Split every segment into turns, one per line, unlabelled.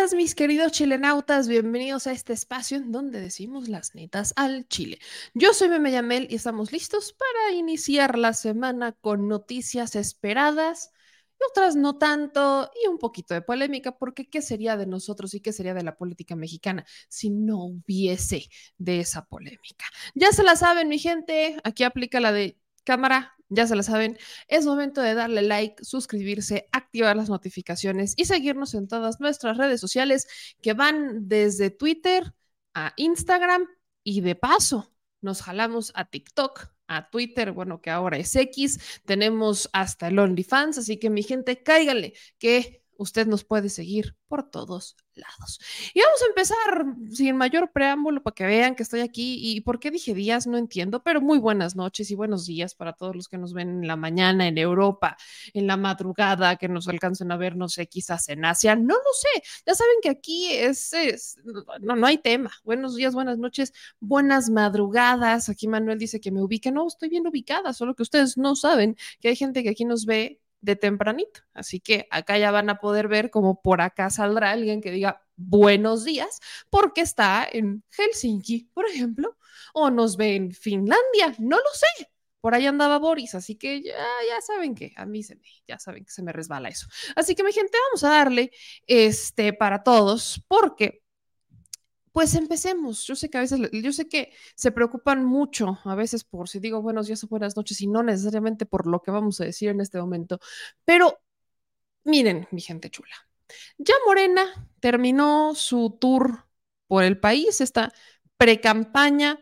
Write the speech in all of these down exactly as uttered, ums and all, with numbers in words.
días, mis queridos chilenautas. Bienvenidos a este espacio en donde decimos las netas al chile. Yo soy Meme Yamel y estamos listos para iniciar la semana con noticias esperadas y otras no tanto y un poquito de polémica, porque ¿qué sería de nosotros y qué sería de la política mexicana si no hubiese de esa polémica? Ya se la saben, mi gente. Aquí aplica la de cámara. Ya se la saben, es momento de darle like, suscribirse, activar las notificaciones y seguirnos en todas nuestras redes sociales que van desde Twitter a Instagram y de paso nos jalamos a TikTok, a Twitter, bueno, que ahora es X, tenemos hasta el OnlyFans, así que mi gente, cáiganle que usted nos puede seguir por todos lados. Y vamos a empezar sin mayor preámbulo para que vean que estoy aquí. ¿Y por qué dije días? No entiendo, pero muy buenas noches y buenos días para todos los que nos ven en la mañana en Europa, en la madrugada, que nos alcancen a ver, no sé, quizás en Asia, no lo sé. Ya saben que aquí es, es no, no hay tema. Buenos días, buenas noches, buenas madrugadas. Aquí Manuel dice que me ubique. No, estoy bien ubicada, solo que ustedes no saben que hay gente que aquí nos ve de tempranito. Así que acá ya van a poder ver cómo por acá saldrá alguien que diga buenos días, porque está en Helsinki, por ejemplo, o nos ve en Finlandia, no lo sé. Por ahí andaba Boris, así que ya, ya saben que a mí se me, ya saben que se me resbala eso. Así que mi gente, vamos a darle este para todos, porque pues empecemos. Yo sé que a veces, yo sé que se preocupan mucho a veces por si digo buenos días o buenas noches y no necesariamente por lo que vamos a decir en este momento, pero miren, mi gente chula, ya Morena terminó su tour por el país, esta precampaña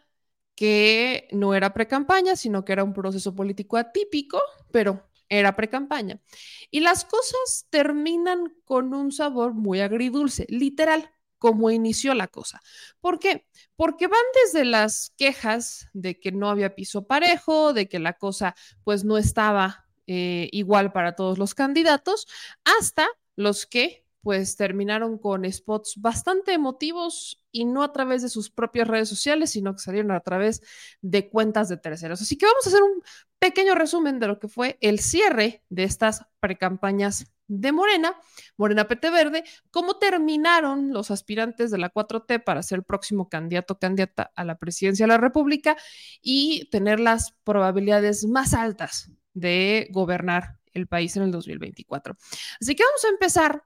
que no era precampaña, sino que era un proceso político atípico, pero era precampaña. Y las cosas terminan con un sabor muy agridulce, literal, como inició la cosa. ¿Por qué? Porque van desde las quejas de que no había piso parejo, de que la cosa pues no estaba eh, igual para todos los candidatos, hasta los que pues terminaron con spots bastante emotivos y no a través de sus propias redes sociales, sino que salieron a través de cuentas de terceros. Así que vamos a hacer un pequeño resumen de lo que fue el cierre de estas precampañas de Morena, Morena P T Verde, cómo terminaron los aspirantes de la cuatro T para ser próximo candidato o candidata a la presidencia de la República y tener las probabilidades más altas de gobernar el país en el dos mil veinticuatro. Así que vamos a empezar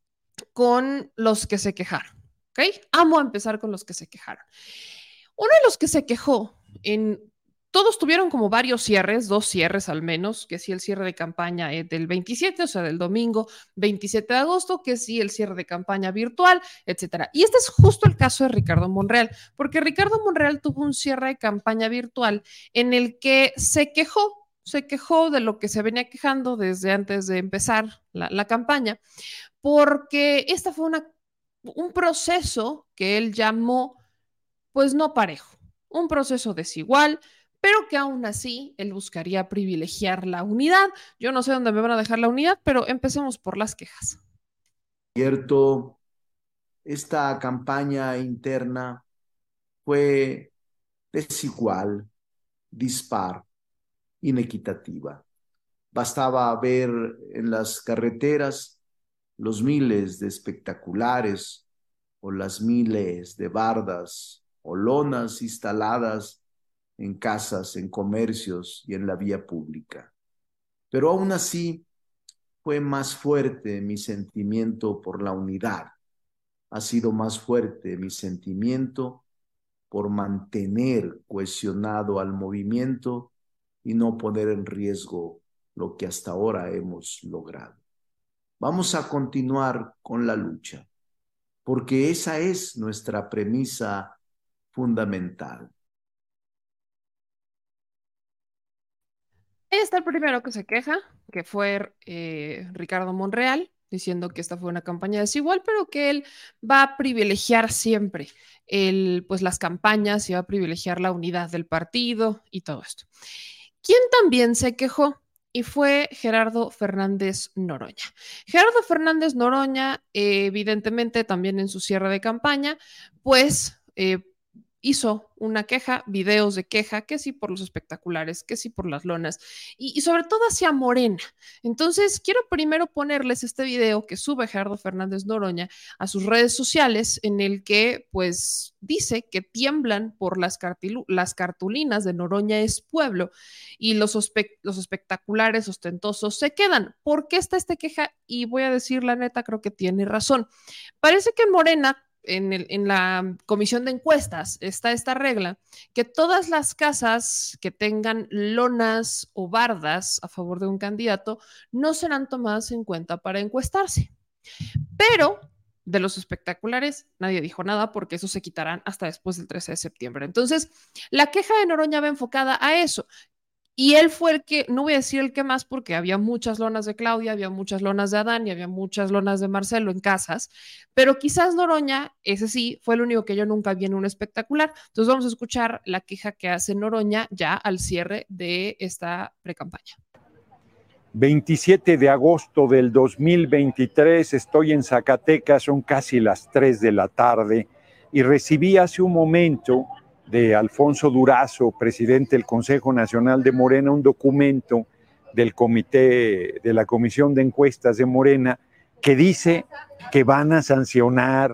con los que se quejaron. ¿Ok? Amo empezar con los que se quejaron. Uno de los que se quejó en todos tuvieron como varios cierres, dos cierres al menos, que sí el cierre de campaña eh, del veintisiete, o sea, del domingo veintisiete de agosto, que sí el cierre de campaña virtual, etcétera. Y este es justo el caso de Ricardo Monreal, porque Ricardo Monreal tuvo un cierre de campaña virtual en el que se quejó, se quejó de lo que se venía quejando desde antes de empezar la, la campaña, porque esta fue una, un proceso que él llamó, pues no parejo, un proceso desigual, pero que aún así él buscaría privilegiar la unidad. Yo no sé dónde me van a dejar la unidad, pero empecemos por las quejas.
Cierto, esta campaña interna fue desigual, dispar, inequitativa. Bastaba ver en las carreteras los miles de espectaculares o las miles de bardas o lonas instaladas en casas, en comercios y en la vía pública. Pero aún así fue más fuerte mi sentimiento por la unidad. Ha sido más fuerte mi sentimiento por mantener cohesionado al movimiento y no poner en riesgo lo que hasta ahora hemos logrado. Vamos a continuar con la lucha, porque esa es nuestra premisa fundamental.
Ahí está el primero que se queja, que fue eh, Ricardo Monreal, diciendo que esta fue una campaña desigual, pero que él va a privilegiar siempre el, pues, las campañas y va a privilegiar la unidad del partido y todo esto. ¿Quién también se quejó? Y fue Gerardo Fernández Noroña. Gerardo Fernández Noroña, eh, evidentemente también en su cierre de campaña, pues eh, hizo una queja, videos de queja, que sí por los espectaculares, que sí por las lonas, y, y sobre todo hacia Morena. Entonces, quiero primero ponerles este video que sube Gerardo Fernández Noroña a sus redes sociales, en el que, pues, dice que tiemblan por las, las cartulinas de Noroña es pueblo, y los, los espectaculares ostentosos se quedan. ¿Por qué está esta queja? Y voy a decir la neta, creo que tiene razón. Parece que en Morena, en, el, en, la comisión de encuestas, está esta regla, que todas las casas que tengan lonas o bardas a favor de un candidato no serán tomadas en cuenta para encuestarse. Pero de los espectaculares nadie dijo nada, porque eso se quitarán hasta después del trece de septiembre. Entonces, la queja de Noroña va enfocada a eso. Y él fue el que, no voy a decir el que más, porque había muchas lonas de Claudia, había muchas lonas de Adán y había muchas lonas de Marcelo en casas, pero quizás Noroña, ese sí, fue el único que yo nunca vi en un espectacular. Entonces vamos a escuchar la queja que hace Noroña ya al cierre de esta precampaña.
veintisiete de agosto del dos mil veintitrés, estoy en Zacatecas, son casi las tres de la tarde, y recibí hace un momento de Alfonso Durazo, presidente del Consejo Nacional de Morena, un documento del comité, de la Comisión de Encuestas de Morena, que dice que van a sancionar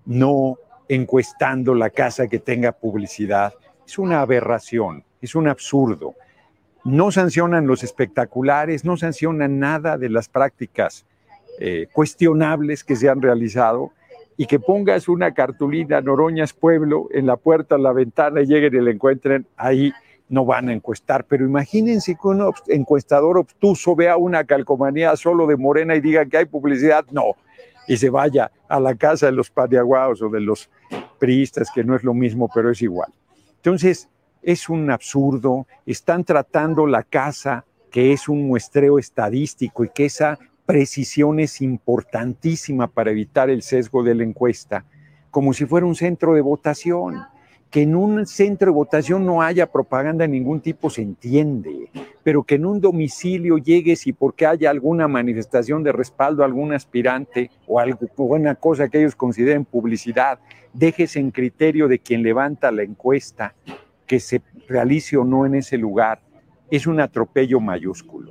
no encuestando la casa que tenga publicidad. Es una aberración, es un absurdo. No sancionan los espectaculares, no sancionan nada de las prácticas eh, cuestionables que se han realizado, y que pongas una cartulina Noroña es pueblo en la puerta, en la ventana, y lleguen y la encuentren, ahí no van a encuestar. Pero imagínense que un encuestador obtuso vea una calcomanía solo de Morena y diga que hay publicidad, no, y se vaya a la casa de los paniaguaos o de los priistas, que no es lo mismo, pero es igual. Entonces, es un absurdo. Están tratando la casa, que es un muestreo estadístico y que esa precisión es importantísima para evitar el sesgo de la encuesta, como si fuera un centro de votación. Que en un centro de votación no haya propaganda de ningún tipo se entiende, pero que en un domicilio llegues y porque haya alguna manifestación de respaldo a algún aspirante o alguna cosa que ellos consideren publicidad, dejes en criterio de quien levanta la encuesta que se realice o no en ese lugar, es un atropello mayúsculo.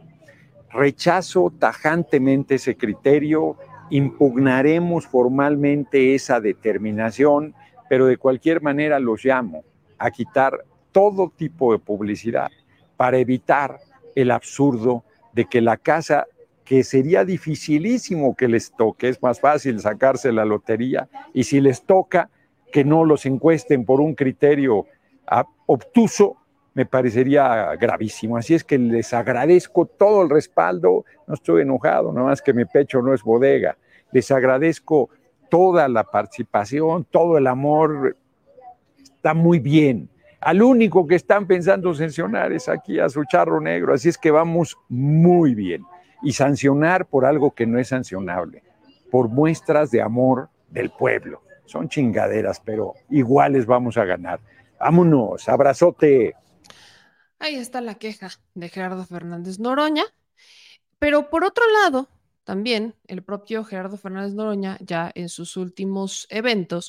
Rechazo tajantemente ese criterio, impugnaremos formalmente esa determinación, pero de cualquier manera los llamo a quitar todo tipo de publicidad para evitar el absurdo de que la casa, que sería dificilísimo que les toque, es más fácil sacarse la lotería, y si les toca, que no los encuesten por un criterio obtuso, me parecería gravísimo. Así es que les agradezco todo el respaldo, no estoy enojado, nada más que mi pecho no es bodega. Les agradezco toda la participación, todo el amor, está muy bien. Al único que están pensando sancionar es aquí a su charro negro, así es que vamos muy bien. Y sancionar por algo que no es sancionable, por muestras de amor del pueblo. Son chingaderas, pero iguales vamos a ganar. Vámonos, abrazote.
Ahí está la queja de Gerardo Fernández Noroña, pero por otro lado, también el propio Gerardo Fernández Noroña, ya en sus últimos eventos,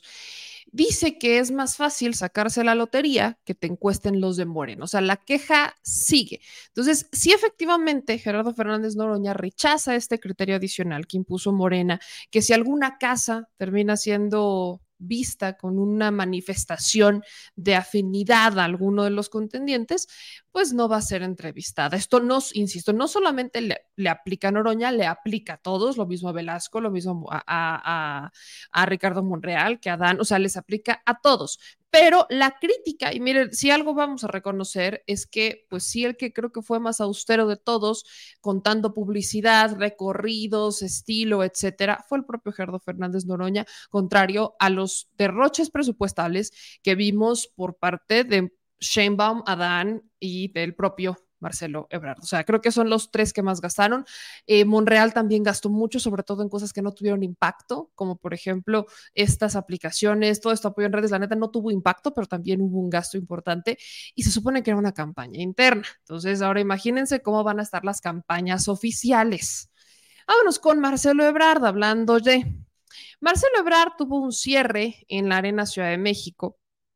dice que es más fácil sacarse la lotería que te encuesten los de Morena. O sea, la queja sigue. Entonces, sí, efectivamente, Gerardo Fernández Noroña rechaza este criterio adicional que impuso Morena, que si alguna casa termina siendo vista con una manifestación de afinidad a alguno de los contendientes, pues no va a ser entrevistada. Esto no, insisto, no solamente le, le aplica a Noroña, le aplica a todos, lo mismo a Velasco, lo mismo a, a, a, a Ricardo Monreal, que a Dan, o sea, les aplica a todos. Pero la crítica, y miren, si algo vamos a reconocer es que, pues sí, el que creo que fue más austero de todos, contando publicidad, recorridos, estilo, etcétera, fue el propio Gerardo Fernández Noroña, contrario a los derroches presupuestales que vimos por parte de Sheinbaum, Adán y del propio Marcelo Ebrard. O sea, creo que son los tres que más gastaron. Eh, Monreal también gastó mucho, sobre todo en cosas que no tuvieron impacto, como por ejemplo estas aplicaciones, todo esto apoyo en redes, la neta no tuvo impacto, pero también hubo un gasto importante y se supone que era una campaña interna. Entonces, ahora imagínense cómo van a estar las campañas oficiales. Vámonos con Marcelo Ebrard, hablando de... Marcelo Ebrard tuvo un cierre en la Arena Ciudad de México,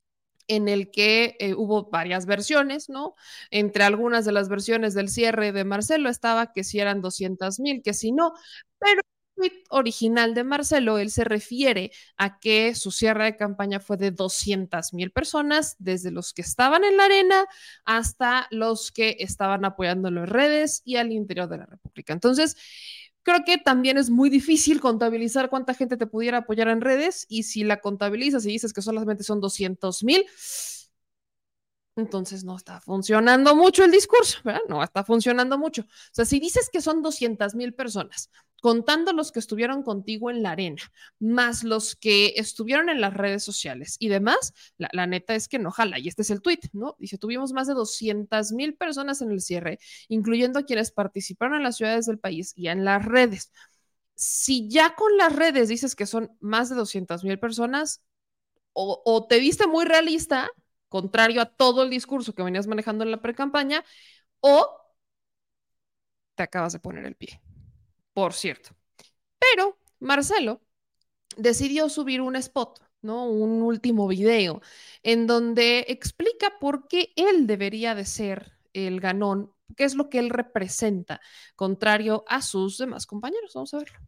en el que eh, hubo varias versiones, ¿no? Entre algunas de las versiones del cierre de Marcelo estaba que si eran doscientas mil, que si no, pero el tweet original de Marcelo, él se refiere a que su cierre de campaña fue de doscientas mil personas, desde los que estaban en la arena hasta los que estaban apoyándolo en redes y al interior de la República. Entonces, creo que también es muy difícil contabilizar cuánta gente te pudiera apoyar en redes, y si la contabilizas y dices que solamente son doscientos mil, entonces no está funcionando mucho el discurso, ¿verdad? No está funcionando mucho. O sea, si dices que son doscientas mil personas, contando los que estuvieron contigo en la arena, más los que estuvieron en las redes sociales y demás, la, la neta es que no jala. Y este es el tweet, ¿no? Dice, tuvimos más de doscientas mil personas en el cierre, incluyendo quienes participaron en las ciudades del país y en las redes. Si ya con las redes dices que son más de doscientas mil personas, o, o te viste muy realista, contrario a todo el discurso que venías manejando en la pre-campaña, o te acabas de poner el pie, por cierto. Pero Marcelo decidió subir un spot, ¿no? Un último video en donde explica por qué él debería de ser el ganón, qué es lo que él representa, contrario a sus demás compañeros. Vamos a verlo.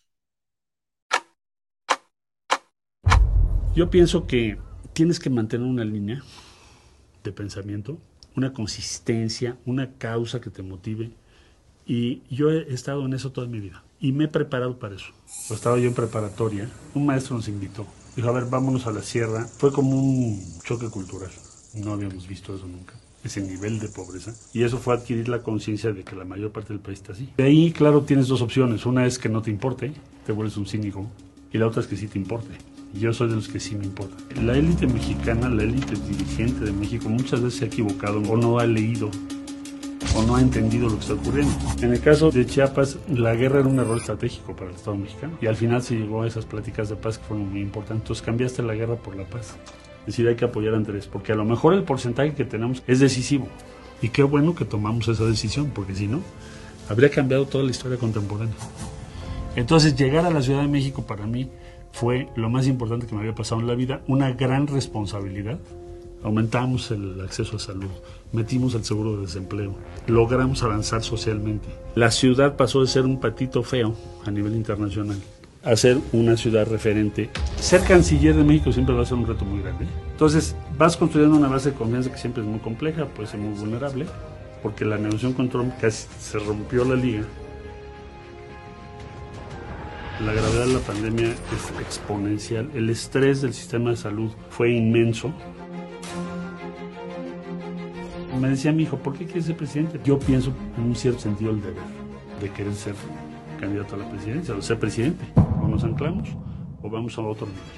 Yo pienso que tienes que mantener una línea de pensamiento, una consistencia, una causa que te motive. Y yo he estado en eso toda mi vida y me he preparado para eso. Estaba yo en preparatoria, un maestro nos invitó. Dijo, a ver, vámonos a la sierra. Fue como un choque cultural. No habíamos visto eso nunca, ese nivel de pobreza. Y eso fue adquirir la conciencia de que la mayor parte del país está así. De ahí, claro, tienes dos opciones. Una es que no te importe, te vuelves un cínico. Y la otra es que sí te importe. Y yo soy de los que sí me importa. La élite mexicana, la élite dirigente de México, muchas veces se ha equivocado o no ha leído o no ha entendido lo que está ocurriendo. En el caso de Chiapas, la guerra era un error estratégico para el Estado mexicano. Y al final se llegó a esas pláticas de paz que fueron muy importantes. Entonces cambiaste la guerra por la paz. Es decir, hay que apoyar a Andrés, porque a lo mejor el porcentaje que tenemos es decisivo. Y qué bueno que tomamos esa decisión, porque si no, habría cambiado toda la historia contemporánea. Entonces, llegar a la Ciudad de México para mí fue lo más importante que me había pasado en la vida, una gran responsabilidad. Aumentamos el acceso a salud, metimos el seguro de desempleo, logramos avanzar socialmente. La ciudad pasó de ser un patito feo a nivel internacional a ser una ciudad referente. Ser canciller de México siempre va a ser un reto muy grande. Entonces vas construyendo una base de confianza que siempre es muy compleja, puede ser muy vulnerable, porque la negociación con Trump casi se rompió la liga. La gravedad de la pandemia es exponencial, el estrés del sistema de salud fue inmenso. Me decía mi hijo, ¿por qué quieres ser presidente? Yo pienso en un cierto sentido el deber de querer ser candidato a la presidencia, o ser presidente. O nos anclamos o vamos a otro nivel.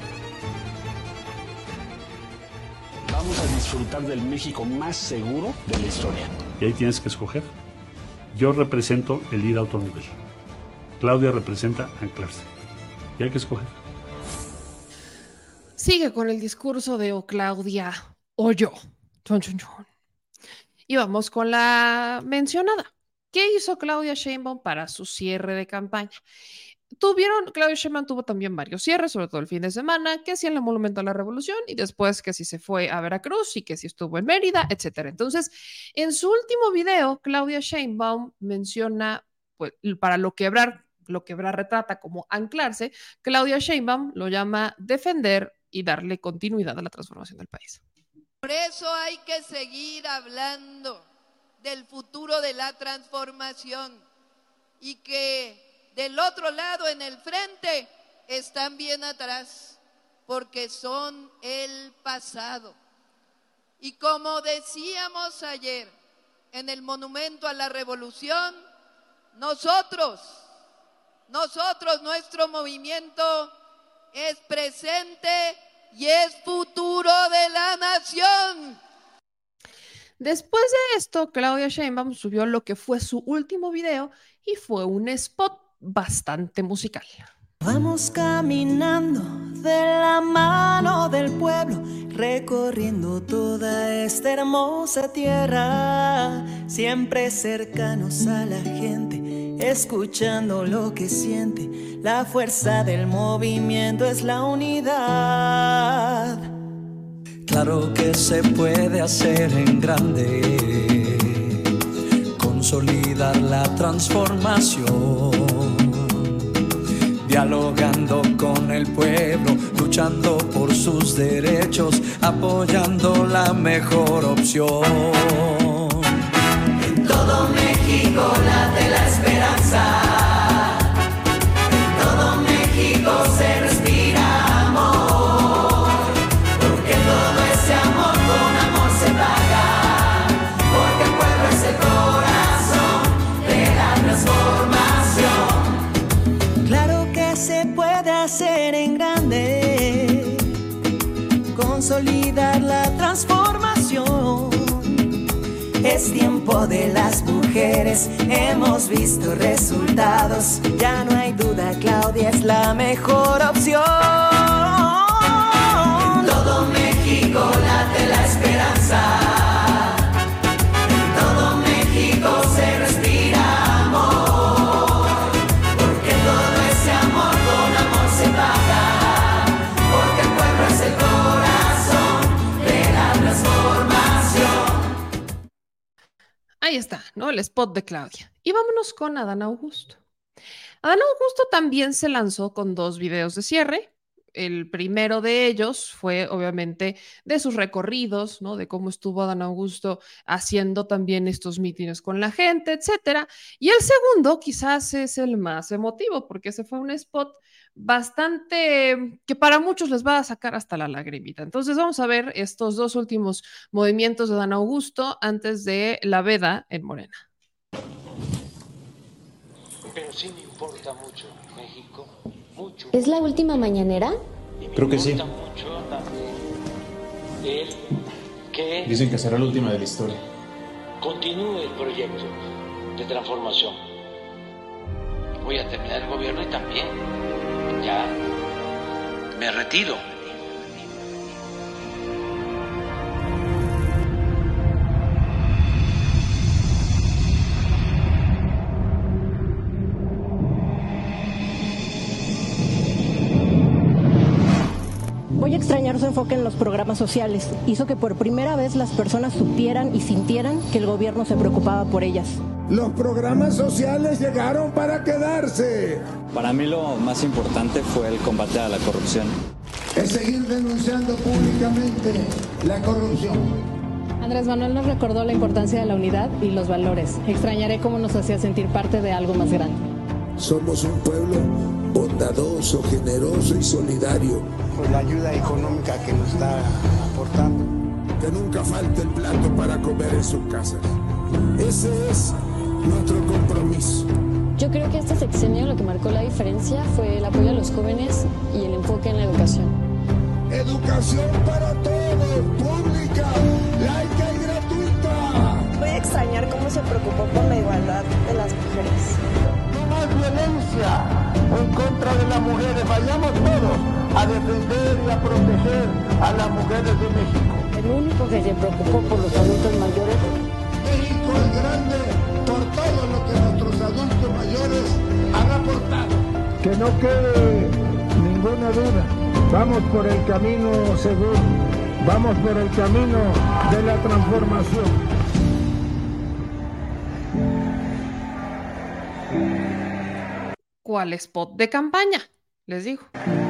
Vamos a disfrutar del México más seguro de la historia.
Y ahí tienes que escoger. Yo represento el ir a otro nivel. Claudia representa anclarse. Y hay que escoger.
Sigue con el discurso de o Claudia o yo. Chon, chon, chon. Y vamos con la mencionada. ¿Qué hizo Claudia Sheinbaum para su cierre de campaña? Tuvieron, Claudia Sheinbaum tuvo también varios cierres, sobre todo el fin de semana, que sí en el Monumento a la Revolución y después que sí se fue a Veracruz y que sí estuvo en Mérida, etcétera. Entonces, en su último video, Claudia Sheinbaum menciona, pues, para lo que Ebrard, lo que Ebrard retrata como anclarse, Claudia Sheinbaum lo llama defender y darle continuidad a la transformación del país.
Por eso hay que seguir hablando del futuro de la transformación y que del otro lado, en el frente, están bien atrás, porque son el pasado. Y como decíamos ayer en el Monumento a la Revolución, nosotros, nosotros, nuestro movimiento es presente y es futuro de la nación.
Después de esto, Claudia Sheinbaum subió lo que fue su último video y fue un spot bastante musical.
Vamos caminando de la mano del pueblo, recorriendo toda esta hermosa tierra, siempre cercanos a la gente, escuchando lo que siente. La fuerza del movimiento es la unidad. Claro que se puede hacer en grande, consolidar la transformación, dialogando con el pueblo, luchando por sus derechos, apoyando la mejor opción. En todo México late la esperanza, en todo México se respira amor, porque todo ese amor con amor se paga, porque el pueblo es el corazón de la transformación. Claro que se puede hacer en grande, consolidar la transformación. Es tiempo de las mujeres, hemos visto resultados, ya no hay duda, Claudia es la mejor opción. En todo México late la esperanza, en todo México se respira amor, porque todo ese amor con amor se paga, porque el pueblo es el corazón de la transformación.
Ahí está, ¿no? El spot de Claudia. Y vámonos con Adán Augusto. Adán Augusto también se lanzó con dos videos de cierre. El primero de ellos fue obviamente de sus recorridos, ¿no? De cómo estuvo Adán Augusto haciendo también estos mítines con la gente, etcétera. Y el segundo quizás es el más emotivo, porque ese fue un spot bastante que para muchos les va a sacar hasta la lagrimita. Entonces vamos a ver estos dos últimos movimientos de Adán Augusto antes de la veda en Morena.
Pero sí me importa mucho México, mucho.
¿Es la última mañanera?
Creo que sí. Me importa mucho también el que...
Dicen que será la última de la historia.
Continúe el proyecto de transformación. Voy a terminar el gobierno y también ya me retiro.
Voy a extrañar su enfoque en los programas sociales. Hizo que por primera vez las personas supieran y sintieran que el gobierno se preocupaba por ellas.
Los programas sociales llegaron para quedarse.
Para mí lo más importante fue el combate a la corrupción.
Es seguir denunciando públicamente la corrupción.
Andrés Manuel nos recordó la importancia de la unidad y los valores. Extrañaré cómo nos hacía sentir parte de algo más grande.
Somos un pueblo bondadoso, generoso y solidario.
Por la ayuda económica que nos está aportando.
Que nunca falte el plato para comer en sus casas. Ese es nuestro compromiso.
Yo creo que este sexenio lo que marcó la diferencia fue el apoyo a los jóvenes y el enfoque en la educación.
Educación para todos, pública, laica y gratuita.
Voy a extrañar cómo se preocupó por la igualdad de las mujeres.
No más violencia en contra de las mujeres. Vayamos todos a defender y a proteger a las mujeres de México.
El único que se preocupó por los adultos mayores.
México es grande por todo lo que nuestros adultos mayores han aportado.
Que no quede ninguna duda. Vamos por el camino seguro. Vamos por el camino de la transformación.
¿Cuál spot de campaña? Les digo.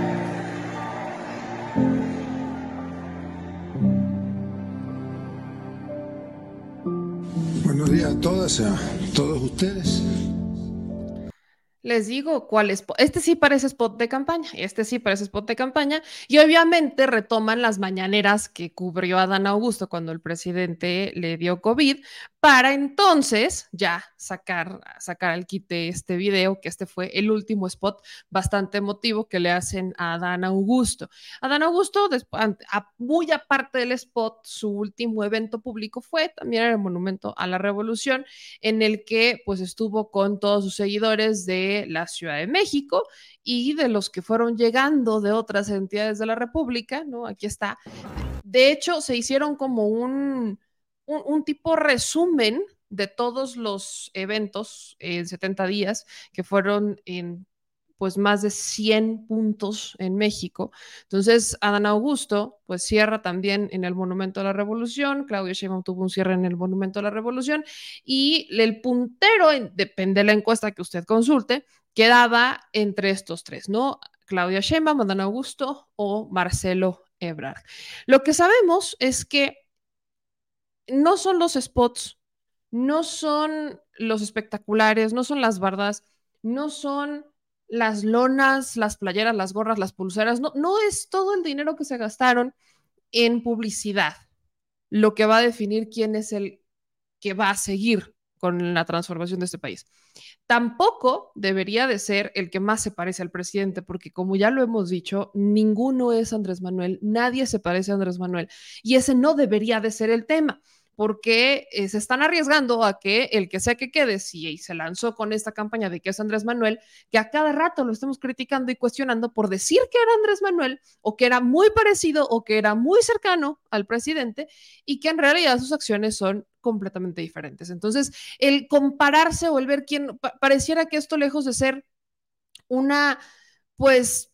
Buenos días a todas, a todos ustedes.
Les digo cuál es. Este sí parece spot de campaña. Este sí parece spot de campaña. Y obviamente retoman las mañaneras que cubrió Adán Augusto cuando el presidente le dio COVID, para entonces ya sacar, sacar al quite este video, que este fue el último spot bastante emotivo que le hacen a Adán Augusto. Adán Augusto, muy aparte del spot, su último evento público fue también en el Monumento a la Revolución, en el que pues estuvo con todos sus seguidores de la Ciudad de México y de los que fueron llegando de otras entidades de la República, ¿no? Aquí está. De hecho, se hicieron como un, un, un tipo resumen de todos los eventos en setenta días que fueron en pues más de cien puntos en México. Entonces, Adán Augusto pues cierra también en el Monumento a la Revolución, Claudia Sheinbaum tuvo un cierre en el Monumento a la Revolución y el puntero, depende de la encuesta que usted consulte, quedaba entre estos tres, ¿no? Claudia Sheinbaum, Adán Augusto o Marcelo Ebrard. Lo que sabemos es que no son los spots, no son los espectaculares, no son las bardas, no son las lonas, las playeras, las gorras, las pulseras, no, no es todo el dinero que se gastaron en publicidad lo que va a definir quién es el que va a seguir con la transformación de este país. Tampoco debería de ser el que más se parece al presidente, porque como ya lo hemos dicho, ninguno es Andrés Manuel, nadie se parece a Andrés Manuel, y ese no debería de ser el tema, porque eh, se están arriesgando a que el que sea que quede, si se lanzó con esta campaña de que es Andrés Manuel, que a cada rato lo estemos criticando y cuestionando por decir que era Andrés Manuel, o que era muy parecido, o que era muy cercano al presidente, y que en realidad sus acciones son completamente diferentes. Entonces, el compararse o el ver quién, pa- pareciera que esto, lejos de ser una, pues,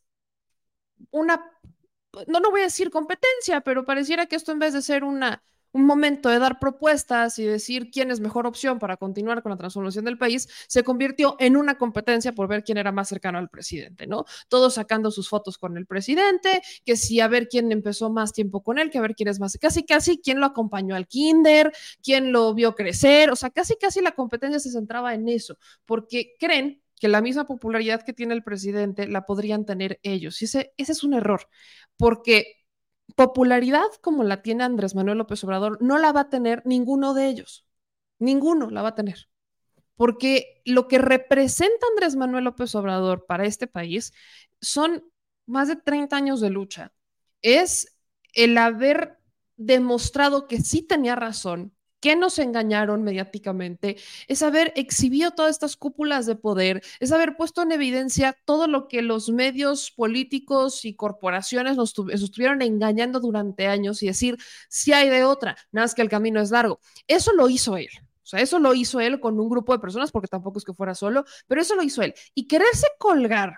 una, no, no voy a decir competencia, pero pareciera que esto, en vez de ser una un momento de dar propuestas y decir quién es mejor opción para continuar con la transformación del país, se convirtió en una competencia por ver quién era más cercano al presidente, ¿no? Todos sacando sus fotos con el presidente, que sí, a ver quién empezó más tiempo con él, que a ver quién es más, casi casi quién lo acompañó al kinder, quién lo vio crecer, o sea, casi casi la competencia se centraba en eso, porque creen que la misma popularidad que tiene el presidente la podrían tener ellos. Y ese, ese es un error, porque popularidad como la tiene Andrés Manuel López Obrador no la va a tener ninguno de ellos, ninguno la va a tener, porque lo que representa Andrés Manuel López Obrador para este país son más de treinta años de lucha, es el haber demostrado que sí tenía razón, que nos engañaron mediáticamente, es haber exhibido todas estas cúpulas de poder, es haber puesto en evidencia todo lo que los medios políticos y corporaciones nos, nos estuvieron engañando durante años y decir, si hay de otra, nada más que el camino es largo. Eso lo hizo él. O sea, eso lo hizo él con un grupo de personas, porque tampoco es que fuera solo, pero eso lo hizo él. Y quererse colgar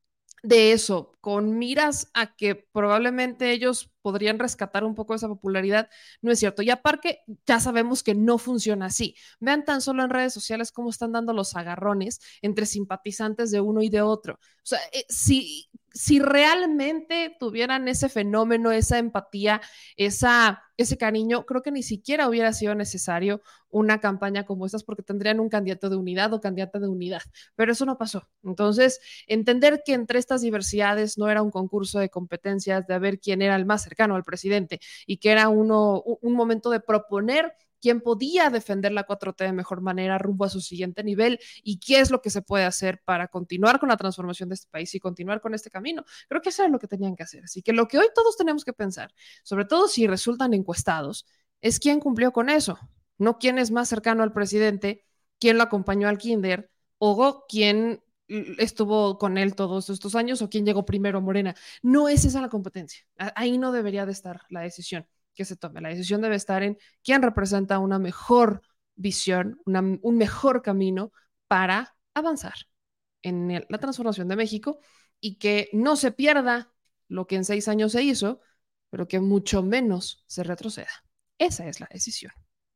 de eso, con miras a que probablemente ellos podrían rescatar un poco esa popularidad, no es cierto. Y aparte, ya sabemos que no funciona así. Vean tan solo en redes sociales cómo están dando los agarrones entre simpatizantes de uno y de otro. O sea, eh, si, si realmente tuvieran ese fenómeno, esa empatía, esa, ese cariño, creo que ni siquiera hubiera sido necesario una campaña como estas, porque tendrían un candidato de unidad o candidata de unidad, pero eso no pasó. Entonces, entender que entre estas diversidades no era un concurso de competencias de ver quién era el más cercano al presidente y que era uno, un momento de proponer quién podía defender la cuatro T de mejor manera rumbo a su siguiente nivel y qué es lo que se puede hacer para continuar con la transformación de este país y continuar con este camino. Creo que eso era lo que tenían que hacer. Así que lo que hoy todos tenemos que pensar, sobre todo si resultan encuestados, es quién cumplió con eso, no quién es más cercano al presidente, quién lo acompañó al kinder o quién estuvo con él todos estos años o quién llegó primero a Morena. No es esa la competencia. Ahí no debería de estar la decisión que se tome. La decisión debe estar en quién representa una mejor visión, una, un mejor camino para avanzar en el, la transformación de México y que no se pierda lo que en seis años se hizo, pero que mucho menos se retroceda. Esa es la decisión.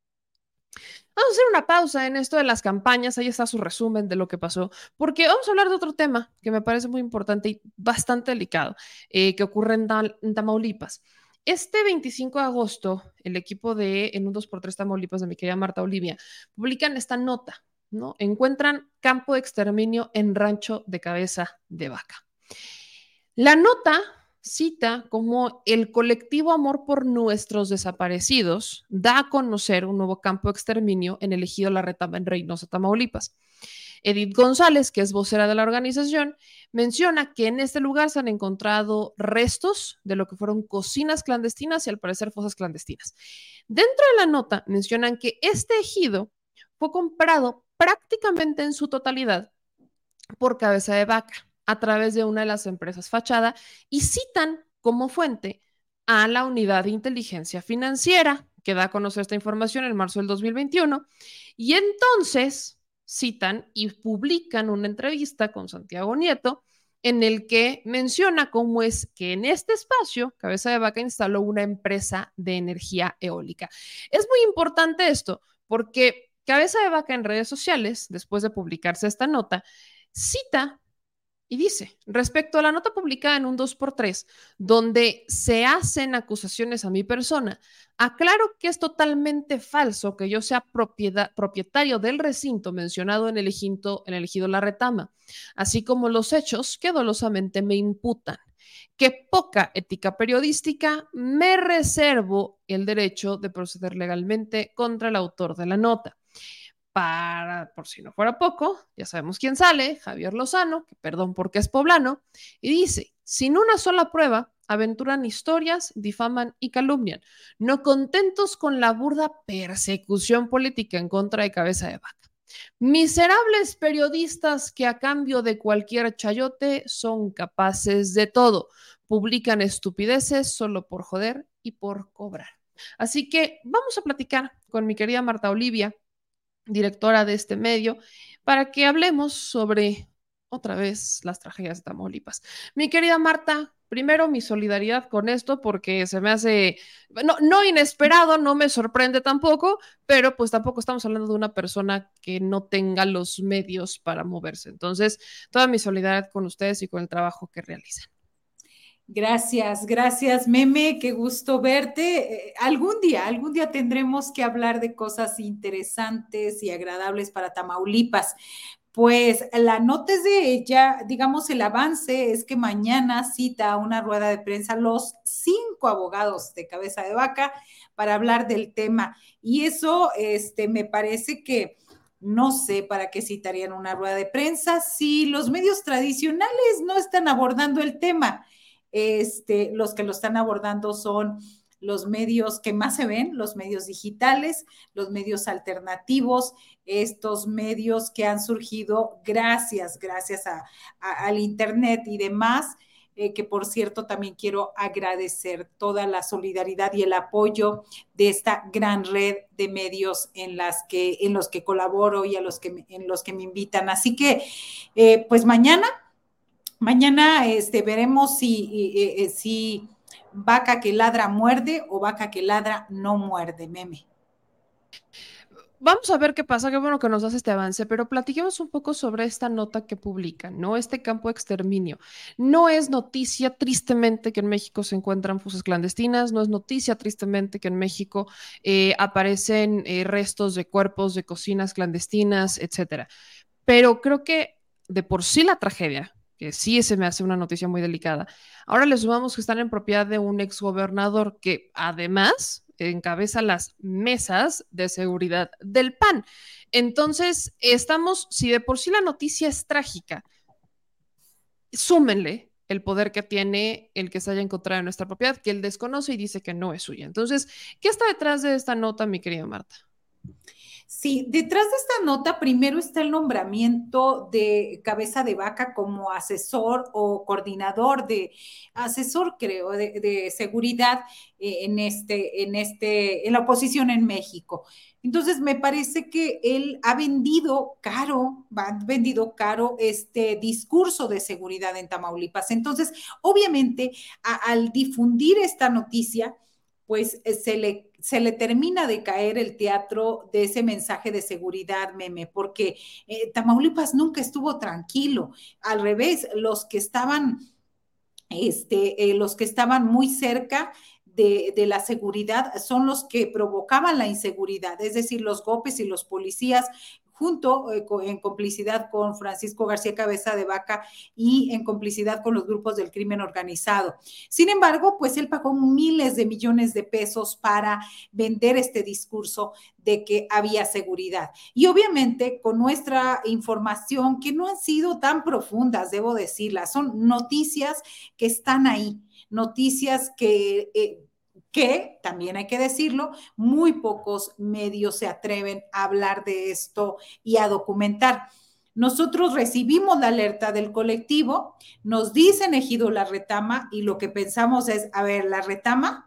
Vamos a hacer una pausa en esto de las campañas, ahí está su resumen de lo que pasó, porque vamos a hablar de otro tema que me parece muy importante y bastante delicado, eh, que ocurre en, Tam en Tamaulipas. Este veinticinco de agosto, el equipo de En un dos por tres Tamaulipas de mi querida Marta Olivia publican esta nota, ¿no? Encuentran campo de exterminio en Rancho de Cabeza de Vaca. La nota cita como el colectivo Amor por Nuestros Desaparecidos da a conocer un nuevo campo de exterminio en el ejido La Retama en Reynosa, Tamaulipas. Edith González, que es vocera de la organización, menciona que en este lugar se han encontrado restos de lo que fueron cocinas clandestinas y al parecer fosas clandestinas. Dentro de la nota mencionan que este ejido fue comprado prácticamente en su totalidad por Cabeza de Vaca a través de una de las empresas fachada y citan como fuente a la Unidad de Inteligencia Financiera, que da a conocer esta información en marzo del dos mil veintiuno, y entonces citan y publican una entrevista con Santiago Nieto, en el que menciona cómo es que en este espacio Cabeza de Vaca instaló una empresa de energía eólica. Es muy importante esto porque Cabeza de Vaca en redes sociales, después de publicarse esta nota, cita y dice, respecto a la nota publicada en un dos por tres, donde se hacen acusaciones a mi persona, aclaro que es totalmente falso que yo sea propiedad, propietario del recinto mencionado en el, ejido, en el ejido La Retama, así como los hechos que dolosamente me imputan. Que poca ética periodística, me reservo el derecho de proceder legalmente contra el autor de la nota. Para, por si no fuera poco, ya sabemos quién sale, Javier Lozano, que perdón porque es poblano, y dice, sin una sola prueba, aventuran historias, difaman y calumnian, no contentos con la burda persecución política en contra de Cabeza de Vaca. Miserables periodistas que a cambio de cualquier chayote son capaces de todo, publican estupideces solo por joder y por cobrar. Así que vamos a platicar con mi querida Marta Olivia, directora de este medio, para que hablemos sobre, otra vez, las tragedias de Tamaulipas. Mi querida Marta, primero mi solidaridad con esto porque se me hace, no, no inesperado, no me sorprende tampoco, pero pues tampoco estamos hablando de una persona que no tenga los medios para moverse. Entonces, toda mi solidaridad con ustedes y con el trabajo que realizan.
Gracias, gracias, Meme, qué gusto verte. Eh, algún día, algún día tendremos que hablar de cosas interesantes y agradables para Tamaulipas. Pues la nota es de ella, digamos, el avance es que mañana cita una rueda de prensa los cinco abogados de Cabeza de Vaca para hablar del tema. Y eso este, me parece que no sé para qué citarían una rueda de prensa si los medios tradicionales no están abordando el tema. Este, los que lo están abordando son los medios que más se ven, los medios digitales, los medios alternativos, estos medios que han surgido gracias, gracias a, a, al internet y demás, eh, que por cierto también quiero agradecer toda la solidaridad y el apoyo de esta gran red de medios en, las que, en los que colaboro y a los que, en los que me invitan. Así que, eh, pues mañana, Mañana este, veremos si, eh, eh, si vaca que ladra muerde o vaca que ladra no muerde, Meme.
Vamos a ver qué pasa, qué bueno que nos das este avance, pero platiquemos un poco sobre esta nota que publican, ¿no? Este campo de exterminio. No es noticia, tristemente, que en México se encuentran fosas clandestinas, no es noticia, tristemente, que en México eh, aparecen eh, restos de cuerpos de cocinas clandestinas, etcétera. Pero creo que de por sí la tragedia, que sí se me hace una noticia muy delicada. Ahora le sumamos que están en propiedad de un exgobernador que además encabeza las mesas de seguridad del P A N. Entonces, estamos, si de por sí la noticia es trágica, súmenle el poder que tiene el que se haya encontrado en nuestra propiedad, que él desconoce y dice que no es suya. Entonces, ¿qué está detrás de esta nota, mi querida Marta?
Sí, detrás de esta nota primero está el nombramiento de Cabeza de Vaca como asesor o coordinador de, asesor creo, de, de seguridad eh, en, este, en, este, en la oposición en México. Entonces me parece que él ha vendido caro, ha vendido caro este discurso de seguridad en Tamaulipas. Entonces, obviamente, a, al difundir esta noticia, pues se le, se le termina de caer el teatro de ese mensaje de seguridad, Meme, porque eh, Tamaulipas nunca estuvo tranquilo. Al revés, los que estaban, este, eh, los que estaban muy cerca de, de la seguridad son los que provocaban la inseguridad, es decir, los golpes y los policías, junto eh, en complicidad con Francisco García Cabeza de Vaca y en complicidad con los grupos del crimen organizado. Sin embargo, pues él pagó miles de millones de pesos para vender este discurso de que había seguridad. Y obviamente con nuestra información, que no han sido tan profundas, debo decirlas, son noticias que están ahí, noticias que... Eh, que, también hay que decirlo, muy pocos medios se atreven a hablar de esto y a documentar. Nosotros recibimos la alerta del colectivo, nos dicen Ejido La Retama y lo que pensamos es, a ver, La Retama,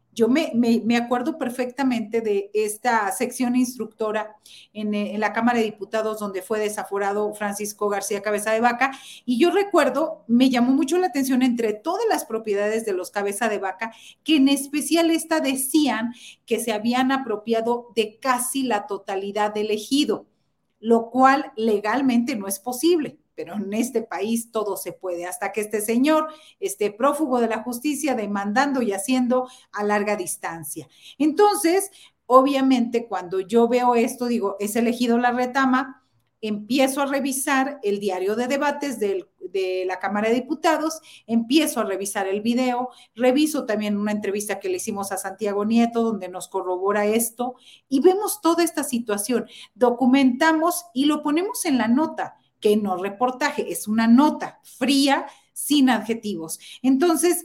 Yo me, me, me acuerdo perfectamente de esta sección instructora en, en la Cámara de Diputados donde fue desaforado Francisco García Cabeza de Vaca, y yo recuerdo, me llamó mucho la atención entre todas las propiedades de los Cabeza de Vaca, que en especial esta decían que se habían apropiado de casi la totalidad del ejido, lo cual legalmente no es posible. Pero en este país todo se puede, hasta que este señor esté prófugo de la justicia, demandando y haciendo a larga distancia. Entonces, obviamente, cuando yo veo esto, digo, es elegido la retama, empiezo a revisar el diario de debates del, de la Cámara de Diputados, empiezo a revisar el video, reviso también una entrevista que le hicimos a Santiago Nieto, donde nos corrobora esto, y vemos toda esta situación, documentamos y lo ponemos en la nota, que no reportaje, es una nota fría, sin adjetivos. Entonces,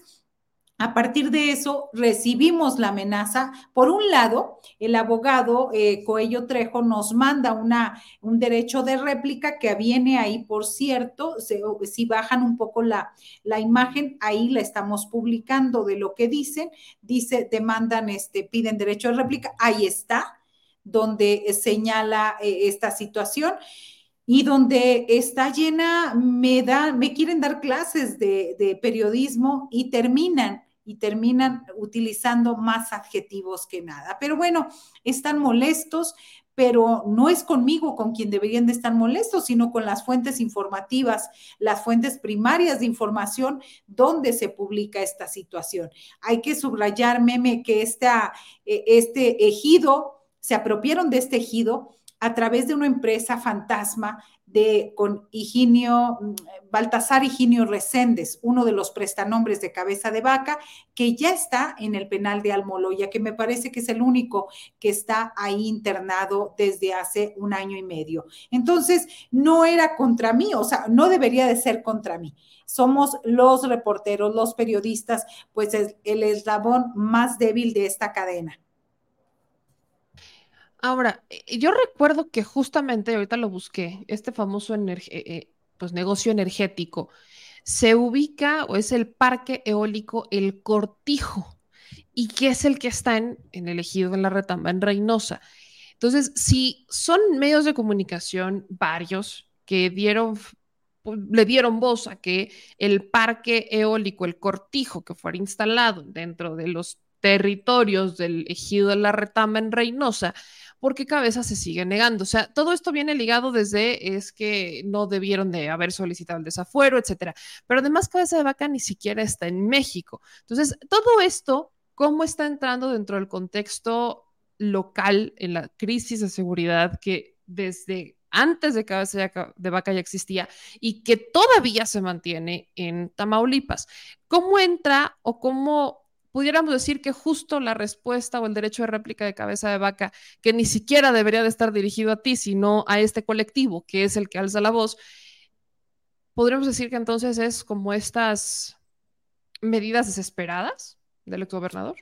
a partir de eso, recibimos la amenaza. Por un lado, el abogado eh, Coello Trejo nos manda una, un derecho de réplica que viene ahí, por cierto, se, si bajan un poco la, la imagen, ahí la estamos publicando de lo que dicen, dice, demandan, este, piden derecho de réplica, ahí está, donde señala eh, esta situación. Y donde está llena, me da, me quieren dar clases de, de periodismo y terminan, y terminan utilizando más adjetivos que nada. Pero bueno, están molestos, pero no es conmigo con quien deberían de estar molestos, sino con las fuentes informativas, las fuentes primarias de información donde se publica esta situación. Hay que subrayar, Meme, que esta, este ejido, se apropiaron de este ejido a través de una empresa fantasma de, con Higinio, Baltasar Higinio Reséndez, uno de los prestanombres de Cabeza de Vaca, que ya está en el penal de Almoloya, que me parece que es el único que está ahí internado desde hace un año y medio. Entonces, no era contra mí, o sea, no debería de ser contra mí. Somos los reporteros, los periodistas, pues es el eslabón más débil de esta cadena.
Ahora, yo recuerdo que justamente, ahorita lo busqué, este famoso energe- eh, pues, negocio energético se ubica o es el parque eólico El Cortijo, y que es el que está en, en el ejido en la Retamba, en Reynosa. Entonces, si son medios de comunicación varios que dieron, pues, le dieron voz a que el parque eólico El Cortijo, que fuera instalado dentro de los territorios del ejido de la Retamba en Reynosa, porque Cabeza se sigue negando. O sea, todo esto viene ligado desde es que no debieron de haber solicitado el desafuero, etcétera. Pero además Cabeza de Vaca ni siquiera está en México. Entonces, todo esto, ¿cómo está entrando dentro del contexto local en la crisis de seguridad que desde antes de Cabeza de Vaca ya existía y que todavía se mantiene en Tamaulipas? ¿Cómo entra o cómo pudiéramos decir que justo la respuesta o el derecho de réplica de Cabeza de Vaca, que ni siquiera debería de estar dirigido a ti, sino a este colectivo, que es el que alza la voz, podríamos decir que entonces es como estas medidas desesperadas del exgobernador?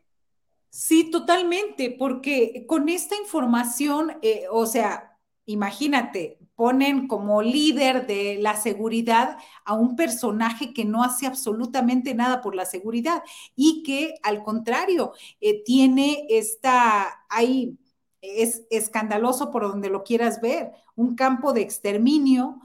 Sí, totalmente, porque con esta información, eh, o sea, imagínate, ponen como líder de la seguridad a un personaje que no hace absolutamente nada por la seguridad y que al contrario eh, tiene esta, ahí es escandaloso por donde lo quieras ver, un campo de exterminio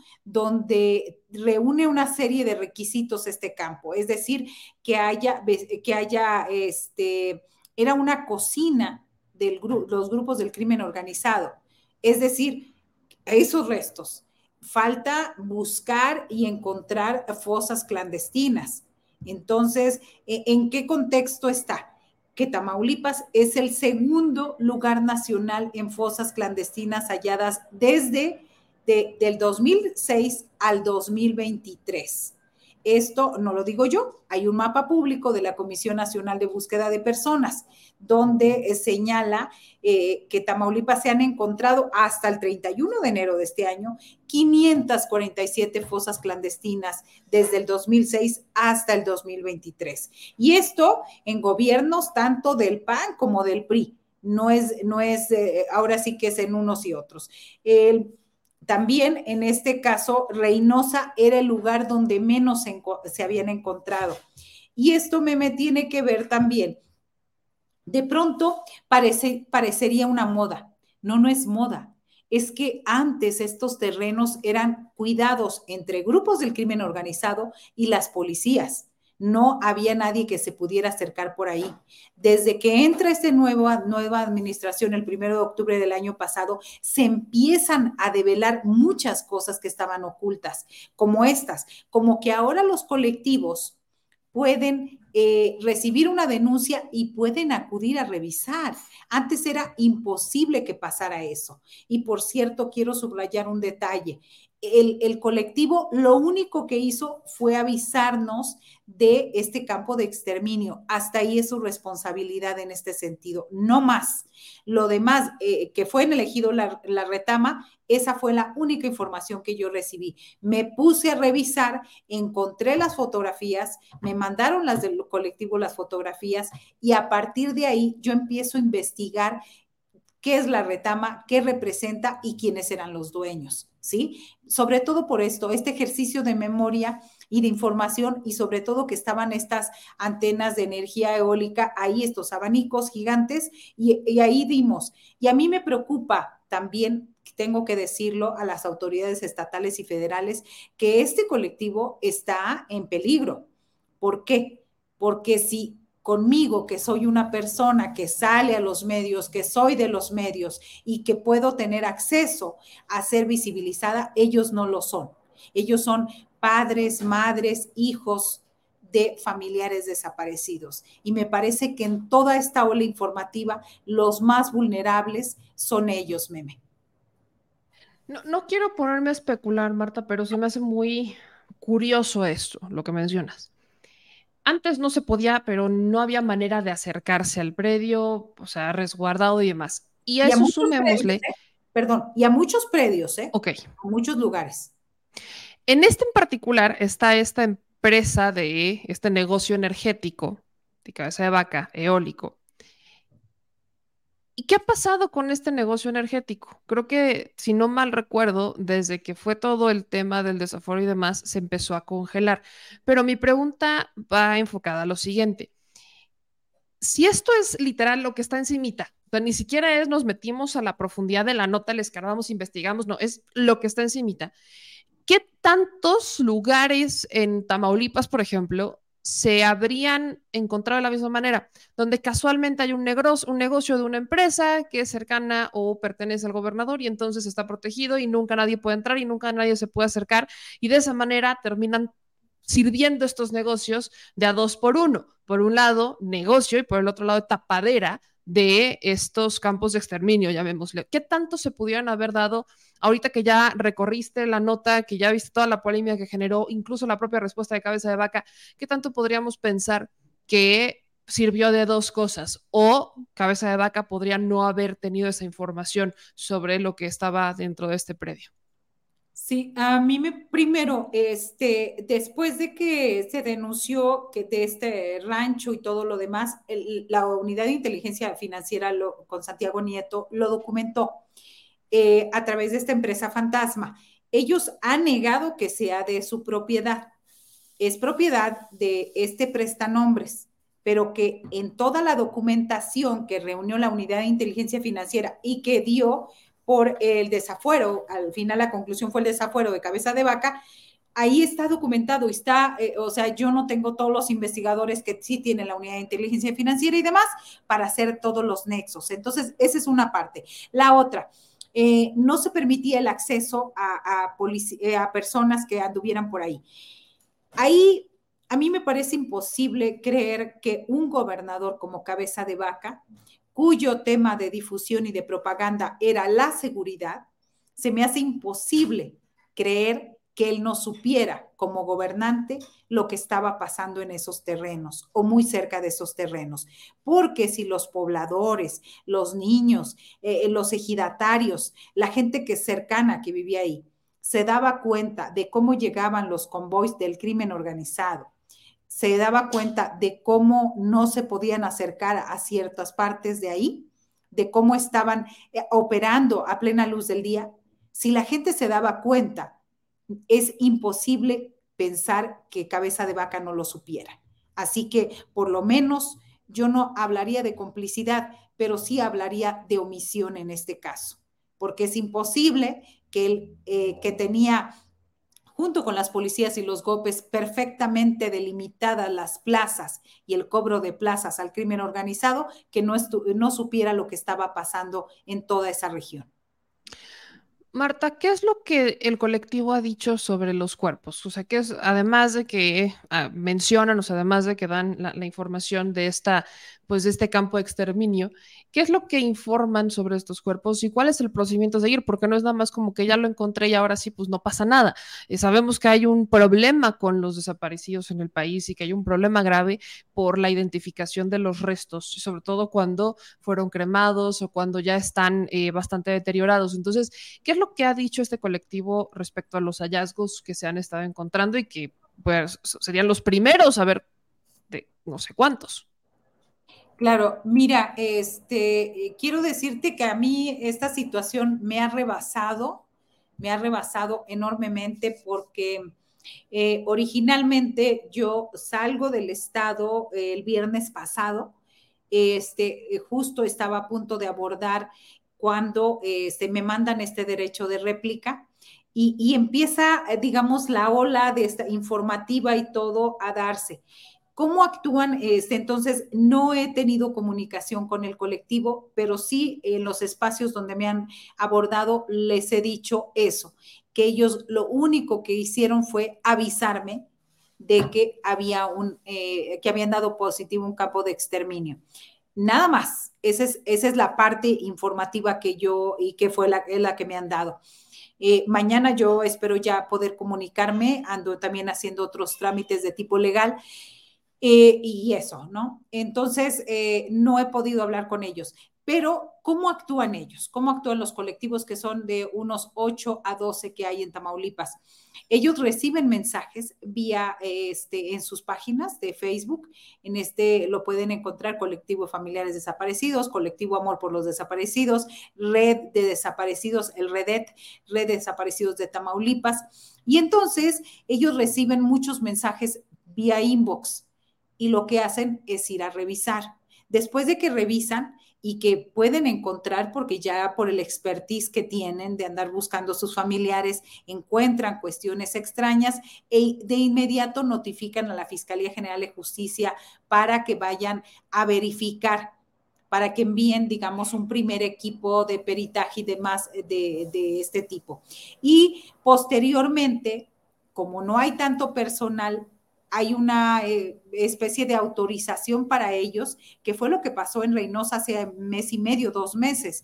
donde reúne una serie de requisitos este campo, es decir, que haya, que haya este, era una cocina de gru- los grupos del crimen organizado. Es decir, esos restos. Falta buscar y encontrar fosas clandestinas. Entonces, ¿en qué contexto está? Que Tamaulipas es el segundo lugar nacional en fosas clandestinas halladas desde de, del dos mil seis al dos mil veintitrés. Esto no lo digo yo, hay un mapa público de la Comisión Nacional de Búsqueda de Personas, donde eh, señala eh, que Tamaulipas se han encontrado hasta el treinta y uno de enero de este año quinientas cuarenta y siete fosas clandestinas desde el dos mil seis hasta el dos mil veintitrés. Y esto en gobiernos tanto del P A N como del P R I. No es, no es eh, ahora sí que es en unos y otros. El También en este caso, Reynosa era el lugar donde menos se, se habían encontrado. Y esto me, me tiene que ver también De pronto parece, parecería una moda. No, no es moda. Es que antes estos terrenos eran cuidados entre grupos del crimen organizado y las policías. No había nadie que se pudiera acercar por ahí. Desde que entra esta nueva, nueva administración el primero de octubre del año pasado, se empiezan a develar muchas cosas que estaban ocultas, como estas, como que ahora los colectivos pueden eh, recibir una denuncia y pueden acudir a revisar. Antes era imposible que pasara eso. Y por cierto, quiero subrayar un detalle. El, el colectivo lo único que hizo fue avisarnos de este campo de exterminio. Hasta ahí es su responsabilidad en este sentido, no más. Lo demás, eh, que fue elegido la, la retama, esa fue la única información que yo recibí. Me puse a revisar, encontré las fotografías, me mandaron las del colectivo las fotografías y a partir de ahí yo empiezo a investigar qué es la retama, qué representa y quiénes eran los dueños, ¿sí? Sobre todo por esto, este ejercicio de memoria y de información y sobre todo que estaban estas antenas de energía eólica, ahí estos abanicos gigantes y, y ahí dimos. Y a mí me preocupa también, tengo que decirlo a las autoridades estatales y federales, que este colectivo está en peligro. ¿Por qué? Porque si conmigo, que soy una persona que sale a los medios, que soy de los medios y que puedo tener acceso a ser visibilizada, ellos no lo son. Ellos son padres, madres, hijos de familiares desaparecidos. Y me parece que en toda esta ola informativa, los más vulnerables son ellos, Meme.
No, no quiero ponerme a especular, Marta, pero se me hace muy curioso esto, lo que mencionas. Antes no se podía, pero no había manera de acercarse al predio, o sea, resguardado y demás. Y a
y
eso
a
sumémosle...
Predios, ¿eh? Perdón, y a muchos predios, ¿eh?
Ok.
A muchos lugares.
En este en particular está esta empresa de este negocio energético, de cabeza de vaca, eólico. ¿Y qué ha pasado con este negocio energético? Creo que, si no mal recuerdo, desde que fue todo el tema del desaforo y demás, se empezó a congelar. Pero mi pregunta va enfocada a lo siguiente. Si esto es literal lo que está encimita, o sea, ni siquiera es nos metimos a la profundidad de la nota, le escarbamos, investigamos, no, es lo que está encimita. ¿Qué tantos lugares en Tamaulipas, por ejemplo, se habrían encontrado de la misma manera, donde casualmente hay un negocio, un negocio de una empresa que es cercana o pertenece al gobernador y entonces está protegido y nunca nadie puede entrar y nunca nadie se puede acercar y de esa manera terminan sirviendo estos negocios de a dos por uno? Por un lado, negocio y por el otro lado, tapadera de estos campos de exterminio, llamémosle. ¿Qué tanto se pudieran haber dado ahorita que ya recorriste la nota, que ya viste toda la polémica que generó, incluso la propia respuesta de Cabeza de Vaca? ¿Qué tanto podríamos pensar que sirvió de dos cosas? O Cabeza de Vaca podría no haber tenido esa información sobre lo que estaba dentro de este predio.
Sí, a mí me, primero, este, después de que se denunció que de este rancho y todo lo demás, el, la unidad de inteligencia financiera lo, con Santiago Nieto lo documentó eh, a través de esta empresa fantasma. Ellos han negado que sea de su propiedad, es propiedad de este prestanombres, pero que en toda la documentación que reunió la unidad de inteligencia financiera y que dio por el desafuero, al final la conclusión fue el desafuero de Cabeza de Vaca, ahí está documentado, está, eh, o sea, yo no tengo todos los investigadores que sí tienen la unidad de inteligencia financiera y demás para hacer todos los nexos. Entonces, esa es una parte. La otra, eh, no se permitía el acceso a, a, polic- a personas que anduvieran por ahí. Ahí, a mí me parece imposible creer que un gobernador como Cabeza de Vaca, cuyo tema de difusión y de propaganda era la seguridad, se me hace imposible creer que él no supiera como gobernante lo que estaba pasando en esos terrenos o muy cerca de esos terrenos. Porque si los pobladores, los niños, eh, los ejidatarios, la gente que es cercana que vivía ahí, se daba cuenta de cómo llegaban los convoys del crimen organizado, se daba cuenta de cómo no se podían acercar a ciertas partes de ahí, de cómo estaban operando a plena luz del día. Si la gente se daba cuenta, es imposible pensar que Cabeza de Vaca no lo supiera. Así que, por lo menos, yo no hablaría de complicidad, pero sí hablaría de omisión en este caso, porque es imposible que él, eh, que tenía, junto con las policías y los golpes, perfectamente delimitadas las plazas y el cobro de plazas al crimen organizado, que no, no supiera lo que estaba pasando en toda esa región.
Marta, ¿qué es lo que el colectivo ha dicho sobre los cuerpos? O sea, que es, además de que ah, mencionan, o sea, además de que dan la, la información de esta, pues de este campo de exterminio, ¿qué es lo que informan sobre estos cuerpos y cuál es el procedimiento a seguir? Porque no es nada más como que ya lo encontré y ahora sí, pues no pasa nada. Eh, sabemos que hay un problema con los desaparecidos en el país y que hay un problema grave por la identificación de los restos, sobre todo cuando fueron cremados o cuando ya están eh, bastante deteriorados. Entonces, ¿qué es lo que ha dicho este colectivo respecto a los hallazgos que se han estado encontrando y que pues serían los primeros a ver de no sé cuántos?
Claro, mira, este, quiero decirte que a mí esta situación me ha rebasado, me ha rebasado enormemente porque eh, originalmente yo salgo del estado eh, el viernes pasado, este, justo estaba a punto de abordar cuando este, me mandan este derecho de réplica y, y empieza, digamos, la ola de esta informativa y todo a darse. ¿Cómo actúan? Este, entonces, no he tenido comunicación con el colectivo, pero sí en los espacios donde me han abordado les he dicho eso, que ellos lo único que hicieron fue avisarme de que había un, eh, que habían dado positivo un campo de exterminio. Nada más, esa es, esa es la parte informativa que yo y que fue la, la que me han dado. Eh, mañana yo espero ya poder comunicarme, ando también haciendo otros trámites de tipo legal. Eh, y eso, ¿no? Entonces, eh, no he podido hablar con ellos. Pero, ¿cómo actúan ellos? ¿Cómo actúan los colectivos que son de unos ocho a doce que hay en Tamaulipas? Ellos reciben mensajes vía, este, en sus páginas de Facebook. En este lo pueden encontrar Colectivo Familiares Desaparecidos, Colectivo Amor por los Desaparecidos, Red de Desaparecidos, el Redet, Red de Desaparecidos de Tamaulipas. Y entonces, ellos reciben muchos mensajes vía inbox. Y lo que hacen es ir a revisar. Después de que revisan y que pueden encontrar, porque ya por el expertise que tienen de andar buscando sus familiares, encuentran cuestiones extrañas e de inmediato notifican a la Fiscalía General de Justicia para que vayan a verificar, para que envíen, digamos, un primer equipo de peritaje y demás de, de este tipo. Y posteriormente, como no hay tanto personal, hay una eh, especie de autorización para ellos, que fue lo que pasó en Reynosa hace mes y medio, dos meses,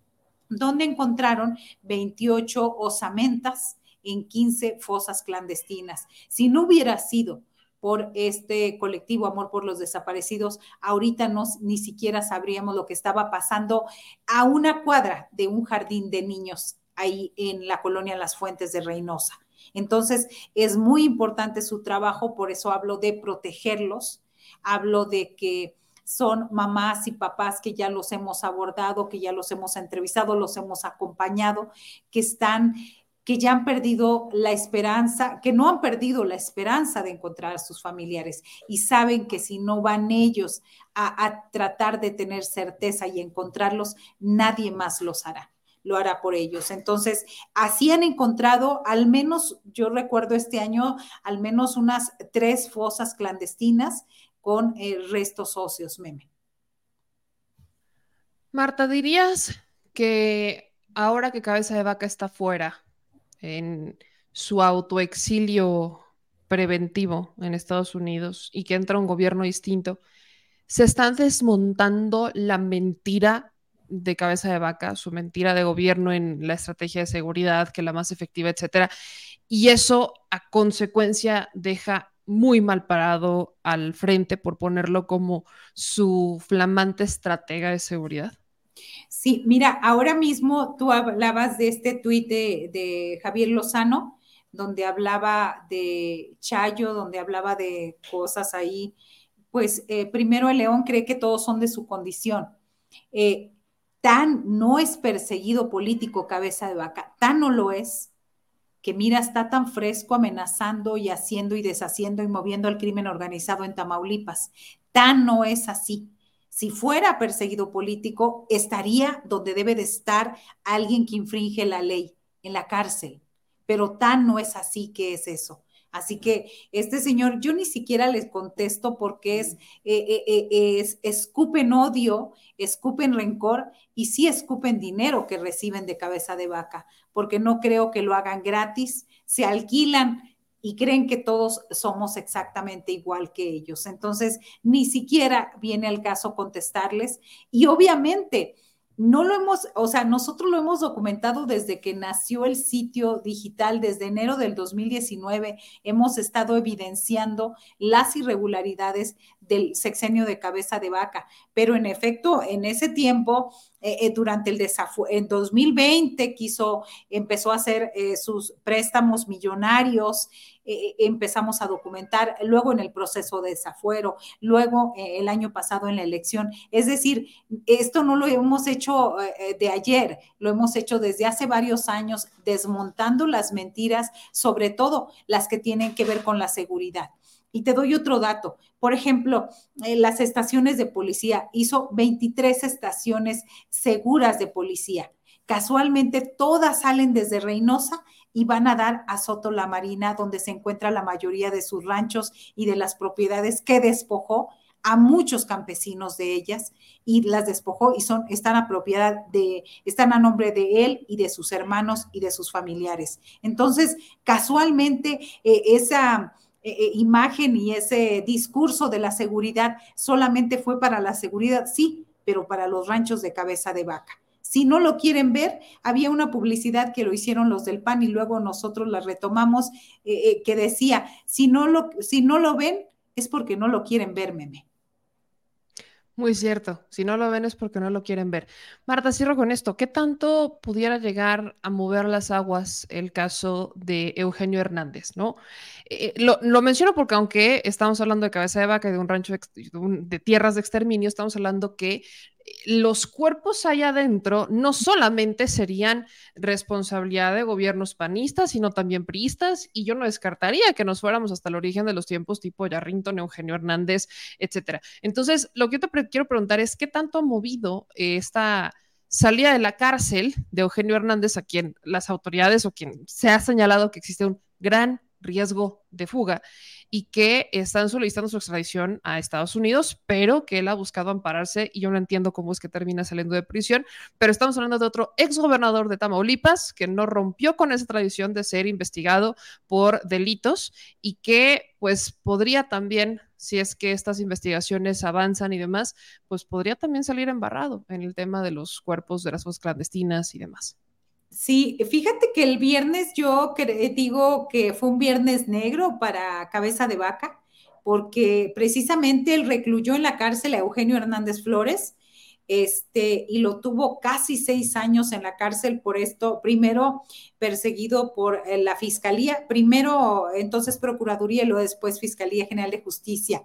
donde encontraron veintiocho osamentas en quince fosas clandestinas. Si no hubiera sido por este colectivo Amor por los Desaparecidos, ahorita no, ni siquiera sabríamos lo que estaba pasando a una cuadra de un jardín de niños ahí en la colonia Las Fuentes de Reynosa. Entonces, es muy importante su trabajo, por eso hablo de protegerlos, hablo de que son mamás y papás que ya los hemos abordado, que ya los hemos entrevistado, los hemos acompañado, que están, que ya han perdido la esperanza, que no han perdido la esperanza de encontrar a sus familiares y saben que si no van ellos a, a tratar de tener certeza y encontrarlos, nadie más los hará. Lo hará por ellos. Entonces, así han encontrado, al menos, yo recuerdo este año, al menos unas tres fosas clandestinas con eh, restos óseos, Meme.
Marta, ¿dirías que ahora que Cabeza de Vaca está fuera en su autoexilio preventivo en Estados Unidos y que entra un gobierno distinto, se están desmontando la mentira de Cabeza de Vaca, su mentira de gobierno en la estrategia de seguridad, que la más efectiva, etcétera, y eso a consecuencia deja muy mal parado al frente, por ponerlo como su flamante estratega de seguridad?
Sí, mira, ahora mismo tú hablabas de este tuit de, de Javier Lozano, donde hablaba de Chayo, donde hablaba de cosas ahí. Pues eh, primero el león cree que todos son de su condición. Eh, tan no es perseguido político Cabeza de Vaca, tan no lo es, que mira, está tan fresco amenazando y haciendo y deshaciendo y moviendo el crimen organizado en Tamaulipas. Tan no es así. Si fuera perseguido político, estaría donde debe de estar alguien que infringe la ley, en la cárcel. Pero tan no es así que es eso. Así que este señor, yo ni siquiera les contesto porque es, eh, eh, es escupen odio, escupen rencor y sí escupen dinero que reciben de Cabeza de Vaca, porque no creo que lo hagan gratis, se alquilan y creen que todos somos exactamente igual que ellos. Entonces, ni siquiera viene al caso contestarles y obviamente no lo hemos, o sea, nosotros lo hemos documentado desde que nació el sitio digital, desde enero del dos mil diecinueve, hemos estado evidenciando las irregularidades del sexenio de Cabeza de Vaca, pero en efecto, en ese tiempo, eh, eh, durante el desafuero, en dos mil veinte quiso, empezó a hacer eh, sus préstamos millonarios, eh, empezamos a documentar, luego en el proceso de desafuero, luego eh, el año pasado en la elección, es decir, esto no lo hemos hecho eh, de ayer, lo hemos hecho desde hace varios años, desmontando las mentiras, sobre todo las que tienen que ver con la seguridad. Y te doy otro dato. Por ejemplo, eh, las estaciones de policía, hizo veintitrés estaciones seguras de policía. Casualmente todas salen desde Reynosa y van a dar a Soto la Marina, donde se encuentra la mayoría de sus ranchos y de las propiedades que despojó a muchos campesinos de ellas y las despojó y son, están a propiedad de, están a nombre de él y de sus hermanos y de sus familiares. Entonces, casualmente, eh, esa eh, imagen y ese discurso de la seguridad solamente fue para la seguridad, sí, pero para los ranchos de Cabeza de Vaca. Si no lo quieren ver, había una publicidad que lo hicieron los del P A N y luego nosotros la retomamos, eh, eh, que decía, si no, lo, si no lo ven, es porque no lo quieren ver, meme.
Muy cierto, si no lo ven es porque no lo quieren ver. Marta, cierro con esto. ¿Qué tanto pudiera llegar a mover las aguas el caso de Eugenio Hernández, ¿no? Eh, lo, lo menciono porque aunque estamos hablando de Cabeza de Vaca y de un rancho de, un, de tierras de exterminio, estamos hablando que los cuerpos allá adentro no solamente serían responsabilidad de gobiernos panistas, sino también priistas, y yo no descartaría que nos fuéramos hasta el origen de los tiempos tipo Yarrington, Eugenio Hernández, etcétera. Entonces, lo que yo te pre- quiero preguntar es, ¿qué tanto ha movido eh, esta salida de la cárcel de Eugenio Hernández, a quien las autoridades o quien se ha señalado que existe un gran riesgo de fuga y que están solicitando su extradición a Estados Unidos, pero que él ha buscado ampararse y yo no entiendo cómo es que termina saliendo de prisión, pero estamos hablando de otro exgobernador de Tamaulipas que no rompió con esa tradición de ser investigado por delitos y que pues podría también, si es que estas investigaciones avanzan y demás, pues podría también salir embarrado en el tema de los cuerpos de las fosas clandestinas y demás.
Sí, fíjate que el viernes yo digo que fue un viernes negro para Cabeza de Vaca, porque precisamente él recluyó en la cárcel a Eugenio Hernández Flores, este, y lo tuvo casi seis años en la cárcel por esto, primero perseguido por la Fiscalía, primero entonces Procuraduría y luego después Fiscalía General de Justicia.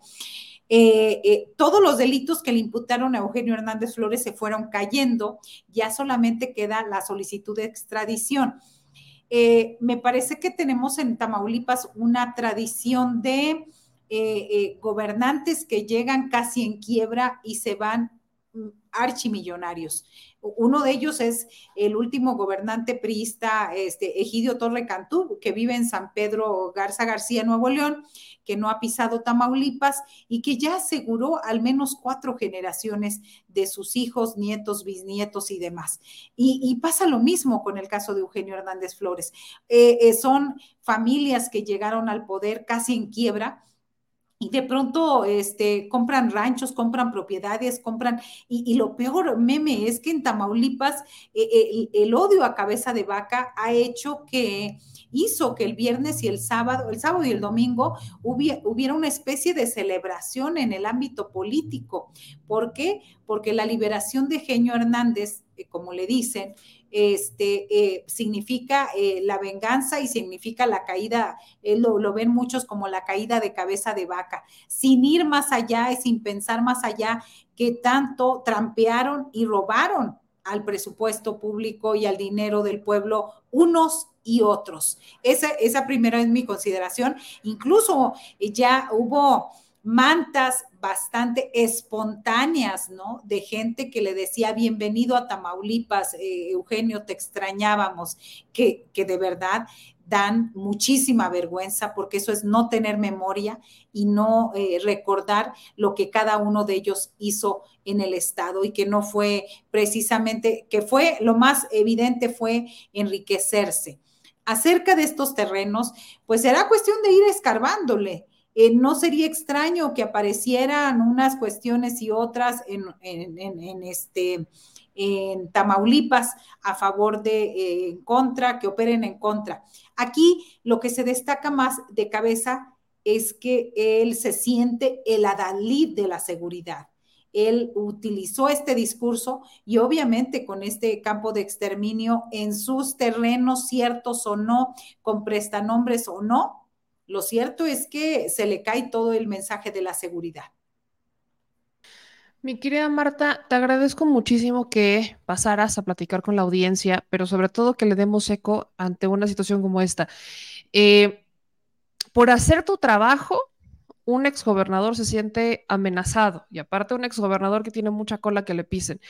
Eh, eh, todos los delitos que le imputaron a Eugenio Hernández Flores se fueron cayendo, ya solamente queda la solicitud de extradición. Eh, me parece que tenemos en Tamaulipas una tradición de eh, eh, gobernantes que llegan casi en quiebra y se van archimillonarios. Uno de ellos es el último gobernante priista, este, Egidio Torre Cantú, que vive en San Pedro Garza García, Nuevo León, que no ha pisado Tamaulipas y que ya aseguró al menos cuatro generaciones de sus hijos, nietos, bisnietos y demás. Y, y pasa lo mismo con el caso de Eugenio Hernández Flores. Eh, eh, son familias que llegaron al poder casi en quiebra, y de pronto este, compran ranchos, compran propiedades, compran, y, y lo peor, meme, es que en Tamaulipas eh, el, el odio a Cabeza de Vaca ha hecho que, hizo que el viernes y el sábado, el sábado y el domingo hubiera, hubiera una especie de celebración en el ámbito político. ¿Por qué? Porque la liberación de Eugenio Hernández, eh, como le dicen, Este, eh, significa eh, la venganza y significa la caída, eh, lo, lo ven muchos como la caída de Cabeza de Vaca, sin ir más allá y sin pensar más allá, que tanto trampearon y robaron al presupuesto público y al dinero del pueblo unos y otros. Esa, esa primera es mi consideración. Incluso ya hubo mantas bastante espontáneas, ¿no? De gente que le decía bienvenido a Tamaulipas, eh, Eugenio, te extrañábamos, que, que de verdad dan muchísima vergüenza porque eso es no tener memoria y no eh, recordar lo que cada uno de ellos hizo en el Estado y que no fue precisamente, que fue lo más evidente fue enriquecerse. Acerca de estos terrenos, pues será cuestión de ir escarbándole. Eh, no sería extraño que aparecieran unas cuestiones y otras en, en, en, en este... en Tamaulipas a favor de, eh, en contra, que operen en contra. Aquí lo que se destaca más de cabeza es que él se siente el adalid de la seguridad. Él utilizó este discurso y obviamente con este campo de exterminio en sus terrenos, ciertos o no, con prestanombres o no, lo cierto es que se le cae todo el mensaje de la seguridad.
Mi querida Marta, te agradezco muchísimo que pasaras a platicar con la audiencia, pero sobre todo que le demos eco ante una situación como esta. Eh, por hacer tu trabajo, un exgobernador se siente amenazado y aparte un exgobernador que tiene mucha cola que le pisen.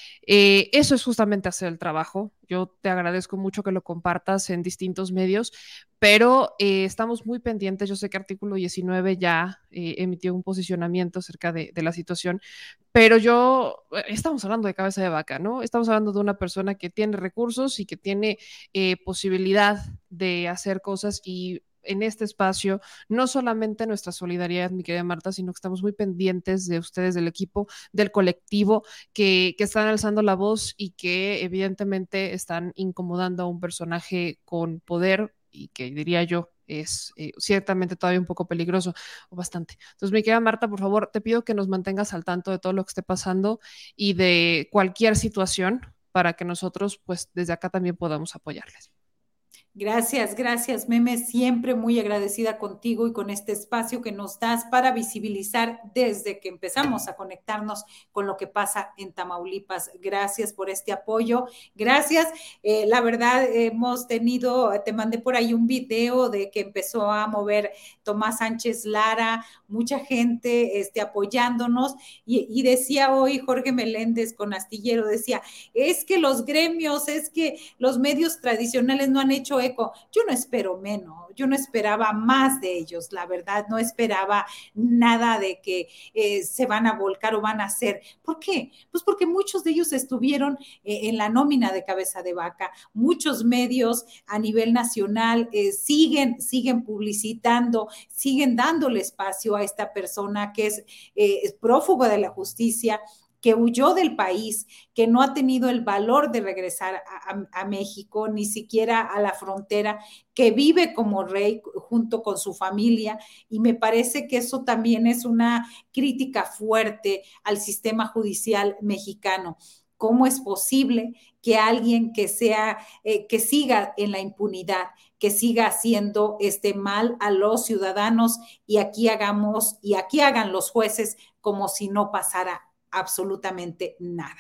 Eh, eso es justamente hacer el trabajo. Yo te agradezco mucho que lo compartas en distintos medios, pero eh, estamos muy pendientes. Yo sé que Artículo diecinueve ya eh, emitió un posicionamiento acerca de, de la situación, pero yo, estamos hablando de cabeza de vaca, ¿no? Estamos hablando de una persona que tiene recursos y que tiene eh, posibilidad de hacer cosas y en este espacio, no solamente nuestra solidaridad, mi querida Marta, sino que estamos muy pendientes de ustedes, del equipo, del colectivo, que, que están alzando la voz y que evidentemente están incomodando a un personaje con poder y que diría yo es eh, ciertamente todavía un poco peligroso o bastante. Entonces, mi querida Marta, por favor, te pido que nos mantengas al tanto de todo lo que esté pasando y de cualquier situación para que nosotros, pues, desde acá también podamos apoyarles.
Gracias, gracias, Meme, siempre muy agradecida contigo y con este espacio que nos das para visibilizar desde que empezamos a conectarnos con lo que pasa en Tamaulipas. Gracias por este apoyo, gracias. Eh, la verdad, hemos tenido, te mandé por ahí un video de que empezó a mover Tomás Sánchez Lara, mucha gente este, apoyándonos y, y decía hoy Jorge Meléndez con Astillero, decía, es que los gremios, es que los medios tradicionales no han hecho eco. Yo no espero menos, yo no esperaba más de ellos, la verdad, no esperaba nada de que eh, se van a volcar o van a hacer. ¿Por qué? Pues porque muchos de ellos estuvieron eh, en la nómina de cabeza de vaca, muchos medios a nivel nacional eh, siguen, siguen publicitando, siguen dándole espacio a esta persona que es, eh, es prófugo de la justicia, que huyó del país, que no ha tenido el valor de regresar a, a, a México, ni siquiera a la frontera, que vive como rey junto con su familia, y me parece que eso también es una crítica fuerte al sistema judicial mexicano. ¿Cómo es posible que alguien que sea, eh, que siga en la impunidad, que siga haciendo este mal a los ciudadanos y aquí hagamos, y aquí hagan los jueces como si no pasara absolutamente nada?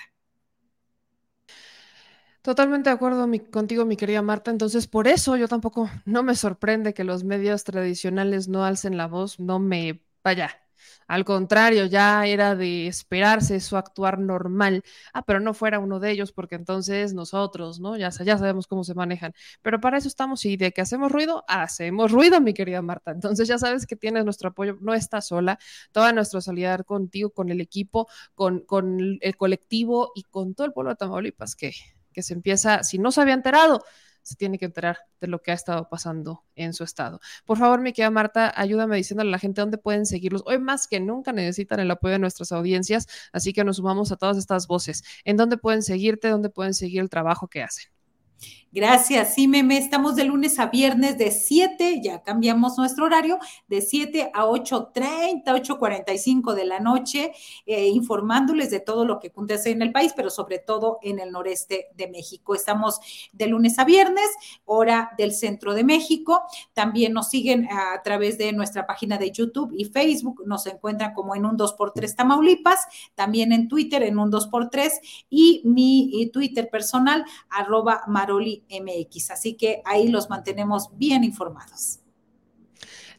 Totalmente de acuerdo mi, contigo, mi querida Marta. Entonces, por eso yo tampoco, no me sorprende que los medios tradicionales no alcen la voz, no me, vaya, al contrario, ya era de esperarse su actuar normal. Ah, pero no fuera uno de ellos, porque entonces nosotros, ¿no? Ya, ya sabemos cómo se manejan. Pero para eso estamos y de que hacemos ruido, hacemos ruido, mi querida Marta. Entonces ya sabes que tienes nuestro apoyo, no estás sola, toda nuestra solidaridad contigo, con el equipo, con, con el colectivo y con todo el pueblo de Tamaulipas, que que se empieza, si no se había enterado, se tiene que enterar de lo que ha estado pasando en su estado. Por favor, mi querida Marta, ayúdame diciéndole a la gente dónde pueden seguirlos. Hoy más que nunca necesitan el apoyo de nuestras audiencias, así que nos sumamos a todas estas voces. ¿En dónde pueden seguirte? ¿Dónde pueden seguir el trabajo que hacen?
Gracias, sí, Meme, estamos de lunes a viernes de siete, ya cambiamos nuestro horario, de siete a ocho treinta, ocho cuarenta y cinco de la noche, eh, informándoles de todo lo que acontece en el país, pero sobre todo en el noreste de México. Estamos de lunes a viernes, hora del centro de México. También nos siguen a, a través de nuestra página de YouTube y Facebook, nos encuentran como en un dos por tres Tamaulipas, también en Twitter en un dos por tres y mi y Twitter personal, arroba Maroli M X, así que ahí los mantenemos bien informados.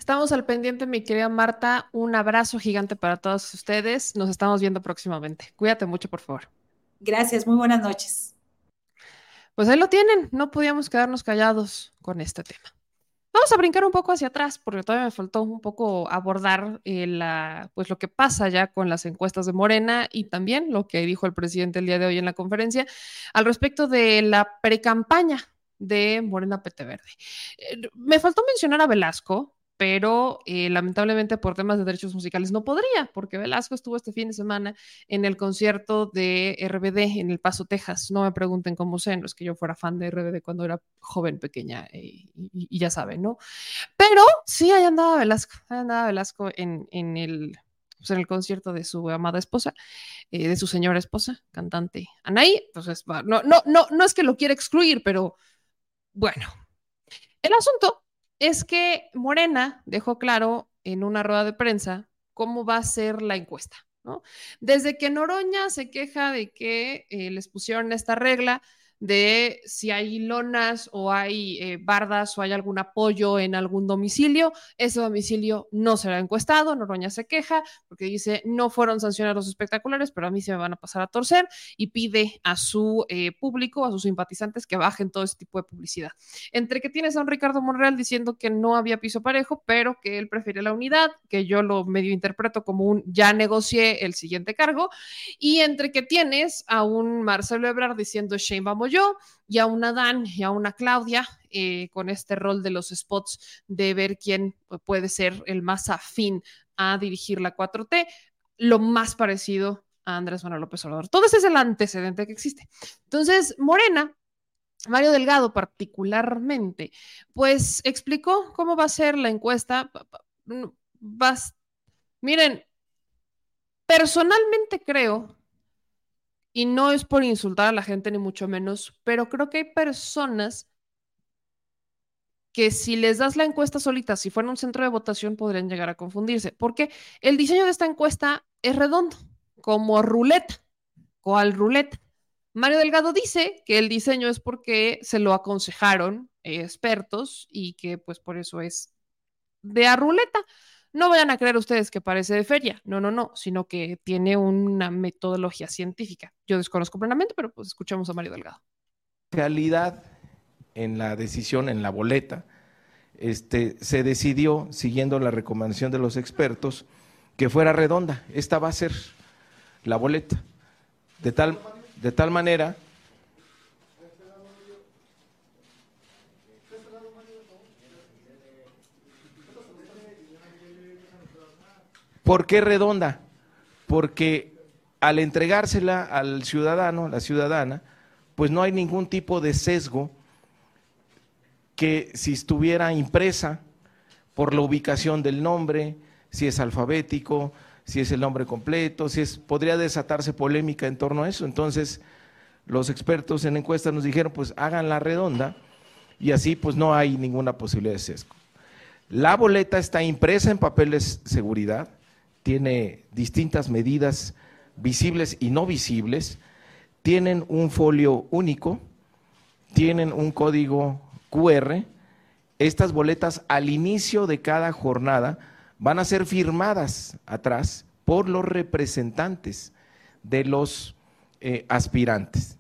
Estamos al pendiente, mi querida Marta. Un abrazo gigante para todos ustedes. Nos estamos viendo próximamente. Cuídate mucho, por favor.
Gracias, muy buenas noches.
Pues ahí lo tienen. No podíamos quedarnos callados con este tema. Vamos a brincar un poco hacia atrás, porque todavía me faltó un poco abordar eh, la, pues lo que pasa ya con las encuestas de Morena y también lo que dijo el presidente el día de hoy en la conferencia al respecto de la precampaña de Morena P T Verde. Eh, me faltó mencionar a Velasco, pero eh, lamentablemente por temas de derechos musicales no podría, porque Velasco estuvo este fin de semana en el concierto de R B D en El Paso, Texas. No me pregunten cómo sé, no es que yo fuera fan de R B D cuando era joven, pequeña, eh, y, y ya saben, ¿no? Pero sí, ahí andaba Velasco, ahí andaba Velasco en, en el... Pues en el concierto de su amada esposa, eh, de su señora esposa, cantante Anaí. Entonces, no, no, no, no es que lo quiera excluir, pero bueno. El asunto es que Morena dejó claro en una rueda de prensa cómo va a ser la encuesta, ¿no? Desde que Noroña se queja de que eh, les pusieron esta regla de si hay lonas o hay eh, bardas o hay algún apoyo en algún domicilio, ese domicilio no será encuestado. Noroña se queja porque dice no fueron sancionados los espectaculares, pero a mí se me van a pasar a torcer, y pide a su eh, público, a sus simpatizantes, que bajen todo ese tipo de publicidad. Entre que tienes a un Ricardo Monreal diciendo que no había piso parejo, pero que él prefiere la unidad, que yo lo medio interpreto como un ya negocié el siguiente cargo, y entre que tienes a un Marcelo Ebrard diciendo Shane vamos yo, y a una Dan y a una Claudia eh, con este rol de los spots de ver quién puede ser el más afín a dirigir la cuatro T, lo más parecido a Andrés Manuel López Obrador. Todo ese es el antecedente que existe. Entonces, Morena, Mario Delgado particularmente, pues explicó cómo va a ser la encuesta. Vas, miren, personalmente creo, y no es por insultar a la gente ni mucho menos, pero creo que hay personas que si les das la encuesta solita, si fuera un centro de votación, podrían llegar a confundirse, porque el diseño de esta encuesta es redondo, como ruleta, cual ruleta. Mario Delgado dice que el diseño es porque se lo aconsejaron eh, expertos y que pues por eso es de a ruleta. No vayan a creer ustedes que parece de feria, no, no, no, sino que tiene una metodología científica. Yo desconozco plenamente, pero pues escuchamos a Mario Delgado.
Realidad en la decisión, en la boleta, este, se decidió, siguiendo la recomendación de los expertos, que fuera redonda. Esta va a ser la boleta, de tal, de tal manera… ¿Por qué redonda? Porque al entregársela al ciudadano, la ciudadana, pues no hay ningún tipo de sesgo que si estuviera impresa por la ubicación del nombre, si es alfabético, si es el nombre completo, si es, podría desatarse polémica en torno a eso. Entonces, los expertos en encuestas nos dijeron, pues hagan la redonda y así pues no hay ninguna posibilidad de sesgo. La boleta está impresa en papel de seguridad, tiene distintas medidas visibles y no visibles, tienen un folio único, tienen un código cu erre. Estas boletas al inicio de cada jornada van a ser firmadas atrás por los representantes de los eh, aspirantes.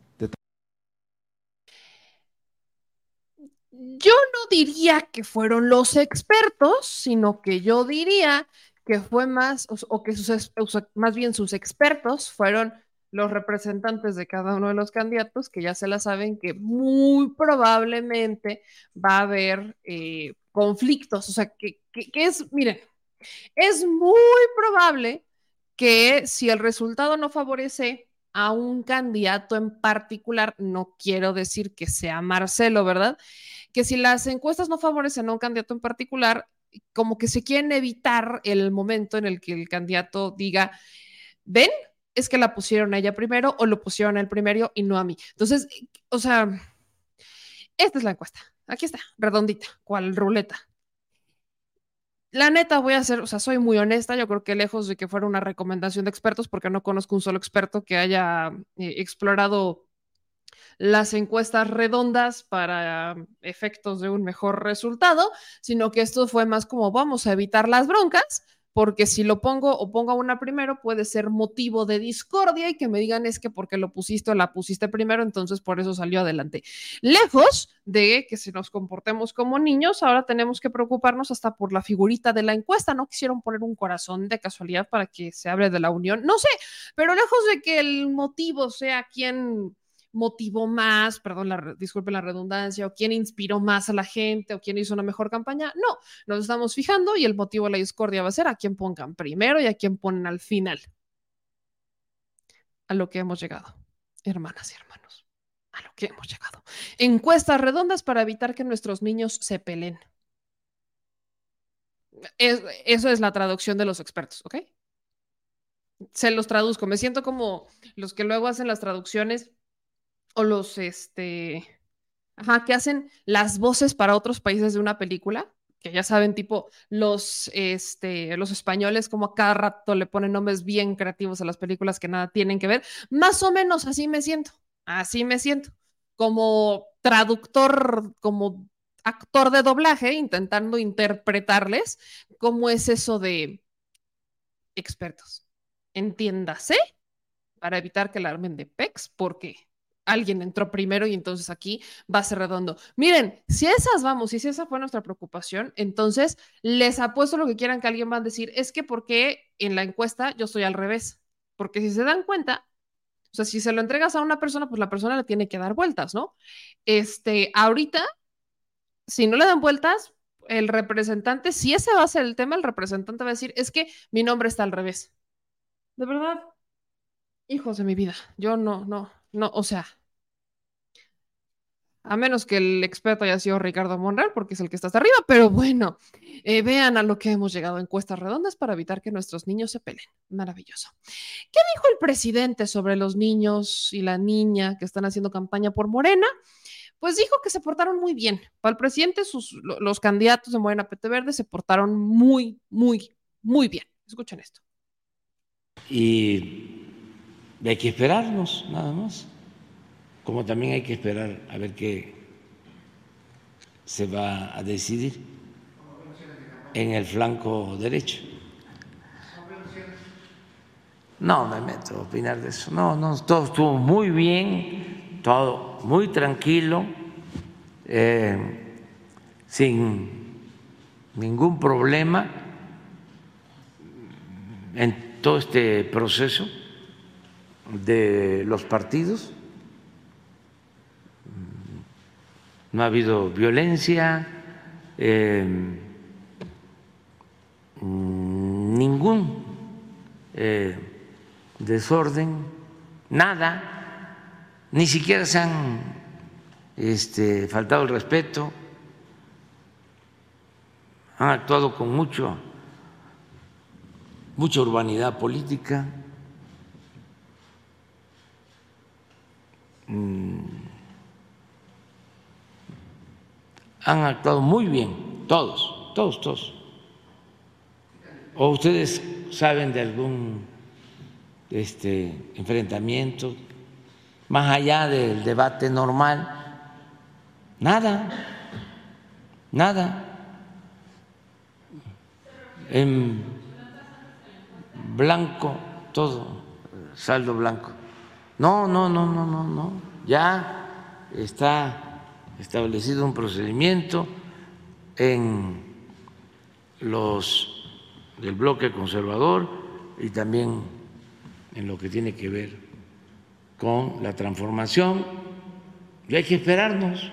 Yo no diría que fueron los expertos, sino que yo diría que fue más, o, o que sus, o sea, más bien sus expertos fueron los representantes de cada uno de los candidatos, que ya se la saben que muy probablemente va a haber eh, conflictos, o sea, que, que, que es, miren, es muy probable que si el resultado no favorece a un candidato en particular, no quiero decir que sea Marcelo, ¿verdad?, que si las encuestas no favorecen a un candidato en particular, como que se quieren evitar el momento en el que el candidato diga, ven, es que la pusieron a ella primero o lo pusieron a él primero y no a mí. Entonces, o sea, esta es la encuesta. Aquí está, redondita, cual ruleta. La neta voy a hacer, o sea, soy muy honesta, yo creo que lejos de que fuera una recomendación de expertos, porque no conozco un solo experto que haya eh, explorado las encuestas redondas para efectos de un mejor resultado, sino que esto fue más como vamos a evitar las broncas, porque si lo pongo o pongo una primero puede ser motivo de discordia y que me digan es que porque lo pusiste o la pusiste primero, entonces por eso salió adelante. Lejos de que si nos comportemos como niños, ahora tenemos que preocuparnos hasta por la figurita de la encuesta. No quisieron poner un corazón de casualidad para que se hable de la unión, no sé, pero lejos de que el motivo sea quien motivó más, perdón, la, disculpen la redundancia, o quién inspiró más a la gente, o quién hizo una mejor campaña. No, nos estamos fijando y el motivo de la discordia va a ser a quién pongan primero y a quién ponen al final. A lo que hemos llegado, hermanas y hermanos, a lo que hemos llegado. Encuestas redondas para evitar que nuestros niños se peleen. Es, eso es la traducción de los expertos, ¿ok? Se los traduzco, me siento como los que luego hacen las traducciones o los, este, ajá, que hacen las voces para otros países de una película, que ya saben, tipo, los, este, los españoles como a cada rato le ponen nombres bien creativos a las películas que nada tienen que ver, más o menos así me siento, así me siento, como traductor, como actor de doblaje, intentando interpretarles cómo es eso de expertos. Entiéndase, para evitar que la armen de pex, porque alguien entró primero y entonces aquí va a ser redondo. Miren, si esas vamos y si esa fue nuestra preocupación, entonces les apuesto lo que quieran que alguien va a decir, es que porque en la encuesta yo estoy al revés, porque si se dan cuenta, o sea, si se lo entregas a una persona, pues la persona le tiene que dar vueltas, ¿no? Este, ahorita, si no le dan vueltas, el representante, si ese va a ser el tema, el representante va a decir, es que mi nombre está al revés. De verdad, hijos de mi vida, yo no, no, no, o sea, a menos que el experto haya sido Ricardo Monreal, porque es el que está hasta arriba, pero bueno, eh, vean a lo que hemos llegado, encuestas redondas para evitar que nuestros niños se peleen. Maravilloso. ¿Qué dijo el presidente sobre los niños y la niña que están haciendo campaña por Morena? Pues dijo que se portaron muy bien. Para el presidente, sus, los candidatos de Morena P T Verde se portaron muy, muy, muy bien. Escuchen esto.
Y hay que esperarnos, nada más. Como también hay que esperar a ver qué se va a decidir en el flanco derecho. No me meto a opinar de eso. No, no, todo estuvo muy bien, todo muy tranquilo, eh, sin ningún problema en todo este proceso de los partidos. No ha habido violencia, eh, ningún eh, desorden, nada, ni siquiera se han este, faltado el respeto, han actuado con mucho, mucha urbanidad política. Mm. Han actuado muy bien, todos, todos, todos. ¿O ustedes saben de algún este, enfrentamiento más allá del debate normal? Nada, nada. En blanco, todo, saldo blanco. No, no, no, no, no, no. Ya está establecido un procedimiento en los del bloque conservador y también en lo que tiene que ver con la transformación, y hay que esperarnos.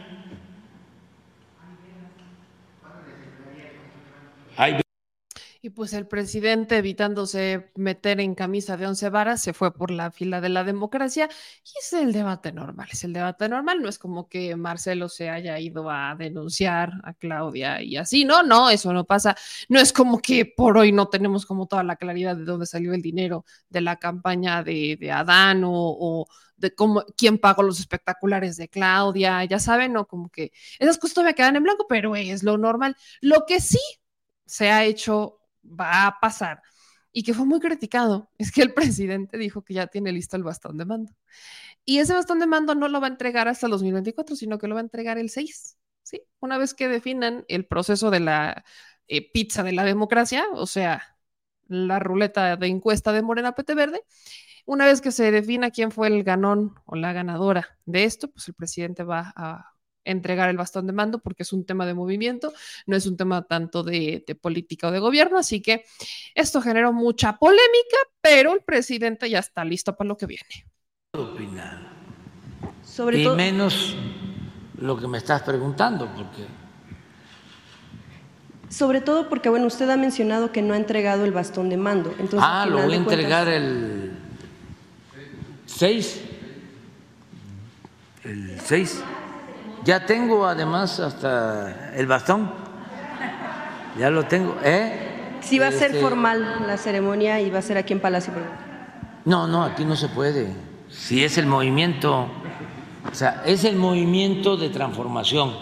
Hay
Y pues el presidente, evitándose meter en camisa de once varas, se fue por la fila de la democracia y es el debate normal, es el debate normal, no es como que Marcelo se haya ido a denunciar a Claudia y así, no, no, eso no pasa, no es como que por hoy no tenemos como toda la claridad de dónde salió el dinero de la campaña de, de Adán o, o de cómo, quién pagó los espectaculares de Claudia, ya saben, no, como que esas cosas todavía quedan en blanco, pero es lo normal. Lo que sí se ha hecho, va a pasar, y que fue muy criticado, es que el presidente dijo que ya tiene listo el bastón de mando. Y ese bastón de mando no lo va a entregar hasta el dos mil veinticuatro, sino que lo va a entregar el seis, ¿sí? Una vez que definan el proceso de la eh, pizza de la democracia, o sea, la ruleta de encuesta de Morena P T Verde, una vez que se defina quién fue el ganón o la ganadora de esto, pues el presidente va a entregar el bastón de mando porque es un tema de movimiento, no es un tema tanto de, de política o de gobierno, así que esto generó mucha polémica, pero el presidente ya está listo para lo que viene.
Opinar.
Sobre
y
todo...
menos lo que me estás preguntando, porque...
Sobre todo porque, bueno, usted ha mencionado que no ha entregado el bastón de mando. Entonces,
ah, lo voy a entregar
cuentas...
el seis. El seis. Ya tengo además hasta el bastón. Ya lo tengo. ¿Eh?
Sí va a ser
este...
formal la ceremonia y va a ser aquí en Palacio.
No, no, aquí no se puede. Si es el movimiento, o sea, es el movimiento de transformación.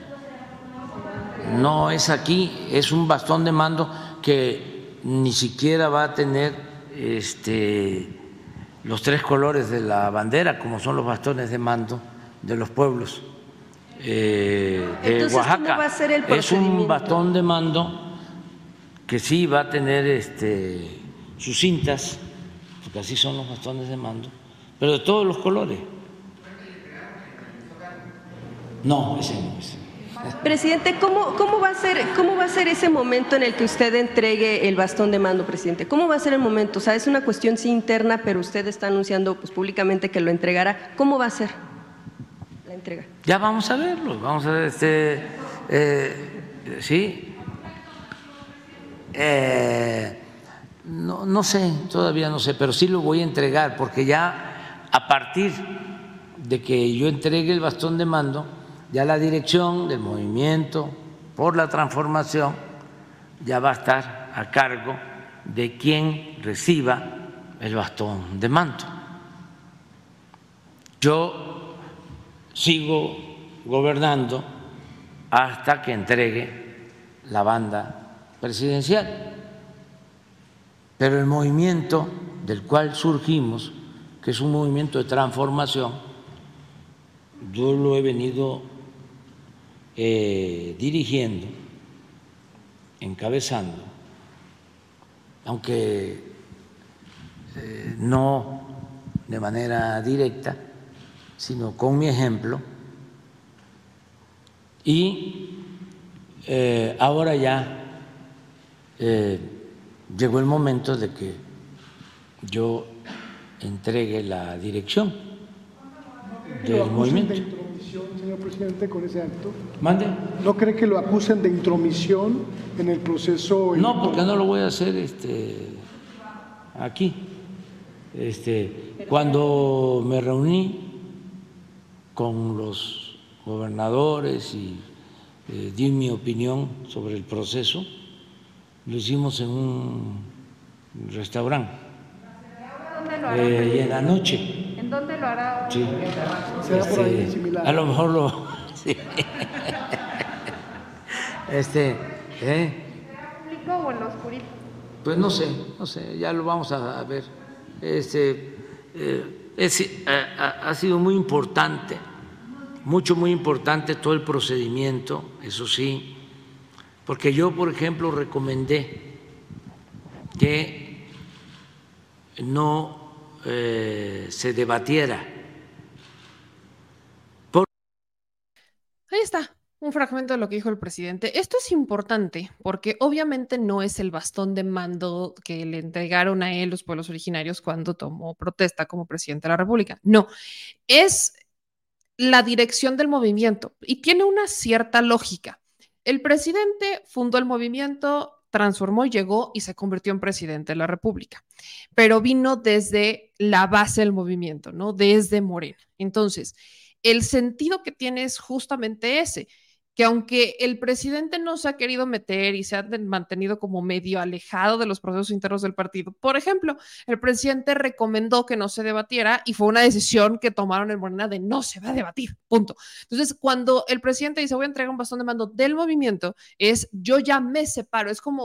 No es aquí, es un bastón de mando que ni siquiera va a tener este, los tres colores de la bandera, como son los bastones de mando de los pueblos eh, de
Entonces,
Oaxaca.
¿cómo va a ser el
es un bastón de mando que sí va a tener este, sus cintas, porque así son los bastones de mando, pero de todos los colores. No, ese no es.
Presidente, ¿cómo, cómo, va a ser, ¿cómo va a ser ese momento en el que usted entregue el bastón de mando, presidente? ¿Cómo va a ser el momento? O sea, es una cuestión sí interna, pero usted está anunciando pues, públicamente que lo entregará. ¿Cómo va a ser la entrega?
Ya vamos a verlo, vamos a ver, este, eh, sí. Eh, no, no sé, todavía no sé, pero sí lo voy a entregar, porque ya a partir de que yo entregue el bastón de mando, ya la dirección del movimiento por la transformación ya va a estar a cargo de quien reciba el bastón de mando. Yo sigo gobernando hasta que entregue la banda presidencial, pero el movimiento del cual surgimos, que es un movimiento de transformación, yo lo he venido Eh, dirigiendo, encabezando, aunque eh, no de manera directa, sino con mi ejemplo, y eh, ahora ya eh, llegó el momento de que yo entregue la dirección del movimiento.
Señor presidente, con ese acto.
¿Mande?
¿No cree que lo acusen de intromisión en el proceso?
No, porque no lo voy a hacer este, aquí. Este, cuando me reuní con los gobernadores y eh, di mi opinión sobre el proceso, lo hicimos en un restaurante.
¿Dónde lo hará?
Eh, y en la noche.
¿En dónde lo hará?
Sí.
¿Será por ahí
Este,
similar?
a lo mejor lo. Sí. Este, ¿eh?
¿Público o en lo oscurito?
Pues no sé, no sé, ya lo vamos a ver. Este, eh, es, ha, ha sido muy importante, mucho, muy importante todo el procedimiento, eso sí, porque yo, por ejemplo, recomendé que no eh, se debatiera. Por...
Ahí está. Un fragmento de lo que dijo el presidente. Esto es importante porque obviamente no es el bastón de mando que le entregaron a él los pueblos originarios cuando tomó protesta como presidente de la República. No, es la dirección del movimiento y tiene una cierta lógica. El presidente fundó el movimiento, transformó, llegó y se convirtió en presidente de la República, pero vino desde la base del movimiento, ¿no? Desde Morena. Entonces, el sentido que tiene es justamente ese, que aunque el presidente no se ha querido meter y se ha mantenido como medio alejado de los procesos internos del partido, por ejemplo, el presidente recomendó que no se debatiera y fue una decisión que tomaron en Morena de no se va a debatir, punto. Entonces, cuando el presidente dice voy a entregar un bastón de mando del movimiento, es yo ya me separo, es como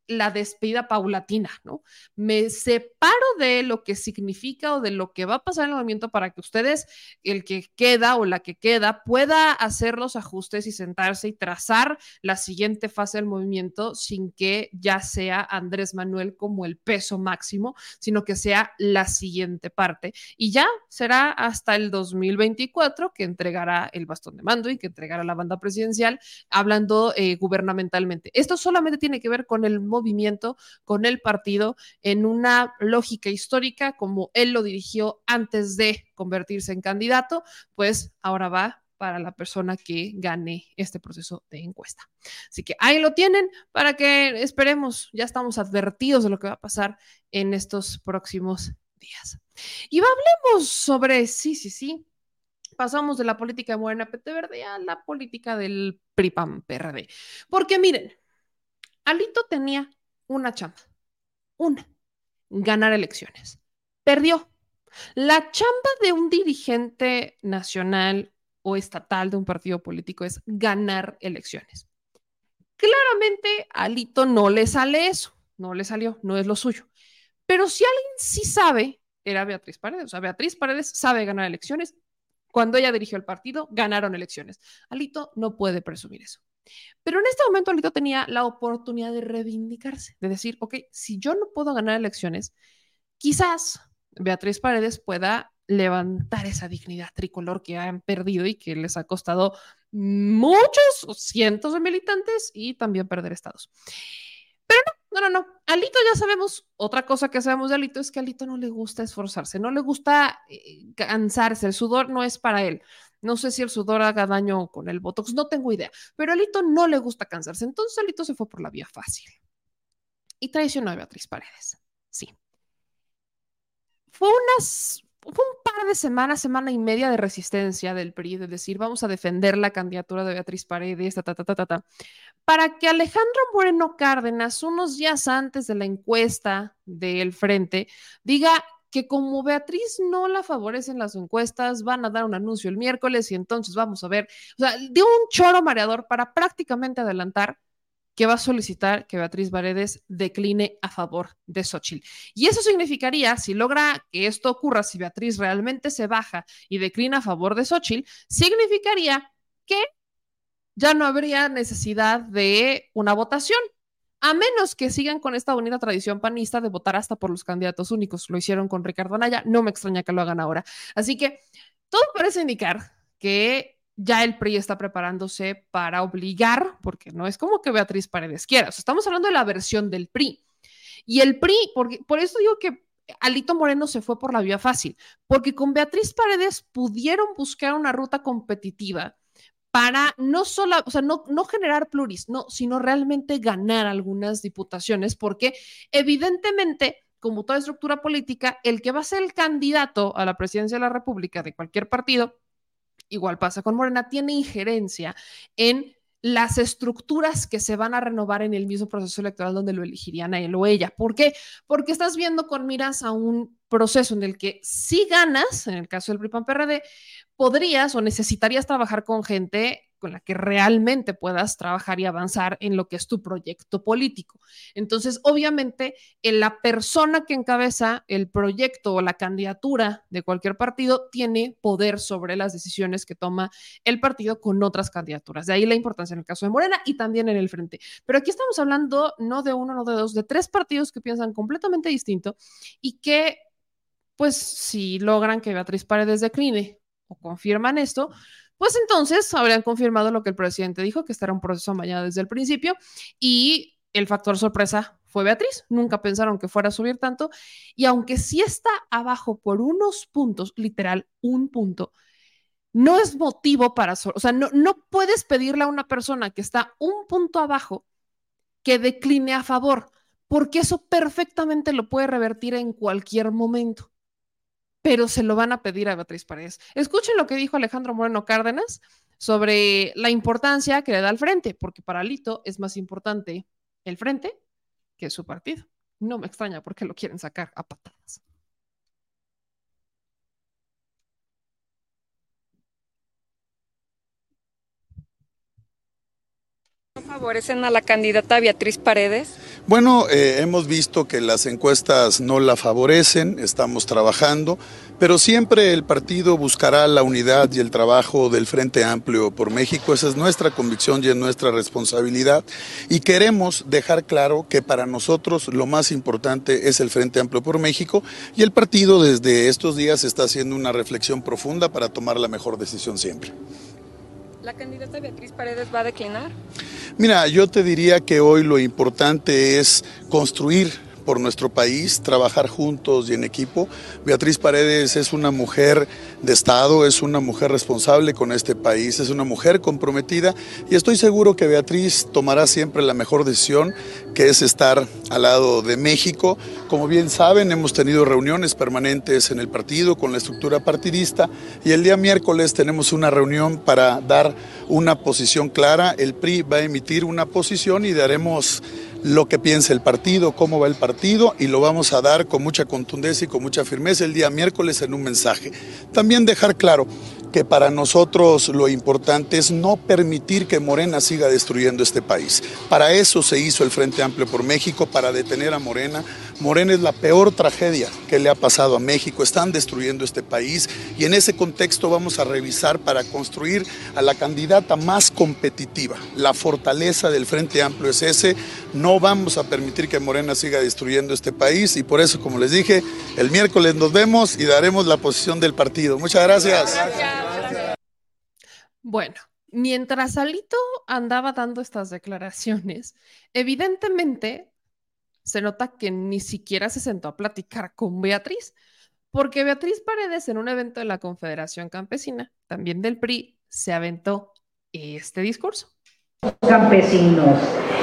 la despedida paulatina, ¿no? Me separo de lo que significa o de lo que va a pasar en el movimiento para que ustedes, el que queda o la que queda, pueda hacer los ajustes y sentarse y trazar la siguiente fase del movimiento sin que ya sea Andrés Manuel como el peso máximo, sino que sea la siguiente parte. Y ya será hasta el dos mil veinticuatro que entregará el bastón de mando y que entregará la banda presidencial, hablando eh, gubernamentalmente. Esto solamente tiene que ver con el movimiento, con el partido, en una lógica histórica, como él lo dirigió antes de convertirse en candidato, pues ahora va para la persona que gane este proceso de encuesta. Así que ahí lo tienen para que esperemos, ya estamos advertidos de lo que va a pasar en estos próximos días. Y hablemos sobre, sí, sí, sí, pasamos de la política de Morena P T Verde a la política del P R I P A N P R D. Porque miren, Alito tenía una chamba, una, ganar elecciones. Perdió. La chamba de un dirigente nacional o estatal de un partido político es ganar elecciones. Claramente a Alito no le sale eso, no le salió, no es lo suyo. Pero si alguien sí sabe, era Beatriz Paredes. O sea, Beatriz Paredes sabe ganar elecciones. Cuando ella dirigió el partido, ganaron elecciones. Alito no puede presumir eso. Pero en este momento Alito tenía la oportunidad de reivindicarse, de decir, ok, si yo no puedo ganar elecciones, quizás Beatriz Paredes pueda levantar esa dignidad tricolor que han perdido y que les ha costado muchos o cientos de militantes y también perder estados. Pero no, no, no, no. Alito ya sabemos, otra cosa que sabemos de Alito es que a Alito no le gusta esforzarse, no le gusta eh, cansarse, el sudor no es para él. No sé si el sudor haga daño con el botox, no tengo idea, pero a Alito no le gusta cansarse, entonces Alito se fue por la vía fácil y traicionó a Beatriz Paredes. Sí. Fue unas, fue un par de semanas, semana y media de resistencia del P R I, de decir, vamos a defender la candidatura de Beatriz Paredes, ta, ta, ta, ta, ta, ta, para que Alejandro Moreno Cárdenas, unos días antes de la encuesta del Frente, diga que como Beatriz no la favorecen las encuestas, van a dar un anuncio el miércoles y entonces vamos a ver, o sea, dio un choro mareador para prácticamente adelantar que va a solicitar que Beatriz Paredes decline a favor de Xóchitl. Y eso significaría, si logra que esto ocurra, si Beatriz realmente se baja y declina a favor de Xóchitl, significaría que ya no habría necesidad de una votación, a menos que sigan con esta bonita tradición panista de votar hasta por los candidatos únicos. Lo hicieron con Ricardo Anaya, no me extraña que lo hagan ahora. Así que todo parece indicar que ya el P R I está preparándose para obligar, porque no es como que Beatriz Paredes quiera, o sea, estamos hablando de la versión del P R I. Y el P R I, porque, por eso digo que Alito Moreno se fue por la vía fácil, porque con Beatriz Paredes pudieron buscar una ruta competitiva para no solo, o sea, no, no generar pluris, no, sino realmente ganar algunas diputaciones, porque evidentemente, como toda estructura política, el que va a ser el candidato a la presidencia de la República de cualquier partido, igual pasa con Morena, tiene injerencia en las estructuras que se van a renovar en el mismo proceso electoral donde lo elegirían a él o ella. ¿Por qué? Porque estás viendo con miras a un proceso en el que si ganas, en el caso del P R I P A N P R D, podrías o necesitarías trabajar con gente con la que realmente puedas trabajar y avanzar en lo que es tu proyecto político. Entonces, obviamente, la persona que encabeza el proyecto o la candidatura de cualquier partido tiene poder sobre las decisiones que toma el partido con otras candidaturas. De ahí la importancia en el caso de Morena y también en el Frente. Pero aquí estamos hablando no de uno, no de dos, de tres partidos que piensan completamente distinto y que, pues, si logran que Beatriz Paredes decline o confirman esto, pues entonces habrían confirmado lo que el presidente dijo, que este era un proceso amañado desde el principio, y el factor sorpresa fue Beatriz. Nunca pensaron que fuera a subir tanto, y aunque sí está abajo por unos puntos, literal, un punto, no es motivo para, o sea, no, no puedes pedirle a una persona que está un punto abajo que decline a favor, porque eso perfectamente lo puede revertir en cualquier momento. Pero se lo van a pedir a Beatriz Paredes. Escuchen lo que dijo Alejandro Moreno Cárdenas sobre la importancia que le da al Frente, porque para Alito es más importante el Frente que su partido. No me extraña porque lo quieren sacar a patadas.
¿Favorecen a la candidata Beatriz Paredes?
Bueno, eh, hemos visto que las encuestas no la favorecen, estamos trabajando, pero siempre el partido buscará la unidad y el trabajo del Frente Amplio por México. Esa es nuestra convicción y es nuestra responsabilidad. Y queremos dejar claro que para nosotros lo más importante es el Frente Amplio por México, y el partido desde estos días está haciendo una reflexión profunda para tomar la mejor decisión siempre.
¿La candidata Beatriz Paredes va a declinar?
Mira, yo te diría que hoy lo importante es construir por nuestro país, trabajar juntos y en equipo. Beatriz Paredes es una mujer de Estado, es una mujer responsable con este país, es una mujer comprometida, y estoy seguro que Beatriz tomará siempre la mejor decisión, que es estar al lado de México. Como bien saben, hemos tenido reuniones permanentes en el partido con la estructura partidista, y el día miércoles tenemos una reunión para dar una posición clara. El P R I va a emitir una posición y daremos lo que piensa el partido, cómo va el partido, y lo vamos a dar con mucha contundencia y con mucha firmeza el día miércoles en un mensaje. También dejar claro que para nosotros lo importante es no permitir que Morena siga destruyendo este país. Para eso se hizo el Frente Amplio por México, para detener a Morena. Morena es la peor tragedia que le ha pasado a México, están destruyendo este país, y en ese contexto vamos a revisar para construir a la candidata más competitiva. La fortaleza del Frente Amplio es ese, no vamos a permitir que Morena siga destruyendo este país, y por eso, como les dije, el miércoles nos vemos y daremos la posición del partido. Muchas gracias.
Gracias.
Bueno, mientras Alito andaba dando estas declaraciones, evidentemente se nota que ni siquiera se sentó a platicar con Beatriz, porque Beatriz Paredes, en un evento de la Confederación Campesina, también del P R I, se aventó este discurso.
Campesinos,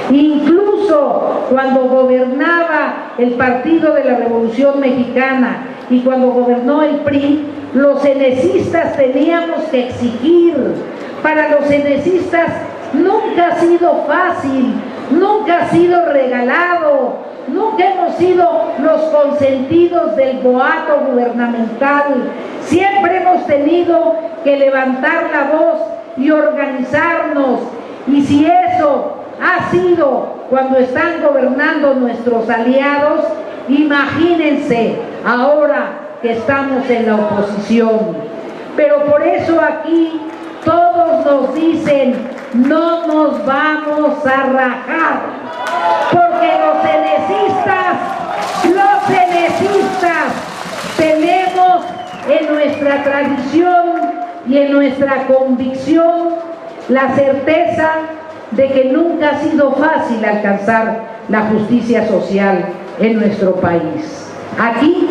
incluso cuando gobernaba el Partido de la Revolución Mexicana y cuando gobernó el P R I, los enecistas teníamos que exigir. Para los enecistas nunca ha sido fácil, nunca ha sido regalado, nunca hemos sido los consentidos del boato gubernamental. Siempre hemos tenido que levantar la voz y organizarnos. Y si eso ha sido cuando están gobernando nuestros aliados, imagínense ahora que estamos en la oposición. Pero por eso aquí todos nos dicen, no nos vamos a rajar, porque los enecistas, los enecistas tenemos en nuestra tradición y en nuestra convicción la certeza de que nunca ha sido fácil alcanzar la justicia social en nuestro país. Aquí,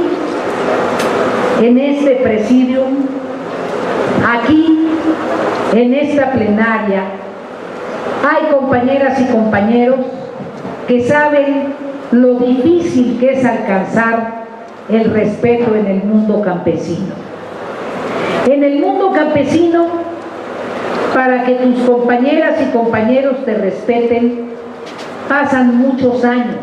en este presidium, aquí, en esta plenaria, hay compañeras y compañeros que saben lo difícil que es alcanzar el respeto en el mundo campesino. En el mundo campesino, para que tus compañeras y compañeros te respeten, pasan muchos años.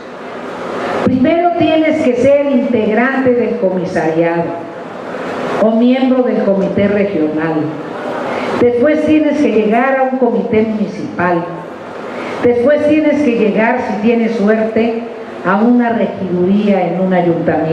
Primero tienes que ser integrante del comisariado o miembro del comité regional. Después tienes que llegar a un comité municipal. Después tienes que llegar, si tienes suerte, a una regiduría en un ayuntamiento.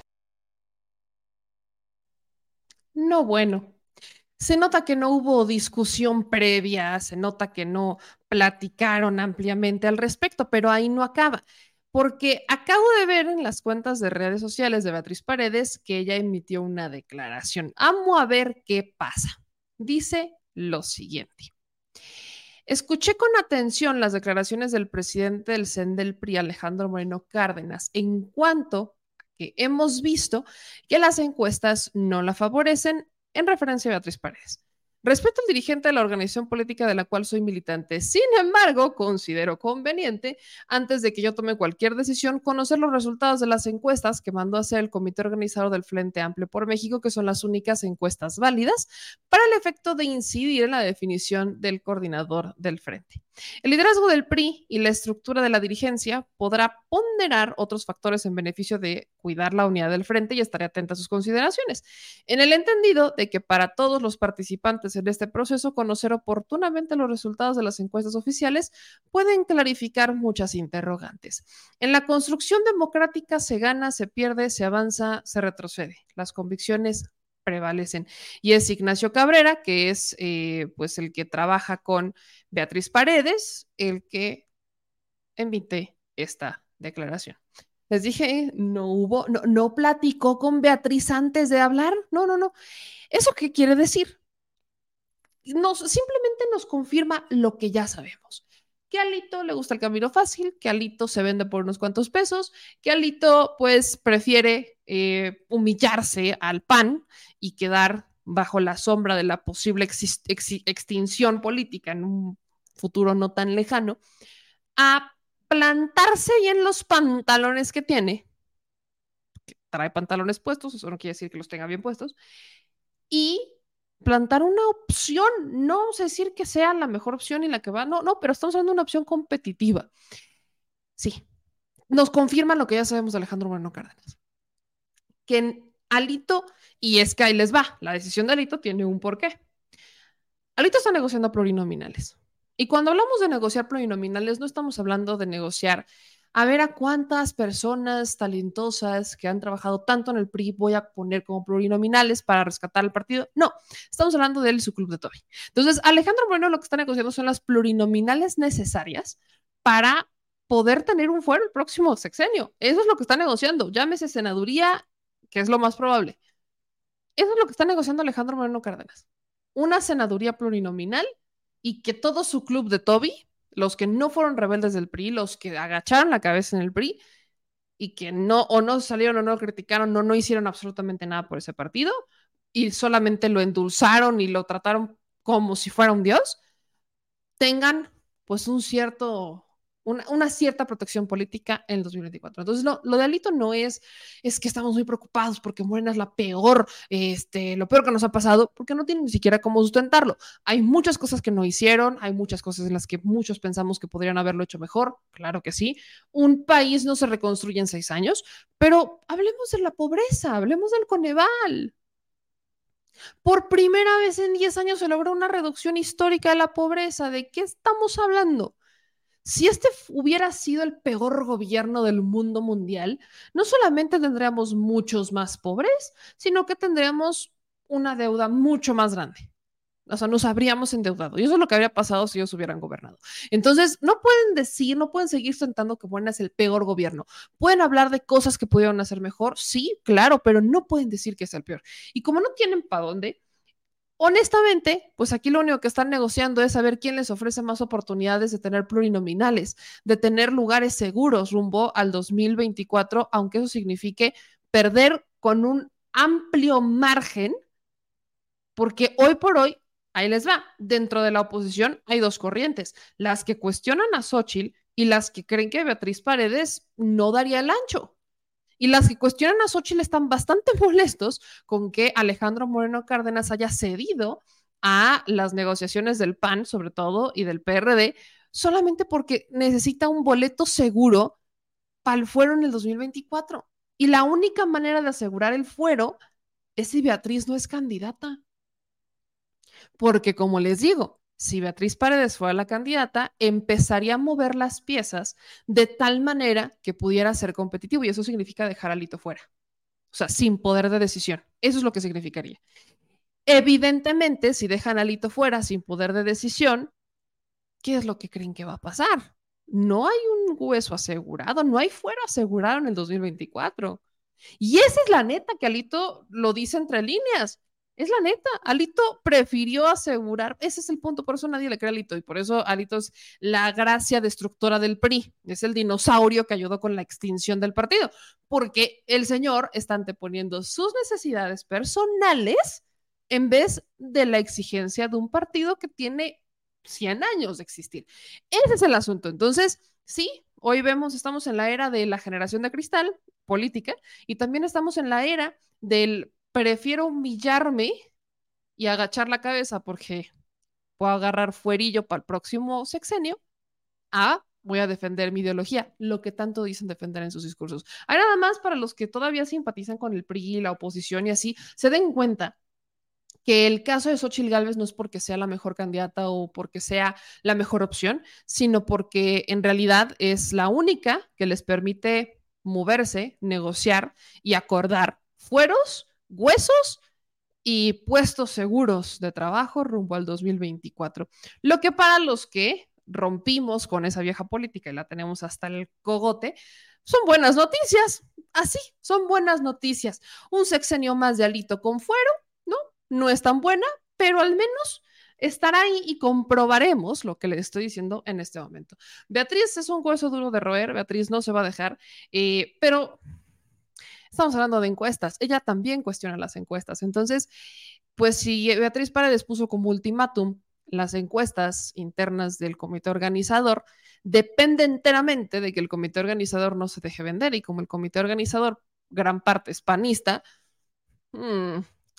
No, bueno. Se nota que no hubo discusión previa, se nota que no platicaron ampliamente al respecto, pero ahí no acaba, porque acabo de ver en las cuentas de redes sociales de Beatriz Paredes que ella emitió una declaración. Vamos a ver qué pasa. Dice lo siguiente. Escuché con atención las declaraciones del presidente del C E N del P R I, Alejandro Moreno Cárdenas, en cuanto a que hemos visto que las encuestas no la favorecen, en referencia a Beatriz Paredes. Respeto al dirigente de la organización política de la cual soy militante. Sin embargo, considero conveniente, antes de que yo tome cualquier decisión, conocer los resultados de las encuestas que mandó a hacer el comité organizador del Frente Amplio por México, que son las únicas encuestas válidas para el efecto de incidir en la definición del coordinador del frente. El liderazgo del P R I y la estructura de la dirigencia podrá ponderar otros factores en beneficio de cuidar la unidad del frente, y estaré atenta a sus consideraciones, en el entendido de que para todos los participantes importantes en este proceso, conocer oportunamente los resultados de las encuestas oficiales pueden clarificar muchas interrogantes. En la construcción democrática se gana, se pierde, se avanza, se retrocede. Las convicciones prevalecen. Y es Ignacio Cabrera, que es eh, pues el que trabaja con Beatriz Paredes, el que emite esta declaración. Les dije, no hubo, no, no platicó con Beatriz antes de hablar. No, no, no. ¿Eso qué quiere decir? Nos, simplemente nos confirma lo que ya sabemos. Que a Alito le gusta el camino fácil, que Alito se vende por unos cuantos pesos, que Alito pues prefiere eh, humillarse al P A N y quedar bajo la sombra de la posible ex, ex, extinción política en un futuro no tan lejano, a plantarse bien los pantalones que tiene, que trae pantalones puestos, eso no quiere decir que los tenga bien puestos, y plantar una opción, no vamos a decir que sea la mejor opción y la que va, no, no, pero estamos hablando de una opción competitiva. Sí, nos confirma lo que ya sabemos de Alejandro Moreno Cárdenas, que en Alito, y es que ahí les va, la decisión de Alito tiene un porqué. Alito está negociando plurinominales. Y cuando hablamos de negociar plurinominales, no estamos hablando de negociar a ver a cuántas personas talentosas que han trabajado tanto en el P R I voy a poner como plurinominales para rescatar el partido. No, estamos hablando de él y su club de Toby. Entonces, Alejandro Moreno lo que está negociando son las plurinominales necesarias para poder tener un fuero el próximo sexenio. Eso es lo que está negociando. Llámese senaduría, que es lo más probable. Eso es lo que está negociando Alejandro Moreno Cárdenas. Una senaduría plurinominal y que todo su club de Toby, los que no fueron rebeldes del P R I, los que agacharon la cabeza en el P R I y que no o no salieron o no lo criticaron, no, no hicieron absolutamente nada por ese partido y solamente lo endulzaron y lo trataron como si fuera un dios, tengan pues un cierto, una, una cierta protección política en el dos mil veinticuatro. Entonces, no, lo de Alito no es, es que estamos muy preocupados porque Morena es la peor, este, lo peor que nos ha pasado, porque no tienen ni siquiera cómo sustentarlo. Hay muchas cosas que no hicieron, hay muchas cosas en las que muchos pensamos que podrían haberlo hecho mejor, claro que sí. Un país no se reconstruye en seis años, pero hablemos de la pobreza, hablemos del Coneval. Por primera vez en diez años se logró una reducción histórica de la pobreza. ¿De qué estamos hablando? Si este hubiera sido el peor gobierno del mundo mundial, no solamente tendríamos muchos más pobres, sino que tendríamos una deuda mucho más grande. O sea, nos habríamos endeudado. Y eso es lo que habría pasado si ellos hubieran gobernado. Entonces, no pueden decir, no pueden seguir sentando que Morena es el peor gobierno. Pueden hablar de cosas que pudieron hacer mejor, sí, claro, pero no pueden decir que es el peor. Y como no tienen para dónde, honestamente, pues aquí lo único que están negociando es saber quién les ofrece más oportunidades de tener plurinominales, de tener lugares seguros rumbo al dos mil veinticuatro, aunque eso signifique perder con un amplio margen, porque hoy por hoy, ahí les va, dentro de la oposición hay dos corrientes, las que cuestionan a Xóchitl y las que creen que Beatriz Paredes no daría el ancho. Y las que cuestionan a Xóchitl están bastante molestos con que Alejandro Moreno Cárdenas haya cedido a las negociaciones del P A N, sobre todo, y del P R D, solamente porque necesita un boleto seguro para el fuero en el dos mil veinticuatro. Y la única manera de asegurar el fuero es si Beatriz no es candidata. Porque, como les digo, si Beatriz Paredes fuera la candidata, empezaría a mover las piezas de tal manera que pudiera ser competitivo, y eso significa dejar a Alito fuera. O sea, sin poder de decisión. Eso es lo que significaría. Evidentemente, si dejan a Alito fuera sin poder de decisión, ¿qué es lo que creen que va a pasar? No hay un hueso asegurado, no hay fuero asegurado en el dos mil veinticuatro. Y esa es la neta, que Alito lo dice entre líneas. Es la neta, Alito prefirió asegurar, ese es el punto, por eso nadie le cree a Alito, y por eso Alito es la gracia destructora del P R I, es el dinosaurio que ayudó con la extinción del partido, porque el señor está anteponiendo sus necesidades personales en vez de la exigencia de un partido que tiene cien años de existir. Ese es el asunto. Entonces, sí, hoy vemos, estamos en la era de la generación de cristal política, y también estamos en la era del prefiero humillarme y agachar la cabeza porque puedo agarrar fuerillo para el próximo sexenio, a voy a defender mi ideología, lo que tanto dicen defender en sus discursos. Hay nada más para los que todavía simpatizan con el P R I, la oposición y así, se den cuenta que el caso de Xóchitl Gálvez no es porque sea la mejor candidata o porque sea la mejor opción, sino porque en realidad es la única que les permite moverse, negociar y acordar fueros, huesos y puestos seguros de trabajo rumbo al dos mil veinticuatro. Lo que para los que rompimos con esa vieja política y la tenemos hasta el cogote, son buenas noticias. Así, son buenas noticias. Un sexenio más de Alito con fuero, ¿no? No es tan buena, pero al menos estará ahí y comprobaremos lo que le estoy diciendo en este momento. Beatriz es un hueso duro de roer, Beatriz no se va a dejar, eh, pero estamos hablando de encuestas. Ella también cuestiona las encuestas. Entonces, pues si Beatriz Paredes puso como ultimátum las encuestas internas del comité organizador, depende enteramente de que el comité organizador no se deje vender, y como el comité organizador, gran parte es panista, mmm,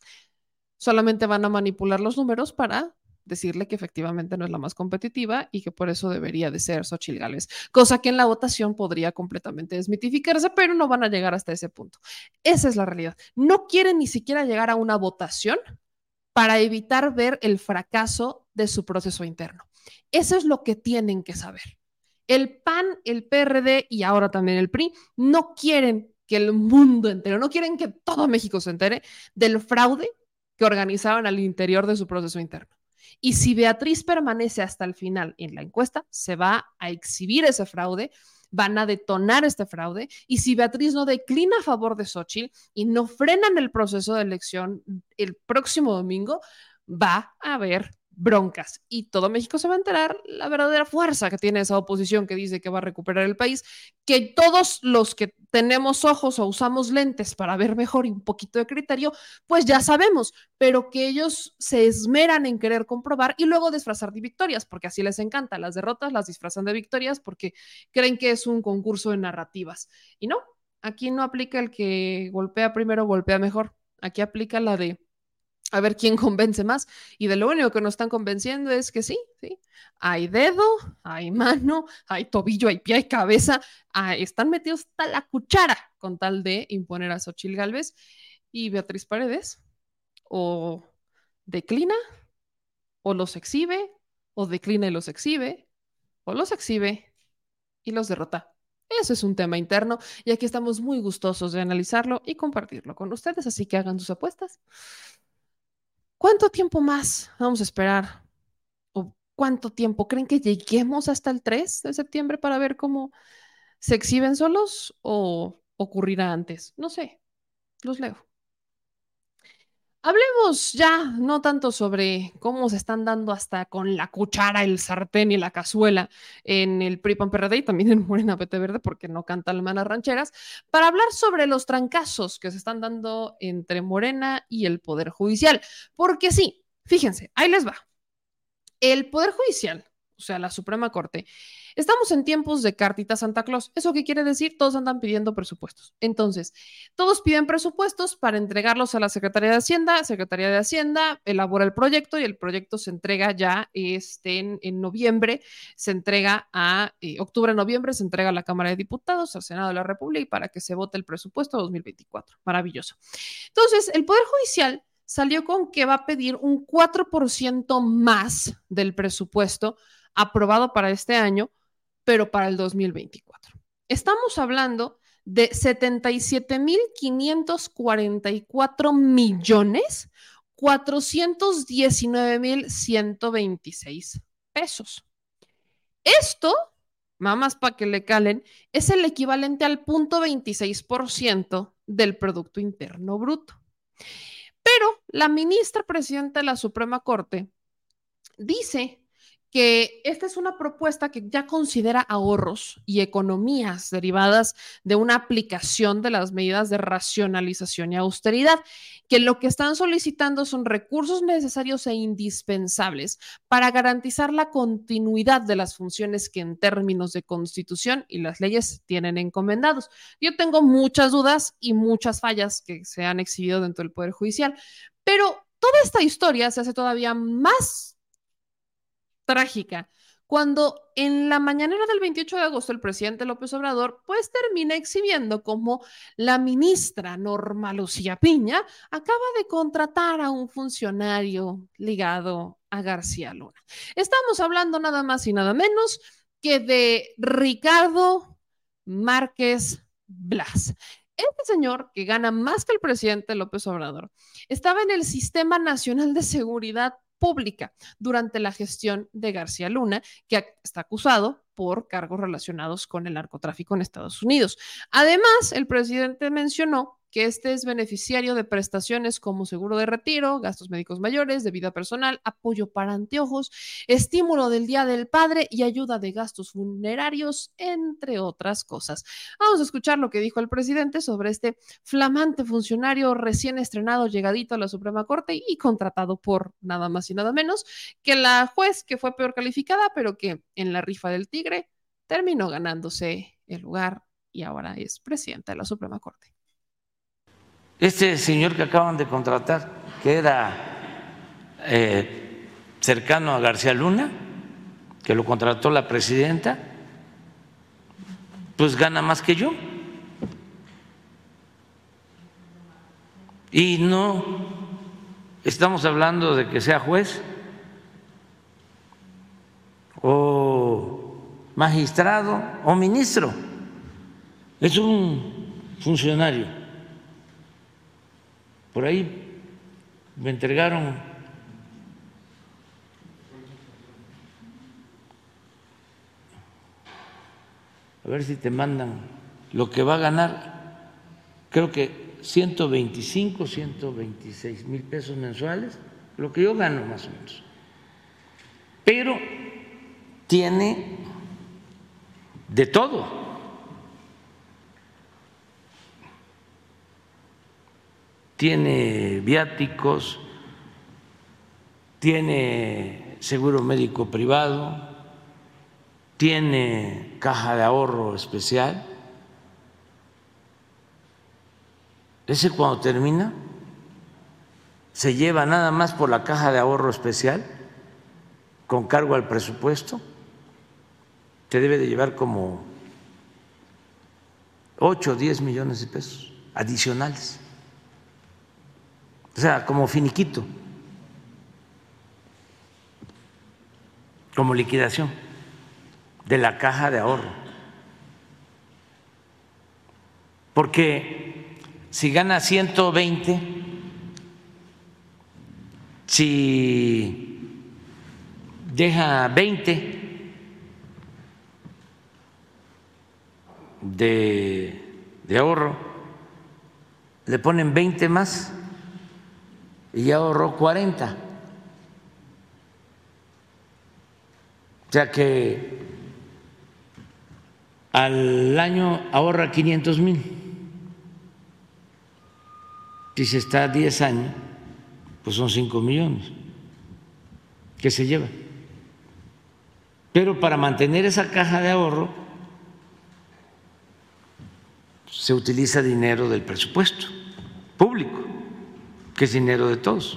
solamente van a manipular los números para decirle que efectivamente no es la más competitiva y que por eso debería de ser Xóchitl Gálvez, cosa que en la votación podría completamente desmitificarse, pero no van a llegar hasta ese punto. Esa es la realidad. No quieren ni siquiera llegar a una votación para evitar ver el fracaso de su proceso interno. Eso es lo que tienen que saber. El P A N, el P R D y ahora también el P R I no quieren que el mundo entero, no quieren que todo México se entere del fraude que organizaban al interior de su proceso interno. Y si Beatriz permanece hasta el final en la encuesta, se va a exhibir ese fraude, van a detonar este fraude, y si Beatriz no declina a favor de Xóchitl y no frenan el proceso de elección el próximo domingo, va a haber broncas y todo México se va a enterar la verdadera fuerza que tiene esa oposición que dice que va a recuperar el país, que todos los que tenemos ojos o usamos lentes para ver mejor y un poquito de criterio, pues ya sabemos, pero que ellos se esmeran en querer comprobar y luego disfrazar de victorias, porque así les encanta. Las derrotas las disfrazan de victorias porque creen que es un concurso de narrativas. Y no, aquí no aplica el que golpea primero, golpea mejor. Aquí aplica la de a ver quién convence más, y de lo único que nos están convenciendo es que sí, sí, hay dedo, hay mano, hay tobillo, hay pie, hay cabeza, ah, están metidos hasta la cuchara con tal de imponer a Xóchitl Gálvez. Y Beatriz Paredes o declina, o los exhibe, o declina y los exhibe, o los exhibe y los derrota. Eso es un tema interno y aquí estamos muy gustosos de analizarlo y compartirlo con ustedes, así que hagan sus apuestas. ¿Cuánto tiempo más vamos a esperar? ¿O cuánto tiempo creen que lleguemos hasta el tres de septiembre para ver cómo se exhiben solos o ocurrirá antes? No sé, los leo. Hablemos ya no tanto sobre cómo se están dando hasta con la cuchara, el sartén y la cazuela en el P R I, P A N, P R D y también en Morena, P T Verde, porque no cantan malas rancheras, para hablar sobre los trancazos que se están dando entre Morena y el Poder Judicial. Porque sí, fíjense, ahí les va. El Poder Judicial, o sea, la Suprema Corte, estamos en tiempos de cartita Santa Claus. ¿Eso qué quiere decir? Todos andan pidiendo presupuestos. Entonces, todos piden presupuestos para entregarlos a la Secretaría de Hacienda. Secretaría de Hacienda elabora el proyecto y el proyecto se entrega ya este, en, en noviembre, se entrega a eh, octubre, noviembre, se entrega a la Cámara de Diputados, al Senado de la República y para que se vote el presupuesto dos mil veinticuatro. Maravilloso. Entonces, el Poder Judicial salió con que va a pedir un cuatro por ciento más del presupuesto aprobado para este año, pero para el dos mil veinticuatro. Estamos hablando de setenta y siete mil quinientos cuarenta y cuatro millones cuatrocientos diecinueve mil ciento veintiséis pesos. Esto, mamás para que le calen, es el equivalente al cero punto veintiséis por ciento del Producto Interno Bruto. Pero la ministra presidenta de la Suprema Corte dice que esta es una propuesta que ya considera ahorros y economías derivadas de una aplicación de las medidas de racionalización y austeridad, que lo que están solicitando son recursos necesarios e indispensables para garantizar la continuidad de las funciones que en términos de Constitución y las leyes tienen encomendados. Yo tengo muchas dudas y muchas fallas que se han exhibido dentro del Poder Judicial, pero toda esta historia se hace todavía más trágica cuando en la mañanera del veintiocho de agosto el presidente López Obrador pues termina exhibiendo como la ministra Norma Lucía Piña acaba de contratar a un funcionario ligado a García Luna. Estamos hablando nada más y nada menos que de Ricardo Márquez Blas. Este señor, que gana más que el presidente López Obrador, estaba en el Sistema Nacional de Seguridad Pública durante la gestión de García Luna, que está acusado por cargos relacionados con el narcotráfico en Estados Unidos. Además, el presidente mencionó que este es beneficiario de prestaciones como seguro de retiro, gastos médicos mayores, de vida personal, apoyo para anteojos, estímulo del Día del Padre y ayuda de gastos funerarios, entre otras cosas. Vamos a escuchar lo que dijo el presidente sobre este flamante funcionario recién estrenado, llegadito a la Suprema Corte y contratado por nada más y nada menos que la juez que fue peor calificada, pero que en la rifa del tigre terminó ganándose el lugar y ahora es presidente de la Suprema Corte.
Este señor que acaban de contratar, que era eh, cercano a García Luna, que lo contrató la presidenta, pues gana más que yo. Y no estamos hablando de que sea juez o magistrado o ministro, es un funcionario. Por ahí me entregaron a ver si te mandan lo que va a ganar, creo que ciento veinticinco, ciento veintiséis mil pesos mensuales, lo que yo gano más o menos. Pero tiene de todo. Tiene viáticos, tiene seguro médico privado, tiene caja de ahorro especial. Ese cuando termina se lleva nada más por la caja de ahorro especial con cargo al presupuesto, se debe de llevar como ocho o diez millones de pesos adicionales. O sea, como finiquito, como liquidación de la caja de ahorro. Porque si gana ciento veinte, si deja veinte de, de ahorro, le ponen veinte más y ya ahorró cuarenta. O sea que al año ahorra quinientos mil. Si se está diez años, pues son cinco millones que se lleva. Pero para mantener esa caja de ahorro se utiliza dinero del presupuesto público, que es dinero de todos.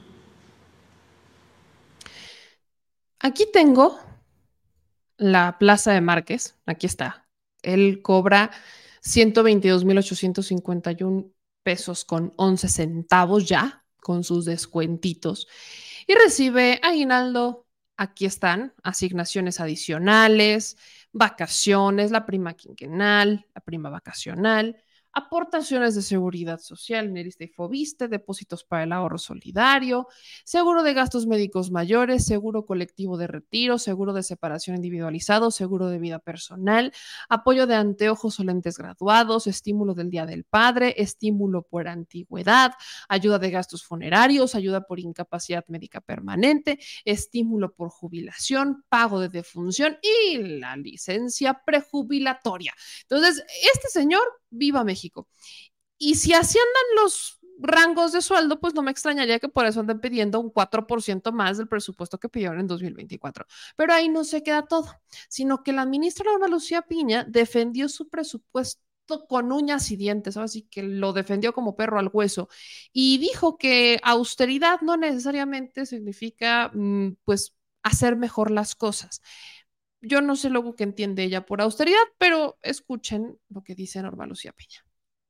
Aquí tengo la plaza de Márquez, aquí está. Él cobra ciento veintidós mil ochocientos cincuenta y uno pesos con once centavos ya, con sus descuentitos. Y recibe aguinaldo, aquí están, asignaciones adicionales, vacaciones, la prima quinquenal, la prima vacacional, aportaciones de seguridad social, Nerista y Fobiste, depósitos para el ahorro solidario, seguro de gastos médicos mayores, seguro colectivo de retiro, seguro de separación individualizado, seguro de vida personal, apoyo de anteojos o lentes graduados, estímulo del Día del Padre, estímulo por antigüedad, ayuda de gastos funerarios, ayuda por incapacidad médica permanente, estímulo por jubilación, pago de defunción y la licencia prejubilatoria. Entonces, este señor, viva México. Y si así andan los rangos de sueldo, pues no me extrañaría que por eso anden pidiendo un cuatro por ciento más del presupuesto que pidieron en dos mil veinticuatro. Pero ahí no se queda todo, sino que la ministra Norma Lucía Piña defendió su presupuesto con uñas y dientes, así que lo defendió como perro al hueso y dijo que austeridad no necesariamente significa, pues, hacer mejor las cosas. Yo no sé luego qué entiende ella por austeridad, pero escuchen lo que dice Norma Lucía Piña.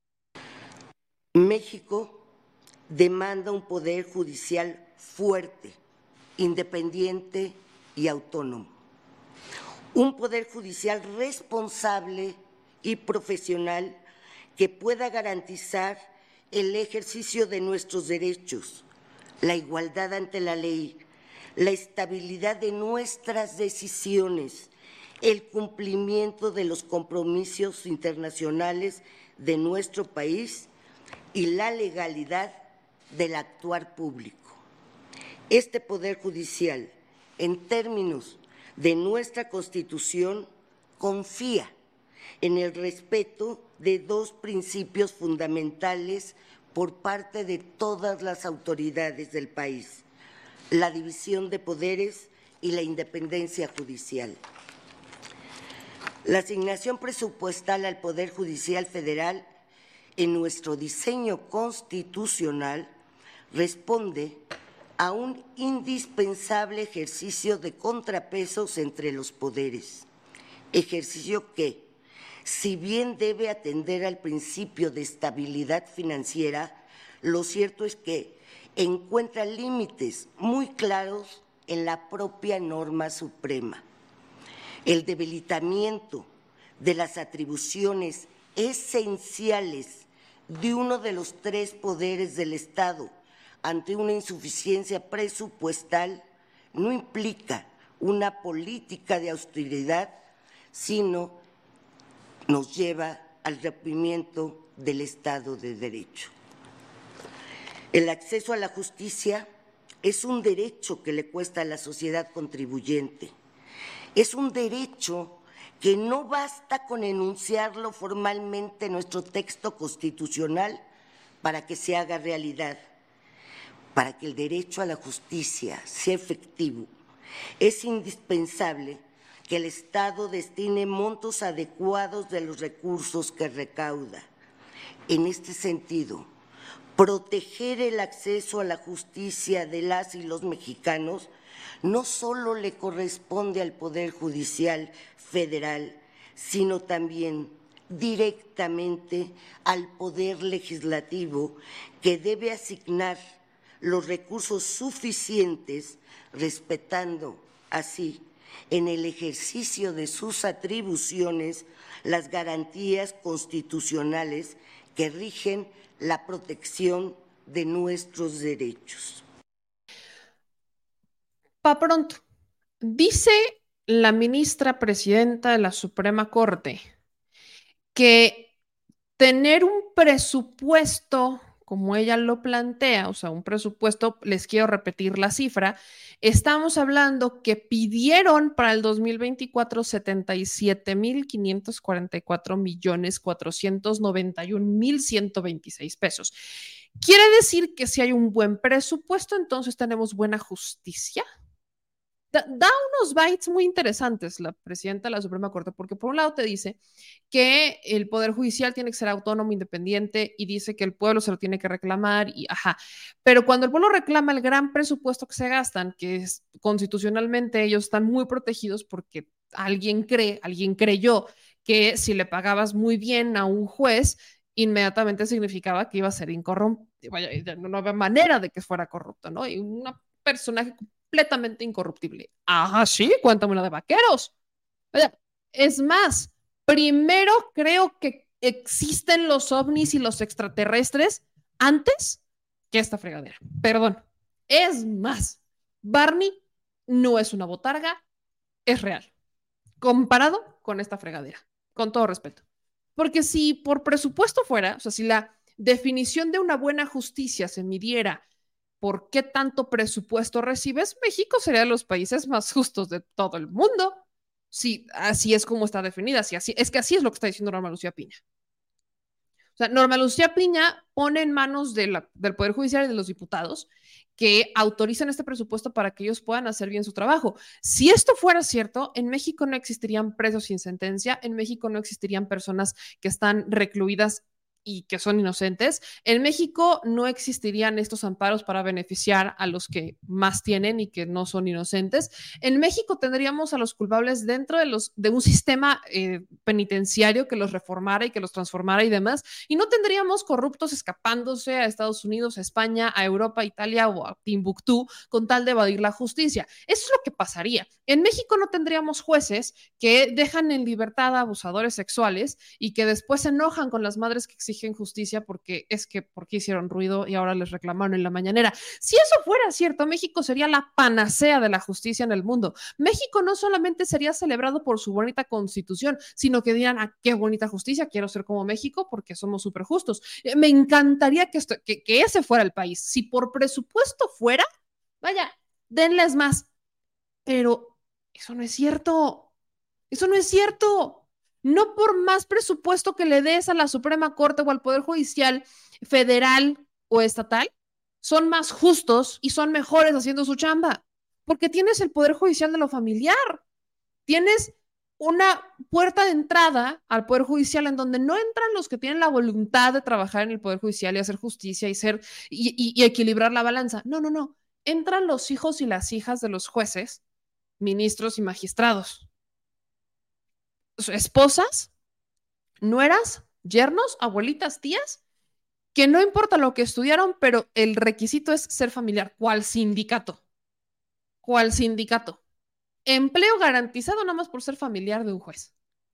México demanda un poder judicial fuerte, independiente y autónomo. Un poder judicial responsable y profesional que pueda garantizar el ejercicio de nuestros derechos, la igualdad ante la ley, la estabilidad de nuestras decisiones, el cumplimiento de los compromisos internacionales de nuestro país y la legalidad del actuar público. Este Poder Judicial, en términos de nuestra Constitución, confía en el respeto de dos principios fundamentales por parte de todas las autoridades del país: la división de poderes y la independencia judicial. La asignación presupuestal al Poder Judicial Federal en nuestro diseño constitucional responde a un indispensable ejercicio de contrapesos entre los poderes, ejercicio que, si bien debe atender al principio de estabilidad financiera, lo cierto es que encuentra límites muy claros en la propia norma suprema. El debilitamiento de las atribuciones esenciales de uno de los tres poderes del Estado ante una insuficiencia presupuestal no implica una política de austeridad, sino nos lleva al rompimiento del Estado de Derecho. El acceso a la justicia es un derecho que le cuesta a la sociedad contribuyente. Es un derecho que no basta con enunciarlo formalmente en nuestro texto constitucional para que se haga realidad. Para que el derecho a la justicia sea efectivo, es indispensable que el Estado destine montos adecuados de los recursos que recauda. En este sentido, proteger el acceso a la justicia de las y los mexicanos no solo le corresponde al Poder Judicial Federal, sino también directamente al Poder Legislativo, que debe asignar los recursos suficientes, respetando así, en el ejercicio de sus atribuciones, las garantías constitucionales que rigen la protección de nuestros derechos.
Pa' pronto, dice la ministra presidenta de la Suprema Corte que tener un presupuesto, como ella lo plantea, o sea, un presupuesto, les quiero repetir la cifra, estamos hablando que pidieron para el dos mil veinticuatro setenta y siete mil quinientos cuarenta y cuatro millones cuatrocientos noventa y un mil ciento veintiséis pesos. ¿Quiere decir que si hay un buen presupuesto, entonces tenemos buena justicia? Da, da unos bytes muy interesantes la presidenta de la Suprema Corte, porque por un lado te dice que el Poder Judicial tiene que ser autónomo, independiente, y dice que el pueblo se lo tiene que reclamar, y ajá, pero cuando el pueblo reclama el gran presupuesto que se gastan, que es constitucionalmente ellos están muy protegidos porque alguien cree, alguien creyó que si le pagabas muy bien a un juez, inmediatamente significaba que iba a ser incorruptible, vaya, no había manera de que fuera corrupto, ¿no? Y un personaje completamente incorruptible. Ajá, sí, cuéntame una de vaqueros. Es más, primero creo que existen los ovnis y los extraterrestres antes que esta fregadera. Perdón. Es más, Barney no es una botarga, es real. Comparado con esta fregadera, con todo respeto. Porque si por presupuesto fuera, o sea, si la definición de una buena justicia se midiera por qué tanto presupuesto recibes, México sería de los países más justos de todo el mundo. Sí, así es como está definida. Sí, así, es que así es lo que está diciendo Norma Lucía Piña. O sea, Norma Lucía Piña pone en manos de la, del Poder Judicial y de los diputados que autoricen este presupuesto para que ellos puedan hacer bien su trabajo. Si esto fuera cierto, en México no existirían presos sin sentencia, en México no existirían personas que están recluidas y que son inocentes. En México no existirían estos amparos para beneficiar a los que más tienen y que no son inocentes. En México tendríamos a los culpables dentro de, los, de un sistema eh, penitenciario que los reformara y que los transformara y demás, y no tendríamos corruptos escapándose a Estados Unidos, a España, a Europa, a Italia o a Timbuktu con tal de evadir la justicia. Eso es lo que pasaría. En México no tendríamos jueces que dejan en libertad a abusadores sexuales y que después se enojan con las madres que exigen justicia porque es que porque hicieron ruido y ahora les reclamaron en la mañanera. Si eso fuera cierto, México sería la panacea de la justicia en el mundo. México no solamente sería celebrado por su bonita constitución, sino que dirán, ah, qué bonita justicia, quiero ser como México porque somos súper justos. Me encantaría que, esto, que, que ese fuera el país. Si por presupuesto fuera, vaya, denles más. Pero eso no es cierto. Eso no es cierto. No por más presupuesto que le des a la Suprema Corte o al Poder Judicial federal o estatal, son más justos y son mejores haciendo su chamba, porque tienes el Poder Judicial de lo familiar, tienes una puerta de entrada al Poder Judicial en donde no entran los que tienen la voluntad de trabajar en el Poder Judicial y hacer justicia y, ser, y, y, y equilibrar la balanza. No, no, no. Entran los hijos y las hijas de los jueces, ministros y magistrados. Esposas, nueras, yernos, abuelitas, tías, que no importa lo que estudiaron, pero el requisito es ser familiar. ¿Cuál sindicato? ¿Cuál sindicato? Empleo garantizado nada más por ser familiar de un juez.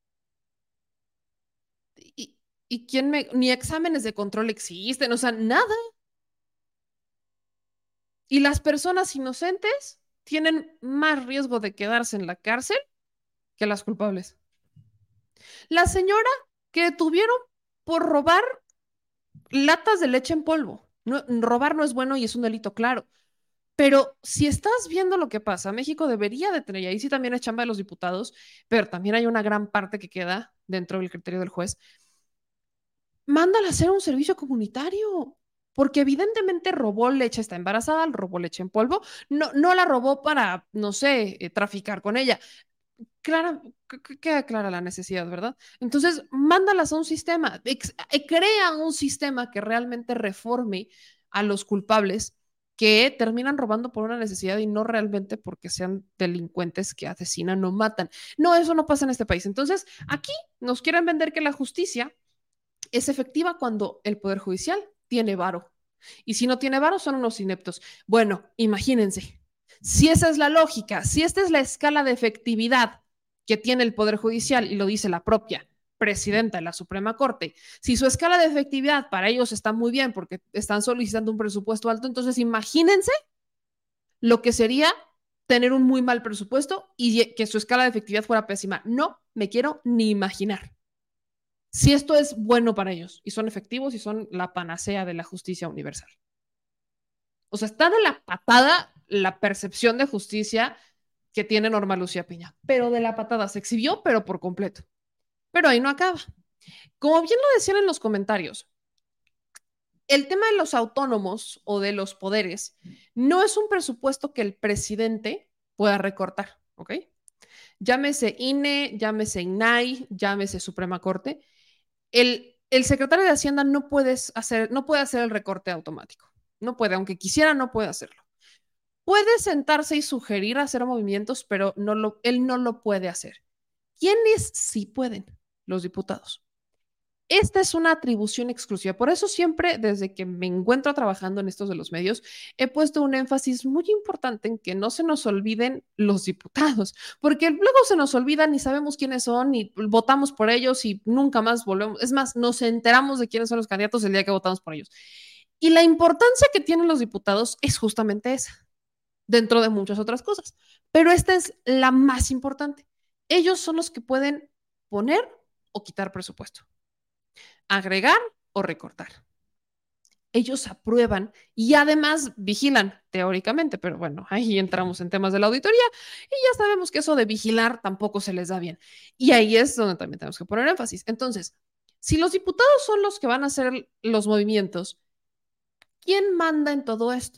¿Y, y quién me...? Ni exámenes de control existen, o sea, nada. Y las personas inocentes tienen más riesgo de quedarse en la cárcel que las culpables. La señora que detuvieron por robar latas de leche en polvo. No, robar no es bueno y es un delito, claro. Pero si estás viendo lo que pasa, México debería de tener, y ahí sí también es chamba de los diputados, pero también hay una gran parte que queda dentro del criterio del juez. Mándala a hacer un servicio comunitario, porque evidentemente robó leche, está embarazada, robó leche en polvo, no, no la robó para, no sé, eh, traficar con ella. Clara, queda clara la necesidad, ¿verdad? Entonces, mándalas a un sistema, ex, crea un sistema que realmente reforme a los culpables que terminan robando por una necesidad y no realmente porque sean delincuentes que asesinan o matan. No, eso no pasa en este país. Entonces, aquí nos quieren vender que la justicia es efectiva cuando el Poder Judicial tiene varo. Y si no tiene varo, son unos ineptos. Bueno, imagínense, si esa es la lógica, si esta es la escala de efectividad que tiene el Poder Judicial, y lo dice la propia presidenta de la Suprema Corte, si su escala de efectividad para ellos está muy bien porque están solicitando un presupuesto alto, entonces imagínense lo que sería tener un muy mal presupuesto y que su escala de efectividad fuera pésima. No me quiero ni imaginar si esto es bueno para ellos y son efectivos y son la panacea de la justicia universal. O sea, está de la patada la percepción de justicia que tiene Norma Lucía Piña, pero de la patada se exhibió, pero por completo. Pero ahí no acaba. Como bien lo decían en los comentarios, el tema de los autónomos o de los poderes no es un presupuesto que el presidente pueda recortar, ¿ok? Llámese I N E, llámese I N A I, llámese Suprema Corte. El, el secretario de Hacienda no, puedes hacer, no puede hacer el recorte automático. No puede, aunque quisiera, no puede hacerlo. Puede sentarse y sugerir hacer movimientos, pero no lo, él no lo puede hacer. ¿Quiénes sí pueden? Los diputados. Esta es una atribución exclusiva. Por eso siempre, desde que me encuentro trabajando en estos de los medios, he puesto un énfasis muy importante en que no se nos olviden los diputados, porque luego se nos olvidan y sabemos quiénes son y votamos por ellos y nunca más volvemos. Es más, nos enteramos de quiénes son los candidatos el día que votamos por ellos. Y la importancia que tienen los diputados es justamente esa, dentro de muchas otras cosas. Pero esta es la más importante. Ellos son los que pueden poner o quitar presupuesto, agregar o recortar. Ellos aprueban y además vigilan, teóricamente, pero bueno, ahí entramos en temas de la auditoría y ya sabemos que eso de vigilar tampoco se les da bien. Y ahí es donde también tenemos que poner énfasis. Entonces, si los diputados son los que van a hacer los movimientos, ¿quién manda en todo esto?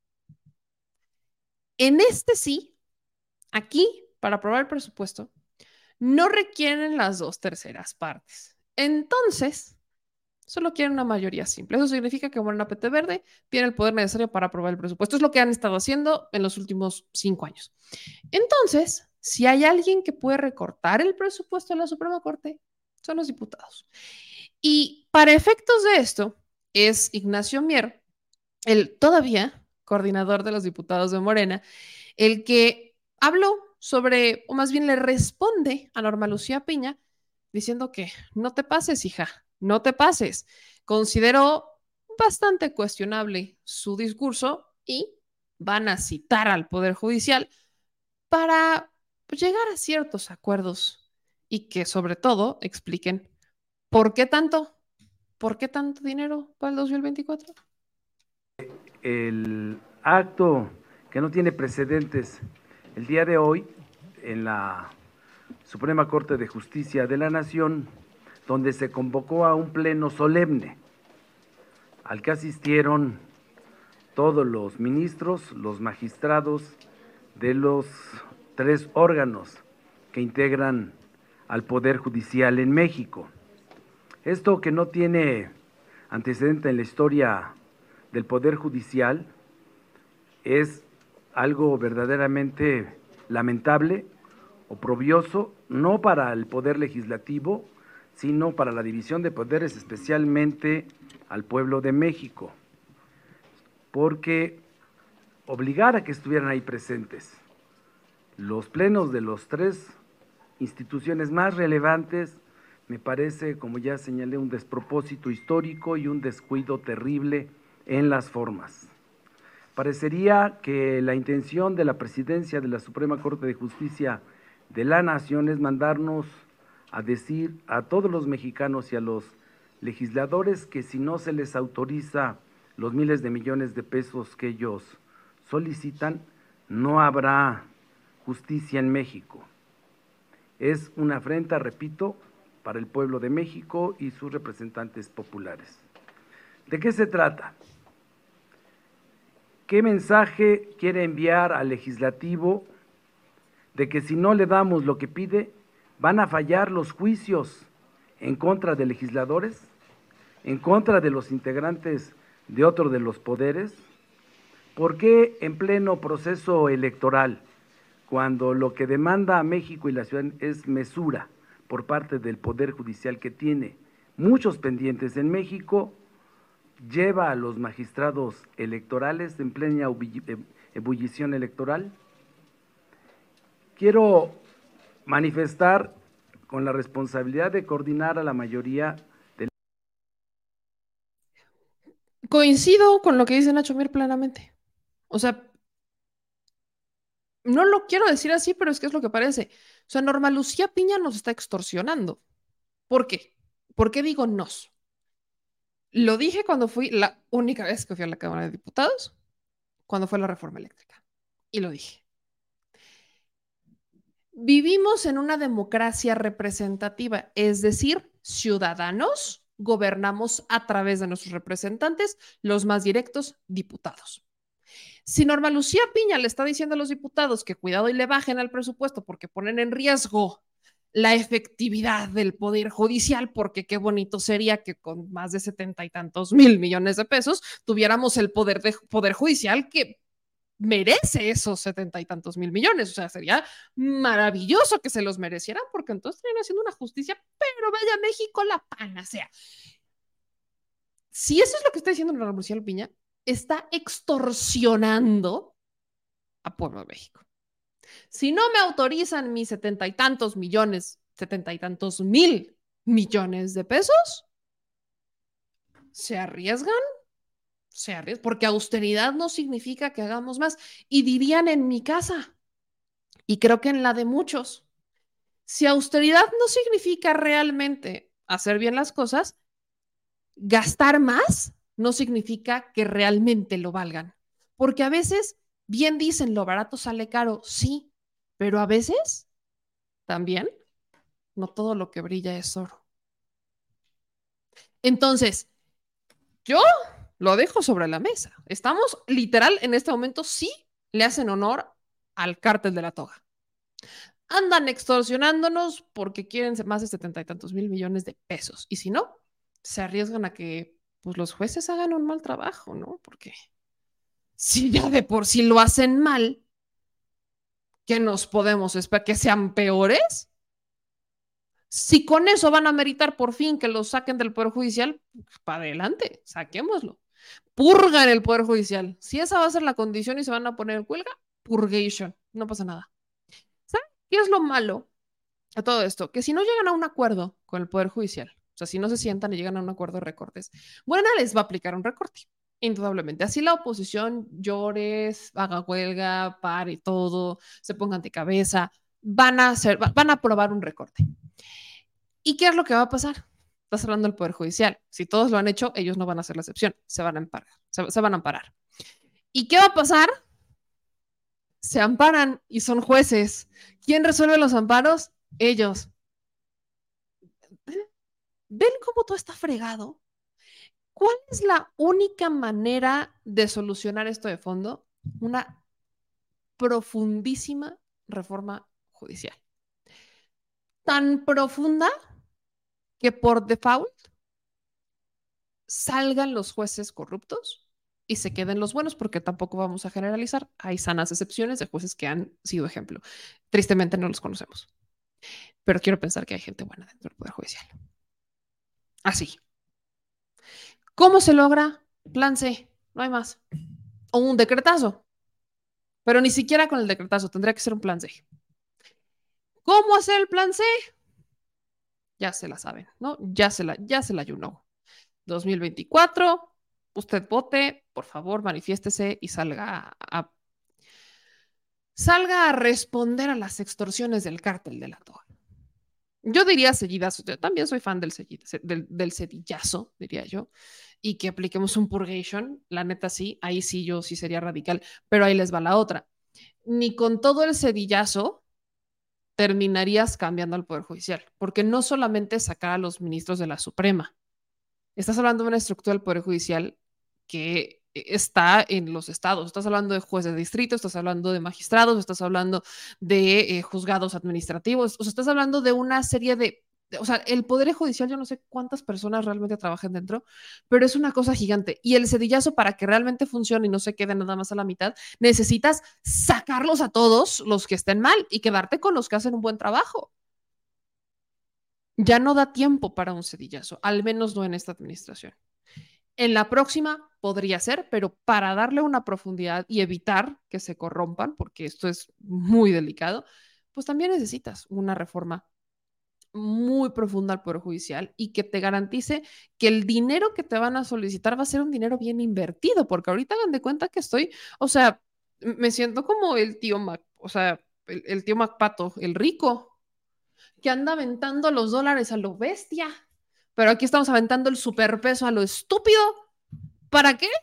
En este sí, aquí, para aprobar el presupuesto, no requieren las dos terceras partes. Entonces, Solo quieren una mayoría simple. Eso significa que Morena P T Verde tiene el poder necesario para aprobar el presupuesto. Es lo que han estado haciendo en los últimos cinco años. Entonces, si hay alguien que puede recortar el presupuesto de la Suprema Corte, son los diputados. Y para efectos de esto, es Ignacio Mier, el todavía coordinador de los diputados de Morena, el que habló sobre, o más bien le responde a Norma Lucía Piña, diciendo que no te pases, hija, no te pases. Consideró bastante cuestionable su discurso y van a citar al Poder Judicial para llegar a ciertos acuerdos y que sobre todo expliquen por qué tanto, por qué tanto dinero para el dos mil veinticuatro.
El acto que no tiene precedentes el día de hoy en la Suprema Corte de Justicia de la Nación, donde se convocó a un pleno solemne al que asistieron todos los ministros, los magistrados de los tres órganos que integran al Poder Judicial en México. Esto que no tiene antecedente en la historia del Poder Judicial es algo verdaderamente lamentable, oprobioso, no para el Poder Legislativo, sino para la división de poderes, especialmente al pueblo de México, porque obligar a que estuvieran ahí presentes los plenos de las tres instituciones más relevantes, me parece, como ya señalé, un despropósito histórico y un descuido terrible en las formas. Parecería que la intención de la presidencia de la Suprema Corte de Justicia de la Nación es mandarnos a decir a todos los mexicanos y a los legisladores que si no se les autoriza los miles de millones de pesos que ellos solicitan, no habrá justicia en México. Es una afrenta, repito, para el pueblo de México y sus representantes populares. ¿De qué se trata? ¿Qué mensaje quiere enviar al legislativo de que si no le damos lo que pide, van a fallar los juicios en contra de legisladores, en contra de los integrantes de otro de los poderes? ¿Por qué en pleno proceso electoral, cuando lo que demanda a México y la ciudad es mesura por parte del Poder Judicial, que tiene muchos pendientes en México, lleva a los magistrados electorales en plena ebullición electoral? Quiero manifestar con la responsabilidad de coordinar a la mayoría del...
Coincido con lo que dice Nacho Mier plenamente. O sea, no lo quiero decir así, pero es que es lo que parece. O sea, Norma Lucía Piña nos está extorsionando. ¿Por qué? ¿Por qué digo nos? Lo dije cuando fui, la única vez que fui a la Cámara de Diputados, cuando fue la reforma eléctrica. Y lo dije. Vivimos en una democracia representativa, es decir, ciudadanos gobernamos a través de nuestros representantes, los más directos, diputados. Si Norma Lucía Piña le está diciendo a los diputados que cuidado y le bajen al presupuesto porque ponen en riesgo la efectividad del Poder Judicial, porque qué bonito sería que con más de setenta y tantos mil millones de pesos tuviéramos el poder, de, poder judicial que merece esos setenta y tantos mil millones. O sea, sería maravilloso que se los merecieran, porque entonces estarían haciendo una justicia, pero vaya México la panacea. Si eso es lo que está diciendo Norma Lucía Piña, está extorsionando a pueblo de México. Si no me autorizan mis setenta y tantos millones, setenta y tantos mil millones de pesos, se arriesgan, se arriesgan, porque austeridad no significa que hagamos más. Y dirían en mi casa, y creo que en la de muchos, si austeridad no significa realmente hacer bien las cosas, gastar más no significa que realmente lo valgan. Porque a veces, bien dicen, lo barato sale caro, sí, pero a veces también no todo lo que brilla es oro. Entonces, yo lo dejo sobre la mesa. Estamos literal en este momento, sí le hacen honor al cártel de la toga. Andan extorsionándonos porque quieren más de setenta y tantos mil millones de pesos. Y si no, se arriesgan a que pues, los jueces hagan un mal trabajo, ¿no? Porque si ya de por sí lo hacen mal, ¿qué nos podemos esperar? ¿Que sean peores? Si con eso van a meritar por fin que los saquen del Poder Judicial, pues, para adelante, saquémoslo. Purga en el Poder Judicial. Si esa va a ser la condición y se van a poner en huelga, purgation, no pasa nada. ¿Saben qué es lo malo a todo esto? Que si no llegan a un acuerdo con el Poder Judicial, o sea, si no se sientan y llegan a un acuerdo de recortes, Morena les va a aplicar un recorte, indudablemente. Así la oposición llore, haga huelga, pare todo, se pongan de cabeza, van a hacer, van a aprobar un recorte. ¿Y qué es lo que va a pasar? Estás hablando del Poder Judicial. Si todos lo han hecho, ellos no van a ser la excepción. Se van a amparar. Se, se van a amparar. ¿Y qué va a pasar? Se amparan y son jueces. ¿Quién resuelve los amparos? Ellos. ¿Ven cómo todo está fregado? ¿Cuál es la única manera de solucionar esto de fondo? Una profundísima reforma judicial. Tan profunda que por default salgan los jueces corruptos y se queden los buenos, porque tampoco vamos a generalizar. Hay sanas excepciones de jueces que han sido ejemplo. Tristemente no los conocemos. Pero quiero pensar que hay gente buena dentro del Poder Judicial. Así. ¿Cómo se logra? Plan C. No hay más. O un decretazo. Pero ni siquiera con el decretazo. Tendría que ser un plan C. ¿Cómo hacer el plan C? Ya se la saben, ¿no? Ya se la, ya se la you know. dos mil veinticuatro, usted vote, por favor, manifiéstese y salga a, a, salga a responder a las extorsiones del cártel de la toga. Yo diría seguidazo, yo también soy fan del, del, del cedillazo, diría yo, y que apliquemos un purgation, la neta sí, ahí sí yo sí sería radical, pero ahí les va la otra. Ni con todo el cedillazo terminarías cambiando al Poder Judicial, porque no solamente sacar a los ministros de la Suprema, estás hablando de una estructura del Poder Judicial que está en los estados, estás hablando de jueces de distrito, estás hablando de magistrados, estás hablando de eh, juzgados administrativos, o sea, estás hablando de una serie de, de, o sea, el Poder Judicial, yo no sé cuántas personas realmente trabajan dentro, pero es una cosa gigante, y el cedillazo para que realmente funcione y no se quede nada más a la mitad, necesitas sacarlos a todos los que estén mal y quedarte con los que hacen un buen trabajo. Ya no da tiempo para un cedillazo, al menos no en esta administración. En la próxima podría ser, pero para darle una profundidad y evitar que se corrompan, porque esto es muy delicado, pues también necesitas una reforma muy profunda al Poder Judicial y que te garantice que el dinero que te van a solicitar va a ser un dinero bien invertido, porque ahorita hagan de cuenta que estoy, o sea, me siento como el tío Mac, o sea, el, el tío Macpato, el rico, que anda aventando los dólares a lo bestia. Pero aquí estamos aventando el superpeso a lo estúpido. ¿Para qué?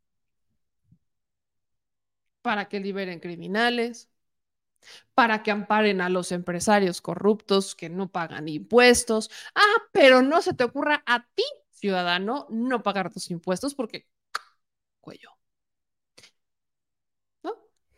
Para que liberen criminales, para que amparen a los empresarios corruptos que no pagan impuestos. Ah, pero no se te ocurra a ti, ciudadano, no pagar tus impuestos porque cuello. ¿No?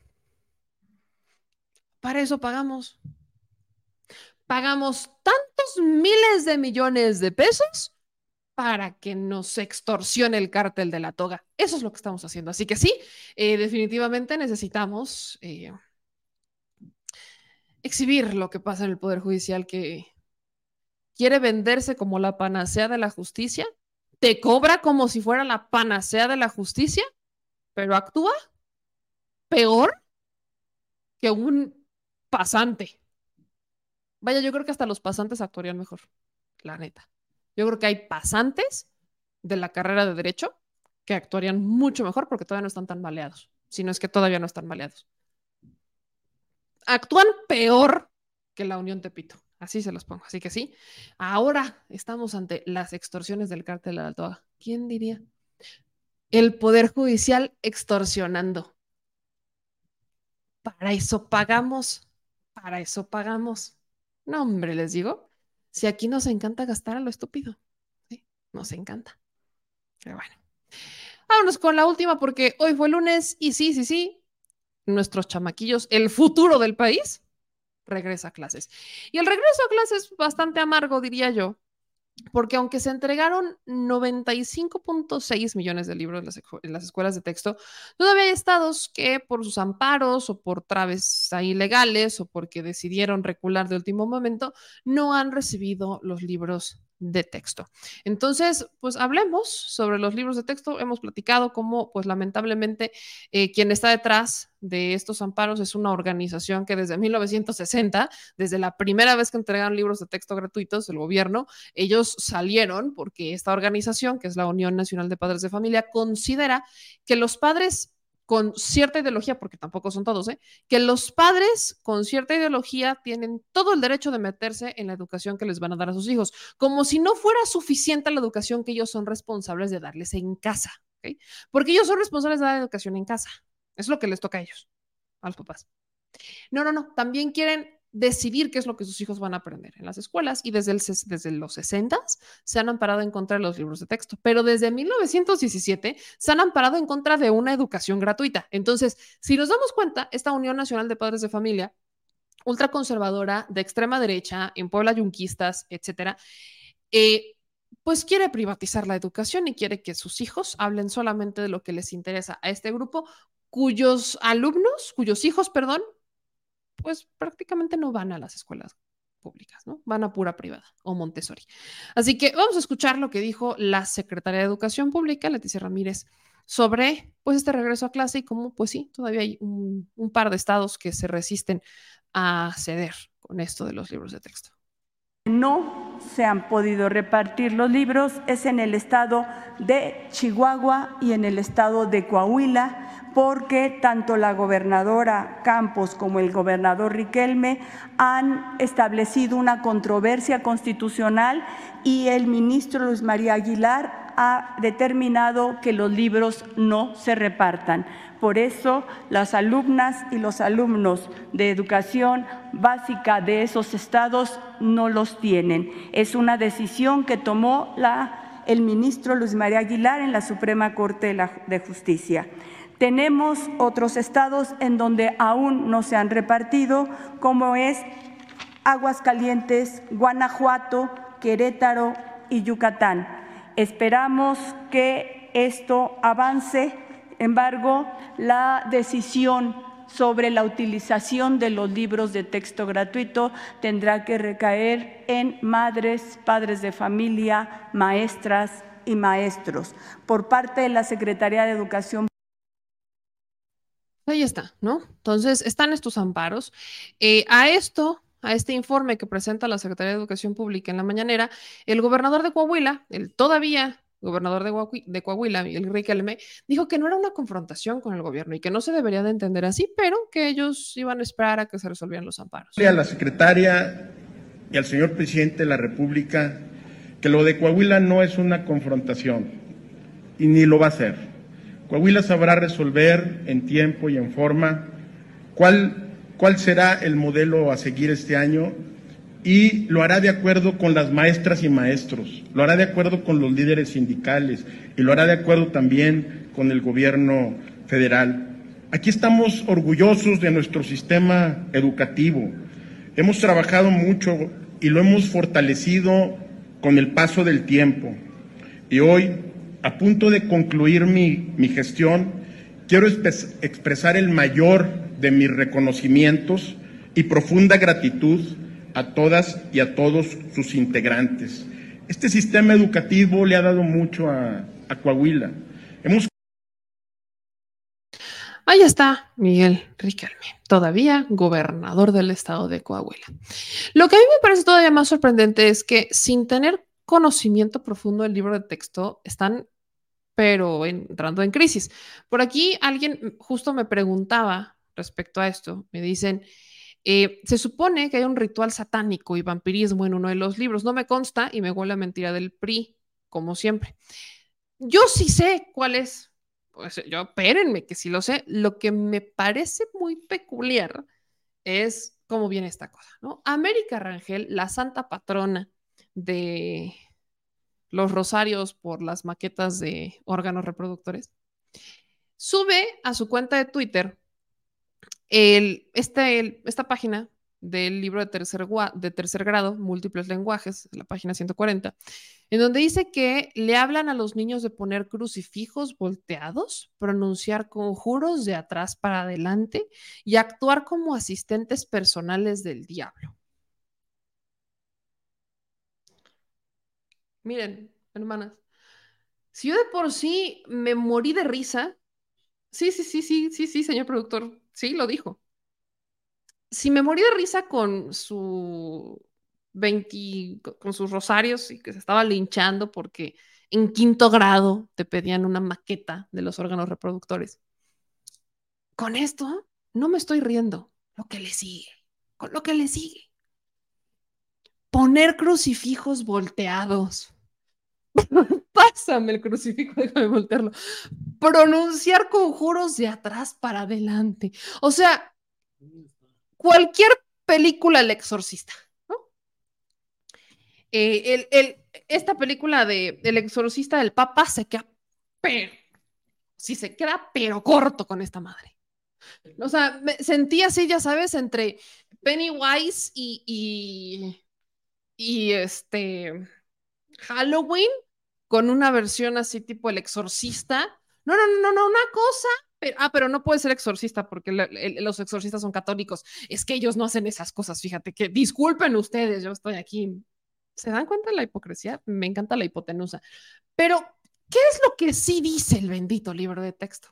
Para eso pagamos. Pagamos tantos miles de millones de pesos para que nos extorsione el cártel de la toga. Eso es lo que estamos haciendo. Así que sí, eh, definitivamente necesitamos eh, exhibir lo que pasa en el Poder Judicial, que quiere venderse como la panacea de la justicia, te cobra como si fuera la panacea de la justicia, pero actúa peor que un pasante. Vaya, yo creo que hasta los pasantes actuarían mejor, la neta. Yo creo que hay pasantes de la carrera de Derecho que actuarían mucho mejor porque todavía no están tan maleados. Si no es que todavía no están maleados. Actúan peor que la Unión Tepito. Así se los pongo. Así que sí, ahora estamos ante las extorsiones del cártel de la toga. ¿Quién diría? El Poder Judicial extorsionando. Para eso pagamos. Para eso pagamos. No, hombre, les digo, si aquí nos encanta gastar a lo estúpido, ¿sí? Nos encanta. Pero bueno, vámonos con la última porque hoy fue lunes y sí, sí, sí, nuestros chamaquillos, el futuro del país, regresa a clases. Y el regreso a clases es bastante amargo, diría yo, porque aunque se entregaron noventa y cinco punto seis millones de libros en las, en las escuelas de texto, todavía hay estados que por sus amparos o por traves ilegales o porque decidieron recular de último momento, no han recibido los libros de texto. Entonces, pues hablemos sobre los libros de texto. Hemos platicado cómo, pues lamentablemente, eh, quien está detrás de estos amparos es una organización que desde mil novecientos sesenta, desde la primera vez que entregaron libros de texto gratuitos, el gobierno, ellos salieron porque esta organización, que es la Unión Nacional de Padres de Familia, considera que los padres con cierta ideología, porque tampoco son todos, ¿eh? que los padres con cierta ideología tienen todo el derecho de meterse en la educación que les van a dar a sus hijos, como si no fuera suficiente la educación que ellos son responsables de darles en casa, ¿okay? Porque ellos son responsables de dar educación en casa. Es lo que les toca a ellos, a los papás. No, no, no. También quieren decidir qué es lo que sus hijos van a aprender en las escuelas y desde, el, desde los sesentas se han amparado en contra de los libros de texto, pero desde mil novecientos diecisiete se han amparado en contra de una educación gratuita. Entonces, si nos damos cuenta, esta Unión Nacional de Padres de Familia, ultraconservadora, de extrema derecha, en Puebla yunquistas, etcétera, eh, pues quiere privatizar la educación y quiere que sus hijos hablen solamente de lo que les interesa a este grupo, cuyos alumnos, cuyos hijos, perdón, pues prácticamente no van a las escuelas públicas, ¿no? Van a pura privada o Montessori. Así que vamos a escuchar lo que dijo la secretaria de Educación Pública, Leticia Ramírez, sobre pues este regreso a clase y cómo, pues sí, todavía hay un, un par de estados que se resisten a ceder con esto de los libros de texto.
No se han podido repartir los libros es en el estado de Chihuahua y en el estado de Coahuila, porque tanto la gobernadora Campos como el gobernador Riquelme han establecido una controversia constitucional y el ministro Luis María Aguilar ha determinado que los libros no se repartan. Por eso, las alumnas y los alumnos de educación básica de esos estados no los tienen. Es una decisión que tomó la, el ministro Luis María Aguilar en la Suprema Corte de, la, de Justicia. Tenemos otros estados en donde aún no se han repartido, como es Aguascalientes, Guanajuato, Querétaro y Yucatán. Esperamos que esto avance. Sin embargo, la decisión sobre la utilización de los libros de texto gratuito tendrá que recaer en madres, padres de familia, maestras y maestros. Por parte de la Secretaría de Educación.
Ahí está, ¿no? Entonces, están estos amparos. Eh, a esto, a este informe que presenta la Secretaría de Educación Pública en la mañanera, el gobernador de Coahuila, el todavía gobernador de, Coahu de Coahuila, Miguel Riquelme, dijo que no era una confrontación con el gobierno y que no se debería de entender así, pero que ellos iban a esperar a que se resolvieran los amparos.
A la secretaria y al señor presidente de la República que lo de Coahuila no es una confrontación y ni lo va a ser. Coahuila sabrá resolver en tiempo y en forma cuál, cuál será el modelo a seguir este año y lo hará de acuerdo con las maestras y maestros, lo hará de acuerdo con los líderes sindicales y lo hará de acuerdo también con el gobierno federal. Aquí estamos orgullosos de nuestro sistema educativo. Hemos trabajado mucho y lo hemos fortalecido con el paso del tiempo. Y hoy, a punto de concluir mi, mi gestión, quiero expresar el mayor de mis reconocimientos y profunda gratitud a todas y a todos sus integrantes. Este sistema educativo le ha dado mucho a, a Coahuila. Hemos...
Ahí está Miguel Riquelme, todavía gobernador del estado de Coahuila. Lo que a mí me parece todavía más sorprendente es que sin tener conocimiento profundo del libro de texto, están pero entrando en crisis. Por aquí alguien justo me preguntaba respecto a esto, me dicen... Eh, se supone que hay un ritual satánico y vampirismo en uno de los libros. No me consta y me huele a mentira del P R I, como siempre. Yo sí sé cuál es. Pues yo, espérenme que sí lo sé. Lo que me parece muy peculiar es cómo viene esta cosa, ¿no? América Rangel, la santa patrona de los rosarios por las maquetas de órganos reproductores, sube a su cuenta de Twitter El, este, el, esta página del libro de tercer, de tercer grado, Múltiples lenguajes, la página ciento cuarenta, en donde dice que le hablan a los niños de poner crucifijos volteados, pronunciar conjuros de atrás para adelante y actuar como asistentes personales del diablo. Miren, hermanas, si yo de por sí me morí de risa, sí, sí, sí, sí, sí, sí, señor productor, sí, lo dijo. Si me morí de risa con su veinte, con sus rosarios y que se estaba linchando porque en quinto grado te pedían una maqueta de los órganos reproductores, con esto no me estoy riendo. Lo que le sigue, con lo que le sigue. Poner crucifijos volteados. Pásame el crucifijo, déjame voltearlo. Pronunciar conjuros de atrás para adelante. O sea, cualquier película El Exorcista, ¿no? Eh, el, el, esta película de El Exorcista del Papa se queda, pero, sí se queda, pero corto con esta madre. O sea, me sentí así, ya sabes, entre Pennywise y, y, y este Halloween, con una versión así tipo El Exorcista. No, no, no, no, una cosa. Pero, ah, pero no puede ser exorcista porque le, le, los exorcistas son católicos. Es que ellos no hacen esas cosas, fíjate que disculpen ustedes, yo estoy aquí. ¿Se dan cuenta de la hipocresía? Me encanta la hipotenusa. Pero, ¿qué es lo que sí dice el bendito libro de texto?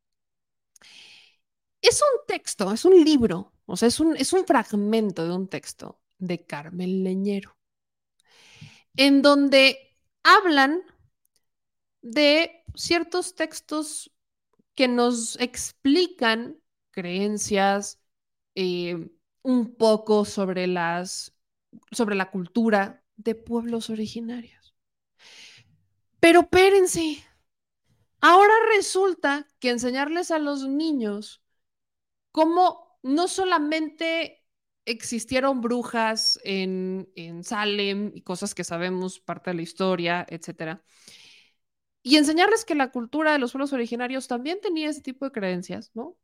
Es un texto, es un libro, o sea, es un, es un fragmento de un texto de Carmen Leñero, en donde hablan de ciertos textos que nos explican creencias, eh, un poco sobre, las, sobre la cultura de pueblos originarios. Pero espérense, ahora resulta que enseñarles a los niños cómo no solamente existieron brujas en, en Salem y cosas que sabemos, parte de la historia, etcétera, y enseñarles que la cultura de los pueblos originarios también tenía ese tipo de creencias, ¿no?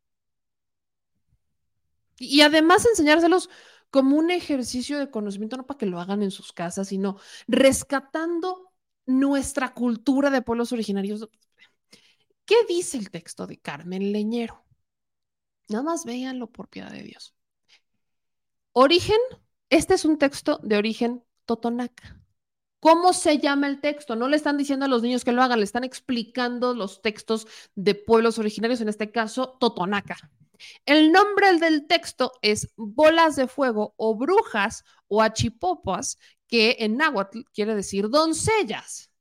Y además enseñárselos como un ejercicio de conocimiento, no para que lo hagan en sus casas, sino rescatando nuestra cultura de pueblos originarios. ¿Qué dice el texto de Carmen Leñero? Nada más véanlo por piedad de Dios. Origen, este es un texto de origen totonaca. ¿Cómo se llama el texto? No le están diciendo a los niños que lo hagan, le están explicando los textos de pueblos originarios, en este caso, totonaca. El nombre del texto es Bolas de Fuego o Brujas o Achipopas, que en náhuatl quiere decir doncellas.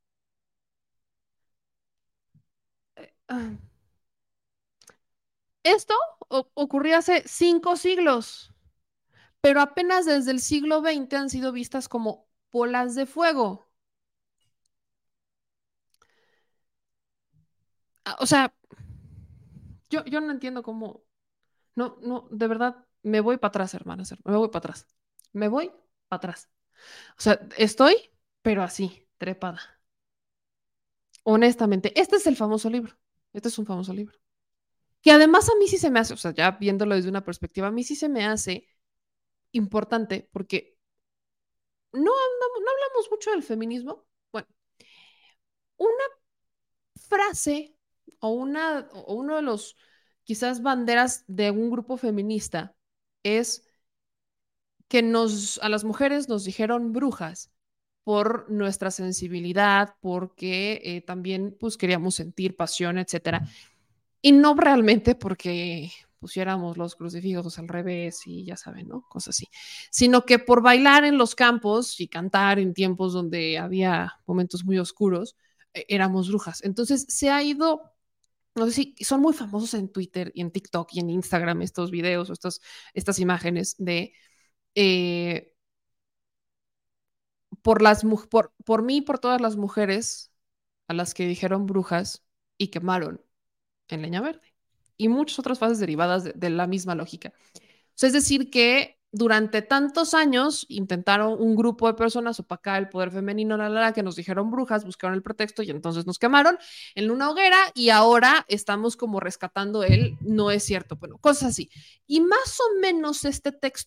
Esto ocurrió hace cinco siglos, pero apenas desde el siglo veinte han sido vistas como bolas de fuego. O sea, yo, yo no entiendo cómo. No, no, de verdad, me voy para atrás, hermanas, me voy para atrás. Me voy para atrás. O sea, estoy, pero así, trepada. Honestamente, este es el famoso libro. Este es un famoso libro. Que además a mí sí se me hace, o sea, ya viéndolo desde una perspectiva, a mí sí se me hace importante porque no, no, no hablamos mucho del feminismo. Bueno, una frase o, una, o uno de los quizás banderas de un grupo feminista es que nos, a las mujeres nos dijeron brujas por nuestra sensibilidad, porque eh, también pues queríamos sentir pasión, etcétera. Y no realmente porque pusiéramos los crucifijos al revés y ya saben, ¿no? Cosas así. Sino que por bailar en los campos y cantar en tiempos donde había momentos muy oscuros, eh, éramos brujas. Entonces se ha ido, no sé si son muy famosos en Twitter y en TikTok y en Instagram estos videos o estos, estas imágenes de eh, por, las, por, por mí y por todas las mujeres a las que dijeron brujas y quemaron en leña verde. Y muchas otras fases derivadas de, de la misma lógica. O sea, es decir, que durante tantos años intentaron un grupo de personas opacar el poder femenino, la, la, la, que nos dijeron brujas, buscaron el pretexto y entonces nos quemaron en una hoguera y ahora estamos como rescatando el no es cierto, bueno, cosas así. Y más o menos este texto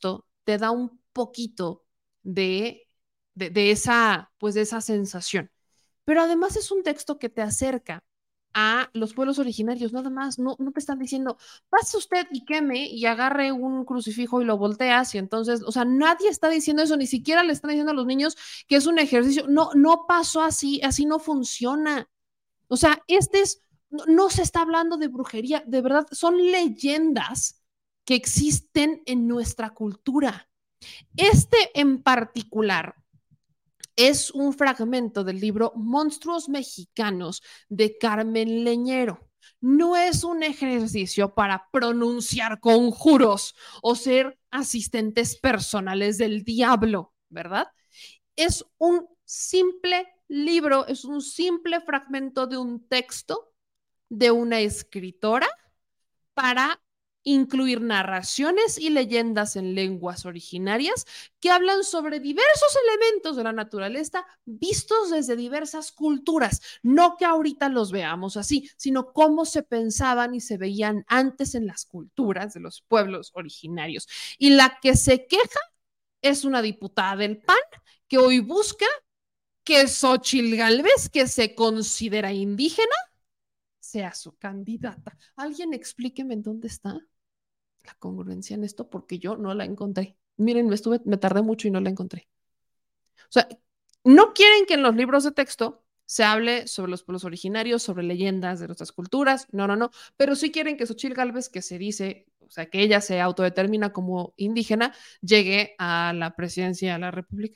te da un poquito de, de, de, esa, pues de esa sensación. Pero además es un texto que te acerca a los pueblos originarios, nada más, no, no te están diciendo, pase usted y queme y agarre un crucifijo y lo volteas y entonces, o sea, nadie está diciendo eso, ni siquiera le están diciendo a los niños que es un ejercicio, no, no pasó así, así no funciona. O sea, este es, no, no se está hablando de brujería, de verdad, son leyendas que existen en nuestra cultura. Este en particular es un fragmento del libro Monstruos Mexicanos de Carmen Leñero. No es un ejercicio para pronunciar conjuros o ser asistentes personales del diablo, ¿verdad? Es un simple libro, es un simple fragmento de un texto de una escritora para incluir narraciones y leyendas en lenguas originarias que hablan sobre diversos elementos de la naturaleza vistos desde diversas culturas. No que ahorita los veamos así, sino cómo se pensaban y se veían antes en las culturas de los pueblos originarios. Y la que se queja es una diputada del P A N que hoy busca que Xóchitl Gálvez, que se considera indígena, sea su candidata. ¿Alguien explíqueme en dónde está la congruencia en esto? Porque yo no la encontré. Miren, me, estuve, me tardé mucho y no la encontré. O sea, no quieren que en los libros de texto se hable sobre los pueblos originarios, sobre leyendas de nuestras culturas, no, no, no, pero sí quieren que Xóchitl Gálvez, que se dice, o sea, que ella se autodetermina como indígena, llegue a la presidencia de la República.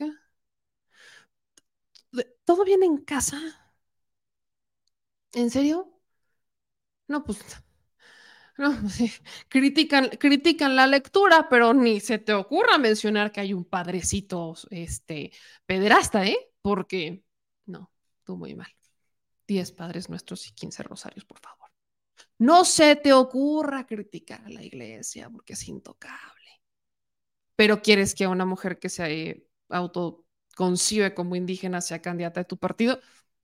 ¿Todo bien en casa? ¿En serio? No, pues, no, pues sí. critican, critican la lectura, pero ni se te ocurra mencionar que hay un padrecito este, pederasta, ¿eh? Porque, no, tú muy mal. Diez padres nuestros y quince rosarios, por favor. No se te ocurra criticar a la iglesia porque es intocable. Pero quieres que una mujer que se autoconcibe como indígena sea candidata de tu partido.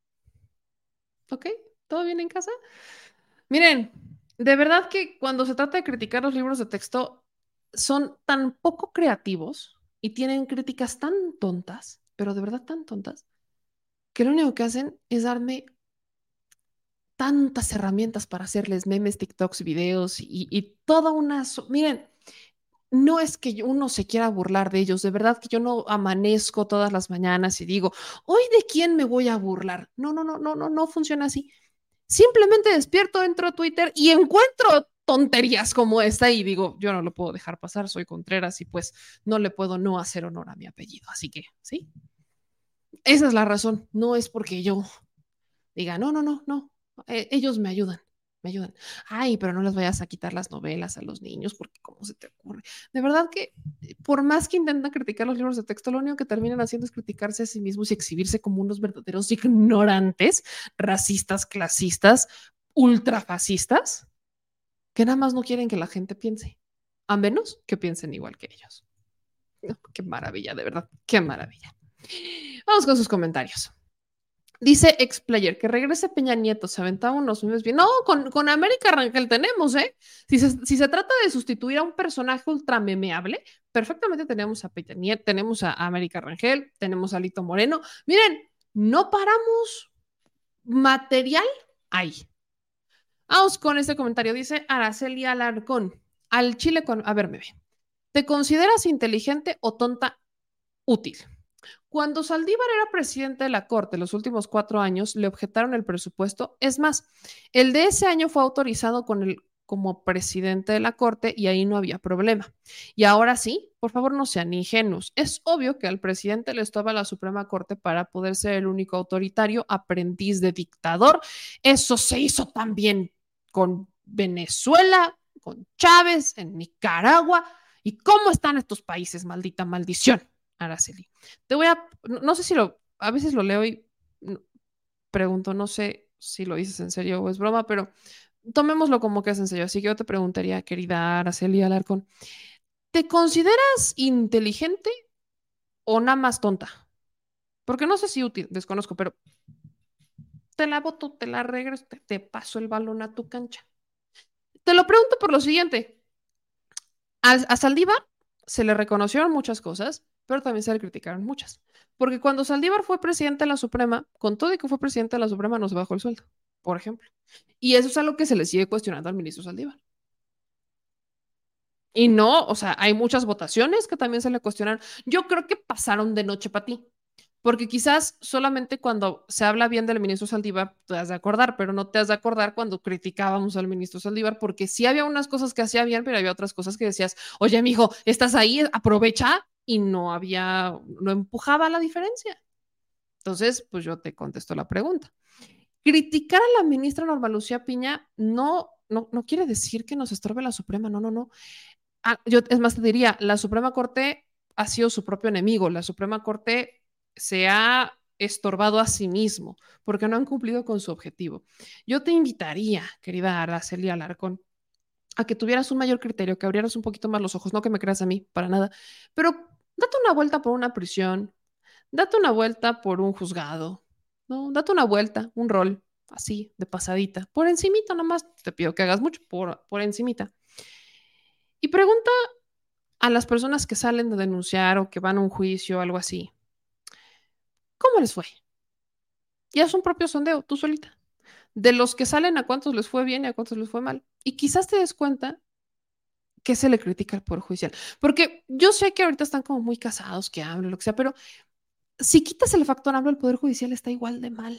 ¿Ok? ¿Todo bien en casa? Miren, de verdad que cuando se trata de criticar los libros de texto, son tan poco creativos y tienen críticas tan tontas, pero de verdad tan tontas, que lo único que hacen es darme tantas herramientas para hacerles memes, TikToks, videos y, y toda una... So Miren, no es que uno se quiera burlar de ellos, de verdad que yo no amanezco todas las mañanas y digo, ¿hoy de quién me voy a burlar? No, no, no, no, no, no funciona así. Simplemente despierto, entro a Twitter y encuentro tonterías como esta y digo, yo no lo puedo dejar pasar, soy Contreras y pues no le puedo no hacer honor a mi apellido. Así que, ¿sí? Esa es la razón. No es porque yo diga, no, no, no, no. Eh, ellos me ayudan, me ayudan. Ay, pero no les vayas a quitar las novelas a los niños porque ¿cómo se te ocurre? De verdad que por más que intentan criticar los libros de texto, lo único que terminan haciendo es criticarse a sí mismos y exhibirse como unos verdaderos ignorantes, racistas, clasistas, ultrafascistas, que nada más no quieren que la gente piense, a menos que piensen igual que ellos. Oh, qué maravilla, de verdad, qué maravilla. Vamos con sus comentarios. Dice Explayer que regrese Peña Nieto, se aventaba unos memes bien. No, con, con América Rangel tenemos, ¿eh? Si se, si se trata de sustituir a un personaje ultra memeable, perfectamente tenemos a Peña Nieto, tenemos a América Rangel, tenemos a Lito Moreno. Miren, no paramos. Material hay. Vamos con este comentario. Dice Araceli Alarcón. Al Chile con... A ver, me ve. ¿Te consideras inteligente o tonta útil? Cuando Saldívar era presidente de la Corte los últimos cuatro años, le objetaron el presupuesto. Es más, el de ese año fue autorizado con el, como presidente de la Corte y ahí no había problema. Y ahora sí, por favor no sean ingenuos. Es obvio que al presidente le estaba la Suprema Corte para poder ser el único autoritario aprendiz de dictador. Eso se hizo también con Venezuela, con Chávez, en Nicaragua. ¿Y cómo están estos países? Maldita maldición. Araceli. Te voy a, no, no sé si lo, a veces lo leo y no, pregunto, no sé si lo dices en serio o es broma, pero tomémoslo como que es en serio. Así que yo te preguntaría, querida Araceli Alarcón, ¿te consideras inteligente o nada más tonta? Porque no sé si útil, desconozco, pero te la boto, te la regreso, te, te paso el balón a tu cancha. Te lo pregunto por lo siguiente. A, a Saldívar se le reconocieron muchas cosas, pero también se le criticaron muchas. Porque cuando Saldívar fue presidente de la Suprema, con todo y que fue presidente de la Suprema, no se bajó el sueldo, por ejemplo. Y eso es algo que se le sigue cuestionando al ministro Saldívar. Y no, o sea, hay muchas votaciones que también se le cuestionaron. Yo creo que pasaron de noche para ti. Porque quizás solamente cuando se habla bien del ministro Saldívar te has de acordar, pero no te has de acordar cuando criticábamos al ministro Saldívar, porque sí había unas cosas que hacía bien, pero había otras cosas que decías, oye, mijo, estás ahí, aprovecha, y no había, no empujaba la diferencia. Entonces, pues yo te contesto la pregunta. Criticar a la ministra Norma Lucía Piña no, no, no quiere decir que nos estorbe la Suprema, no, no, no. Ah, yo, es más, te diría, la Suprema Corte ha sido su propio enemigo, la Suprema Corte se ha estorbado a sí mismo porque no han cumplido con su objetivo. Yo te invitaría, querida Araceli Alarcón, a que tuvieras un mayor criterio, que abrieras un poquito más los ojos, no que me creas a mí, para nada, pero date una vuelta por una prisión, date una vuelta por un juzgado, ¿no? Date una vuelta, un rol, así, de pasadita, por encimita nomás, te pido que hagas mucho, por, por encimita. Y pregunta a las personas que salen de denunciar o que van a un juicio o algo así, ¿cómo les fue? Y haz un propio sondeo, tú solita. De los que salen, a cuántos les fue bien y a cuántos les fue mal. Y quizás te des cuenta que se le critica al Poder Judicial. Porque yo sé que ahorita están como muy casados, que hablan, lo que sea, pero si quitas el factor hablo, el Poder Judicial está igual de mal.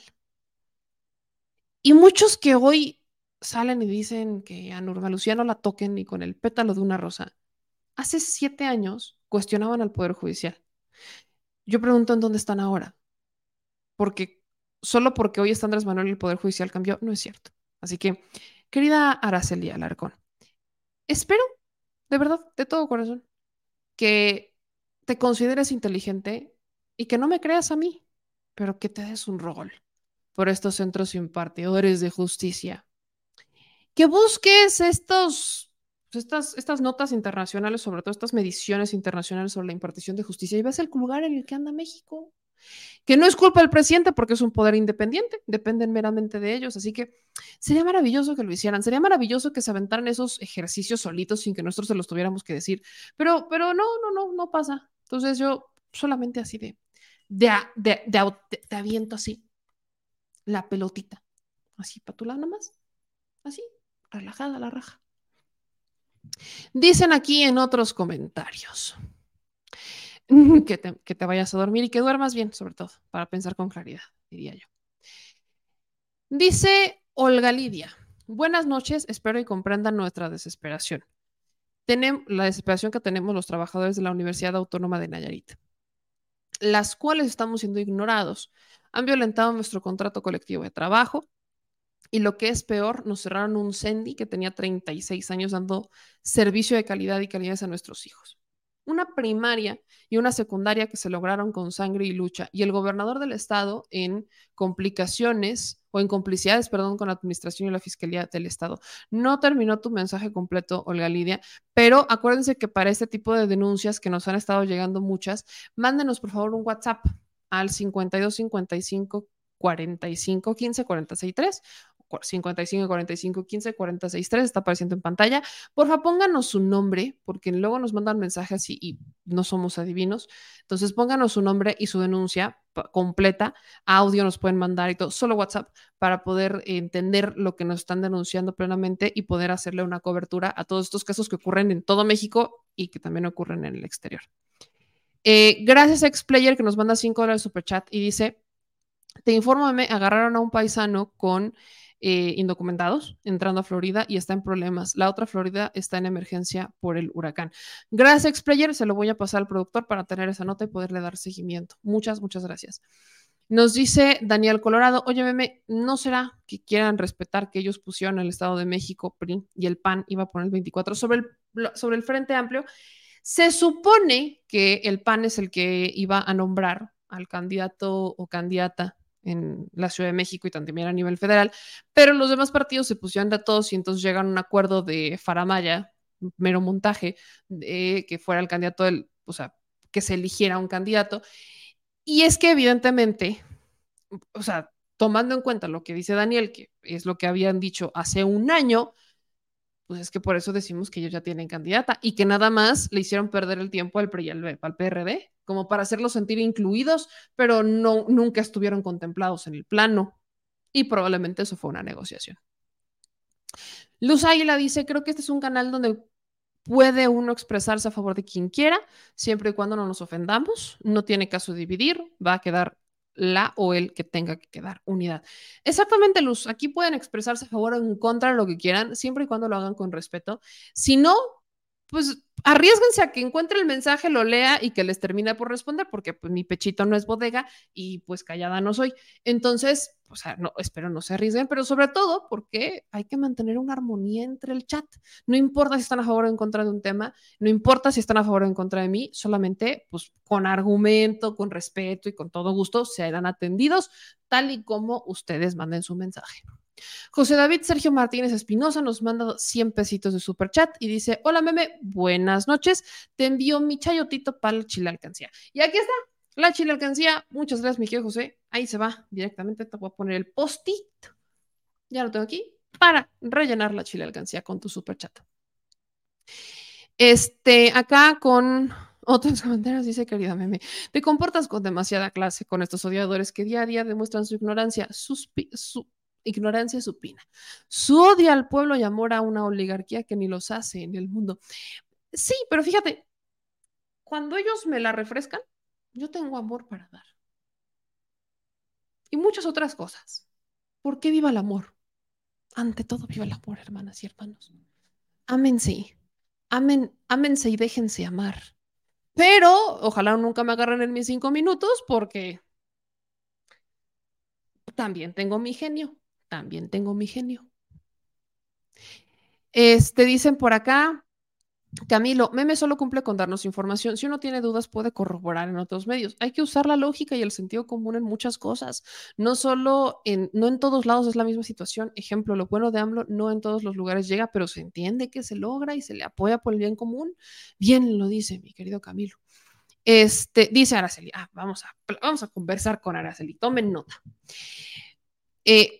Y muchos que hoy salen y dicen que a Norma Lucía no la toquen ni con el pétalo de una rosa, hace siete años cuestionaban al Poder Judicial. Yo pregunto en dónde están ahora. Porque solo porque hoy está Andrés Manuel y el Poder Judicial cambió, no es cierto. Así que, querida Araceli Alarcón, espero, de verdad, de todo corazón, que te consideres inteligente y que no me creas a mí, pero que te des un rol por estos centros impartidores de justicia. Que busques estos, estas, estas notas internacionales, sobre todo estas mediciones internacionales sobre la impartición de justicia, y ves el lugar en el que anda México. Que no es culpa del presidente porque es un poder independiente, dependen meramente de ellos, así que sería maravilloso que lo hicieran, sería maravilloso que se aventaran esos ejercicios solitos sin que nosotros se los tuviéramos que decir, pero, pero no, no, no, no pasa. Entonces yo solamente así de, de, de, de, de, de aviento así, la pelotita, así para tu lado nomás, así, relajada la raja. Dicen aquí en otros comentarios, Que te, que te vayas a dormir y que duermas bien, sobre todo, para pensar con claridad, diría yo. Dice Olga Lidia, buenas noches, espero y comprendan nuestra desesperación. Tenemos la desesperación que tenemos los trabajadores de la Universidad Autónoma de Nayarit, las cuales estamos siendo ignorados. Han violentado nuestro contrato colectivo de trabajo y lo que es peor, nos cerraron un CENDI que tenía treinta y seis años dando servicio de calidad y calidez a nuestros hijos. Una primaria y una secundaria que se lograron con sangre y lucha, y el gobernador del estado en complicaciones o en complicidades, perdón, con la administración y la fiscalía del estado. No terminó tu mensaje completo, Olga Lidia, pero acuérdense que para este tipo de denuncias que nos han estado llegando muchas, mándenos por favor un WhatsApp al cincuenta y dos cincuenta y cinco cuarenta y cinco quince cuarenta y seis tres, cincuenta y cinco cuarenta y cinco quince cuarenta y seis tres, está apareciendo en pantalla. Porfa, pónganos su nombre, porque luego nos mandan mensajes y, y no somos adivinos. Entonces, pónganos su nombre y su denuncia completa. Audio nos pueden mandar y todo, solo WhatsApp, para poder entender lo que nos están denunciando plenamente y poder hacerle una cobertura a todos estos casos que ocurren en todo México y que también ocurren en el exterior. Eh, gracias a Xplayer, que nos manda cinco dólares de superchat y dice: te informo, me agarraron a un paisano con Eh, indocumentados entrando a Florida y está en problemas. La otra Florida está en emergencia por el huracán. Gracias, Xplayer, se lo voy a pasar al productor para tener esa nota y poderle dar seguimiento. Muchas, muchas gracias. Nos dice Daniel Colorado, oye, meme, ¿no será que quieran respetar que ellos pusieron el Estado de México, P R I, y el P A N iba a poner el veinticuatro sobre el, sobre el Frente Amplio? Se supone que el P A N es el que iba a nombrar al candidato o candidata en la Ciudad de México y también a nivel federal, pero los demás partidos se pusieron de todos y entonces llegan a un acuerdo de faramaya, mero montaje, de que fuera el candidato, del, o sea, que se eligiera un candidato. Y es que evidentemente, o sea, tomando en cuenta lo que dice Daniel, que es lo que habían dicho hace un año, Pues es que por eso decimos que ellos ya tienen candidata y que nada más le hicieron perder el tiempo al P R I y al, al P R D, como para hacerlos sentir incluidos, pero no, nunca estuvieron contemplados en el plano y probablemente eso fue una negociación. Luz Águila dice, creo que este es un canal donde puede uno expresarse a favor de quien quiera, siempre y cuando no nos ofendamos, no tiene caso dividir, va a quedar la o el que tenga que quedar, unidad. Exactamente, Luz, aquí pueden expresarse a favor o en contra de lo que quieran, siempre y cuando lo hagan con respeto. Si no, pues arriésguense a que encuentre el mensaje, lo lea y que les termine por responder, porque pues mi pechito no es bodega y pues callada no soy. Entonces, o sea, no, espero no se arriesguen, pero sobre todo porque hay que mantener una armonía entre el chat. No importa si están a favor o en contra de un tema, no importa si están a favor o en contra de mí, solamente pues con argumento, con respeto y con todo gusto serán atendidos tal y como ustedes manden su mensaje. José David Sergio Martínez Espinosa nos manda cien pesitos de superchat y dice, hola meme, buenas noches, te envío mi chayotito para la chile alcancía. Y aquí está, la chile alcancía, muchas gracias mi querido José, ahí se va directamente, te voy a poner el post-it, ya lo tengo aquí, para rellenar la chile alcancía con tu superchat. Este, acá con otros comentarios dice, querida meme, te comportas con demasiada clase con estos odiadores que día a día demuestran su ignorancia, sus, su ignorancia supina. Su odio al pueblo y amor a una oligarquía que ni los hace en el mundo. Sí, pero fíjate, cuando ellos me la refrescan, yo tengo amor para dar. Y muchas otras cosas. ¿Por qué viva el amor? Ante todo, viva el amor, hermanas y hermanos. Ámense, amen, ámense y déjense amar. Pero ojalá nunca me agarren en mis cinco minutos porque también tengo mi genio. También tengo mi genio. Este, dicen por acá, Camilo, meme solo cumple con darnos información. Si uno tiene dudas, puede corroborar en otros medios. Hay que usar la lógica y el sentido común en muchas cosas. No solo en, no en todos lados es la misma situación. Ejemplo, lo bueno de AMLO no en todos los lugares llega, pero se entiende que se logra y se le apoya por el bien común. Bien lo dice mi querido Camilo. Este, dice Araceli, ah, vamos a, vamos a conversar con Araceli. Tomen nota. Eh,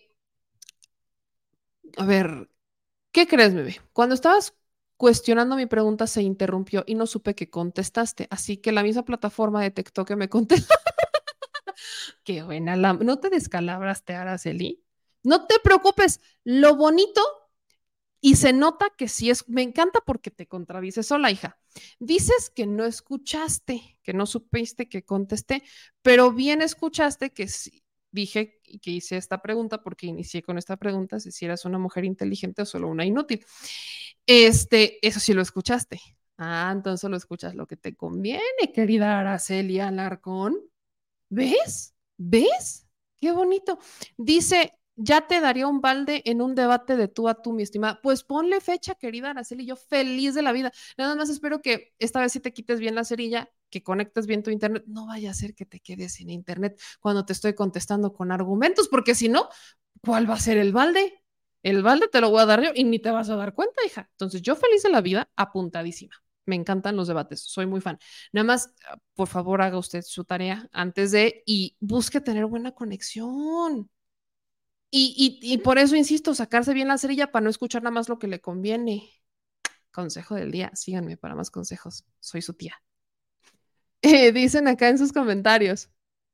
A ver, ¿qué crees, bebé? Cuando estabas cuestionando mi pregunta se interrumpió y no supe que contestaste, así que la misma plataforma detectó que me contestó. Qué buena, la... ¿no te descalabraste, Araceli? No te preocupes, lo bonito, y se nota que sí es, me encanta porque te contradices sola, hija. Dices que no escuchaste, que no supiste que contesté, pero bien escuchaste que sí. Dije que hice esta pregunta porque inicié con esta pregunta, si eras una mujer inteligente o solo una inútil. Este, eso sí lo escuchaste. Ah, entonces lo escuchas lo que te conviene, querida Araceli Alarcón. ¿Ves? ¿Ves? Qué bonito. Dice, ya te daría un balde en un debate de tú a tú, mi estimada. Pues ponle fecha, querida Araceli, yo feliz de la vida. Nada más espero que esta vez sí te quites bien la cerilla, que conectes bien tu internet. No vaya a ser que te quedes sin internet cuando te estoy contestando con argumentos, porque si no, ¿cuál va a ser el balde? El balde te lo voy a dar yo y ni te vas a dar cuenta, hija. Entonces yo feliz de la vida, apuntadísima. Me encantan los debates, soy muy fan. Nada más, por favor, haga usted su tarea antes de y busque tener buena conexión. Y, y, y por eso insisto, sacarse bien la cerilla para no escuchar nada más lo que le conviene. Consejo del día, síganme para más consejos. Soy su tía. Eh, dicen acá en sus comentarios.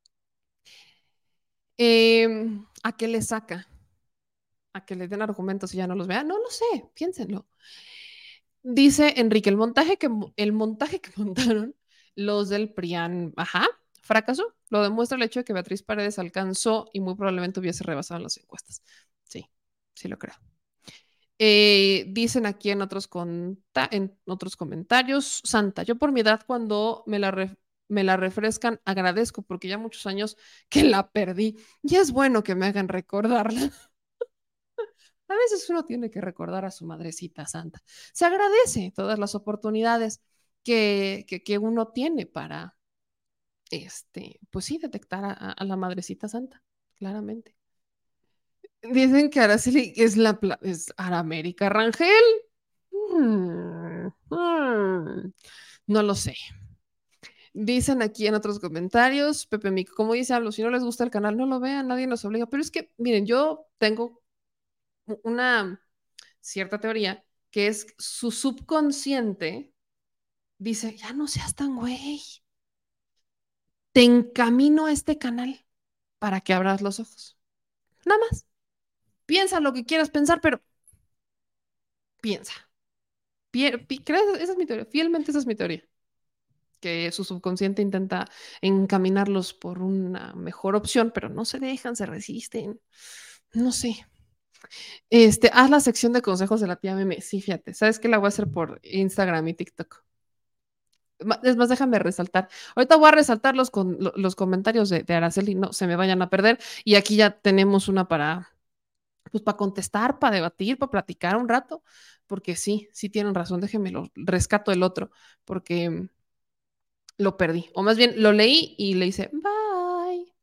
Eh, ¿A qué le saca? ¿A que le den argumentos y ya no los vean? No lo sé, piénsenlo. Dice Enrique, el montaje que, el montaje que montaron los del PRIAN, ajá, fracasó. Lo demuestra el hecho de que Beatriz Paredes alcanzó y muy probablemente hubiese rebasado en las encuestas. Sí, sí lo creo. Eh, dicen aquí en otros, en otros comentarios, Santa, yo por mi edad cuando me la, re me la refrescan agradezco porque ya muchos años que la perdí y es bueno que me hagan recordarla. A veces uno tiene que recordar a su madrecita santa. Se agradece todas las oportunidades que, que, que uno tiene para, este, pues sí, detectar a, a la madrecita santa, claramente. Dicen que Araceli es la es Aramérica Rangel. Hmm, hmm, no lo sé. Dicen aquí en otros comentarios, Pepe Mico, como dice Hablo, si no les gusta el canal, no lo vean, nadie nos obliga. Pero es que, miren, yo tengo una cierta teoría que es su subconsciente, dice, ya no seas tan güey, te encamino a este canal para que abras los ojos. Nada más. Piensa lo que quieras pensar, pero piensa. Pie, pi, creo, esa es mi teoría, fielmente esa es mi teoría. Que su subconsciente intenta encaminarlos por una mejor opción, pero no se dejan, se resisten. No sé. Este, haz la sección de consejos de la tía Meme. Sí, fíjate, ¿sabes qué? La voy a hacer por Instagram y TikTok. Es más, déjame resaltar. Ahorita voy a resaltar los, con, los comentarios de, de Araceli, no se me vayan a perder. Y aquí ya tenemos una para, pues, para contestar, para debatir, para platicar un rato. Porque sí, sí tienen razón. Déjenme lo rescato el otro, porque lo perdí. O más bien, lo leí y le hice bye.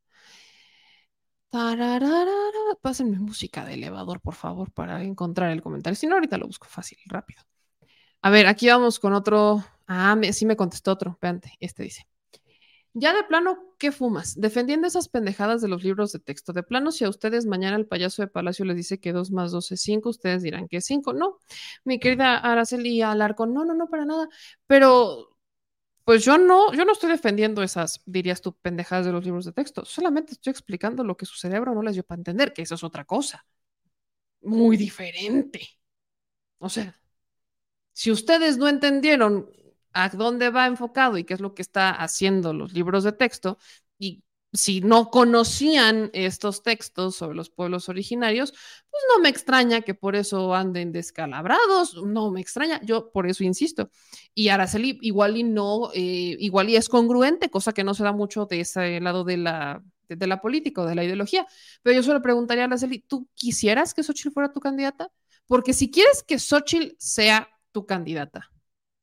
Tararara. Pásenme música de elevador, por favor, para encontrar el comentario. Si no, ahorita lo busco fácil, rápido. A ver, aquí vamos con otro. Ah, me, sí me contestó otro. Espérate, este dice. Ya de plano, ¿qué fumas? Defendiendo esas pendejadas de los libros de texto. De plano, si a ustedes mañana el payaso de Palacio les dice que dos más dos es cinco, ustedes dirán que es cinco. No, mi querida Araceli Alarcón, no, no, no, para nada. Pero, pues yo no, yo no estoy defendiendo esas, dirías tú, pendejadas de los libros de texto. Solamente estoy explicando lo que su cerebro no les dio para entender, que eso es otra cosa. Muy diferente. O sea, si ustedes no entendieron a dónde va enfocado y qué es lo que está haciendo los libros de texto, y si no conocían estos textos sobre los pueblos originarios, pues no me extraña que por eso anden descalabrados, no me extraña, yo por eso insisto. Y Araceli igual y no, eh, igual y es congruente, cosa que no se da mucho de ese lado de la, de, de la política o de la ideología, pero yo solo preguntaría a Araceli, ¿tú quisieras que Xóchitl fuera tu candidata? Porque si quieres que Xóchitl sea tu candidata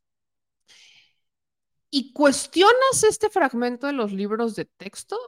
y cuestionas este fragmento de los libros de texto,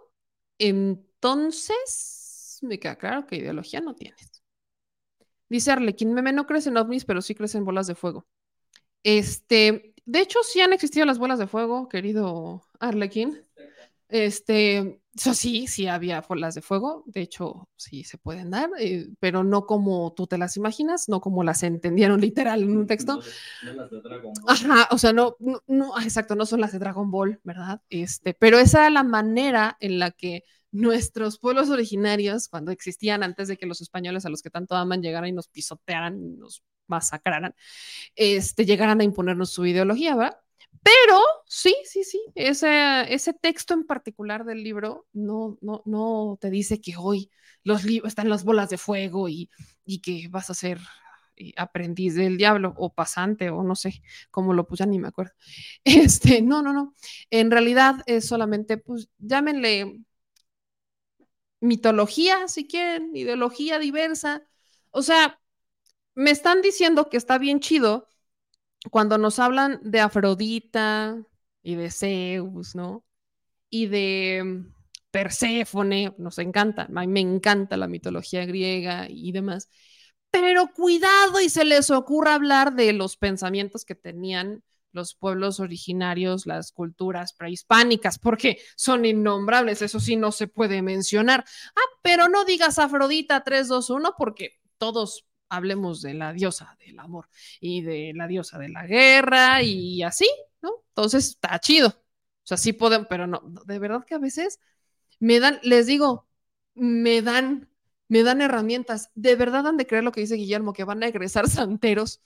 entonces me queda claro que ideología no tienes. Dice Arlequín, Meme, no crees en ovnis, pero sí crees en bolas de fuego. Este, de hecho, sí han existido las bolas de fuego, querido Arlequín. Este, eso sí, sí había bolas de fuego, de hecho, sí se pueden dar, eh, pero no como tú te las imaginas, no como las entendieron literal en un texto.
No, no las de Dragon Ball.
Ajá, o sea, no, no, no, exacto, no son las de Dragon Ball, ¿verdad? Este, pero esa era la manera en la que nuestros pueblos originarios, cuando existían antes de que los españoles a los que tanto aman llegaran y nos pisotearan y nos masacraran, este, llegaran a imponernos su ideología, ¿verdad? Pero sí, sí, sí, ese, ese texto en particular del libro no, no, no te dice que hoy los libros están las bolas de fuego y, y que vas a ser aprendiz del diablo o pasante o no sé cómo lo puse, ni me acuerdo. Este, no, no, no. En realidad es solamente, pues, llámenle mitología, si quieren, ideología diversa. O sea, me están diciendo que está bien chido cuando nos hablan de Afrodita y de Zeus, ¿no? Y de Perséfone, nos encanta, a mí me encanta la mitología griega y demás, pero cuidado y se les ocurra hablar de los pensamientos que tenían los pueblos originarios, las culturas prehispánicas, porque son innombrables, eso sí no se puede mencionar. Ah, pero no digas Afrodita tres, dos, uno, porque todos hablemos de la diosa del amor y de la diosa de la guerra y así, ¿no? Entonces está chido. O sea, sí pueden, pero no, de verdad que a veces me dan, les digo, me dan, me dan herramientas. De verdad han de creer lo que dice Guillermo, que van a egresar santeros.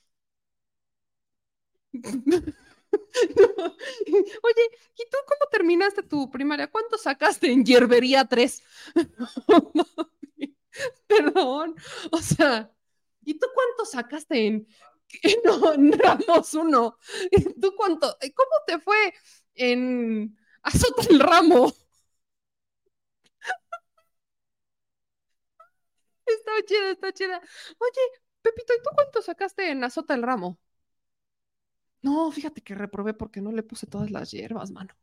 No. Oye, ¿y tú cómo terminaste tu primaria? ¿Cuánto sacaste en hierbería tres? Perdón, o sea, ¿y tú cuánto sacaste en, no, en Ramos uno? ¿Tú cuánto? ¿Cómo te fue en Azota el Ramo? Está chida, está chida. Oye, Pepito, ¿y tú cuánto sacaste en Azota el Ramo? No, fíjate que reprobé porque no le puse todas las hierbas, mano.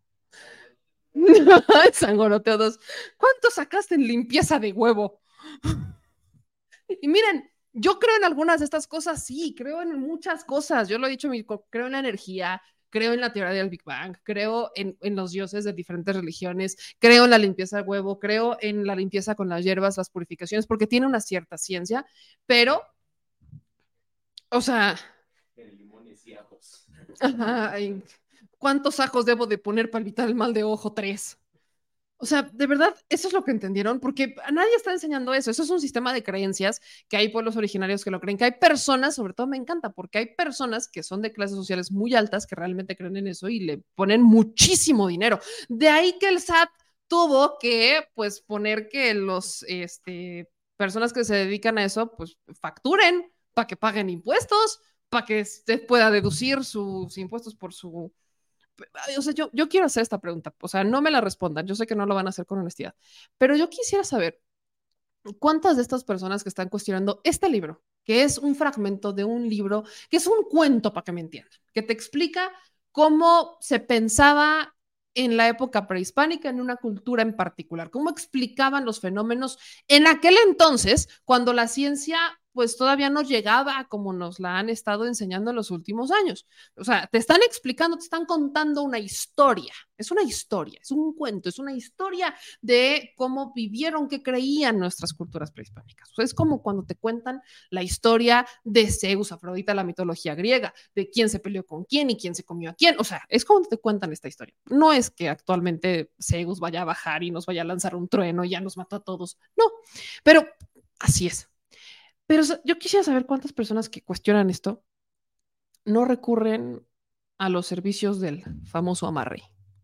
Sangoroteo dos. ¿Cuánto sacaste en limpieza de huevo? Y miren, yo creo en algunas de estas cosas, sí, creo en muchas cosas. Yo lo he dicho, creo en la energía, creo en la teoría del Big Bang, creo en, en los dioses de diferentes religiones, creo en la limpieza de huevo, creo en la limpieza con las hierbas, las purificaciones, porque tiene una cierta ciencia, pero, o sea, Ay, ¿cuántos ajos debo de poner para evitar el mal de ojo? Tres. O sea, de verdad, eso es lo que entendieron, porque a nadie está enseñando eso. Eso es un sistema de creencias que hay pueblos originarios que lo creen, que hay personas, sobre todo me encanta, porque hay personas que son de clases sociales muy altas que realmente creen en eso y le ponen muchísimo dinero. De ahí que el S A T tuvo que, pues, poner que los, este, personas que se dedican a eso, pues, facturen para que paguen impuestos, para que usted pueda deducir sus impuestos por su... O sea, yo, yo quiero hacer esta pregunta, o sea, no me la respondan, yo sé que no lo van a hacer con honestidad, pero yo quisiera saber cuántas de estas personas que están cuestionando este libro, que es un fragmento de un libro, que es un cuento, para que me entiendan, que te explica cómo se pensaba en la época prehispánica, en una cultura en particular, cómo explicaban los fenómenos en aquel entonces, cuando la ciencia pues todavía no llegaba como nos la han estado enseñando en los últimos años. O sea, te están explicando, te están contando una historia, es una historia, es un cuento, es una historia de cómo vivieron, qué creían nuestras culturas prehispánicas. O sea, es como cuando te cuentan la historia de Zeus, Afrodita, la mitología griega, de quién se peleó con quién y quién se comió a quién. O sea, es como te cuentan esta historia. No es que actualmente Zeus vaya a bajar y nos vaya a lanzar un trueno y ya nos mató a todos. No, pero así es. Pero yo quisiera saber cuántas personas que cuestionan esto no recurren a los servicios del famoso amarre.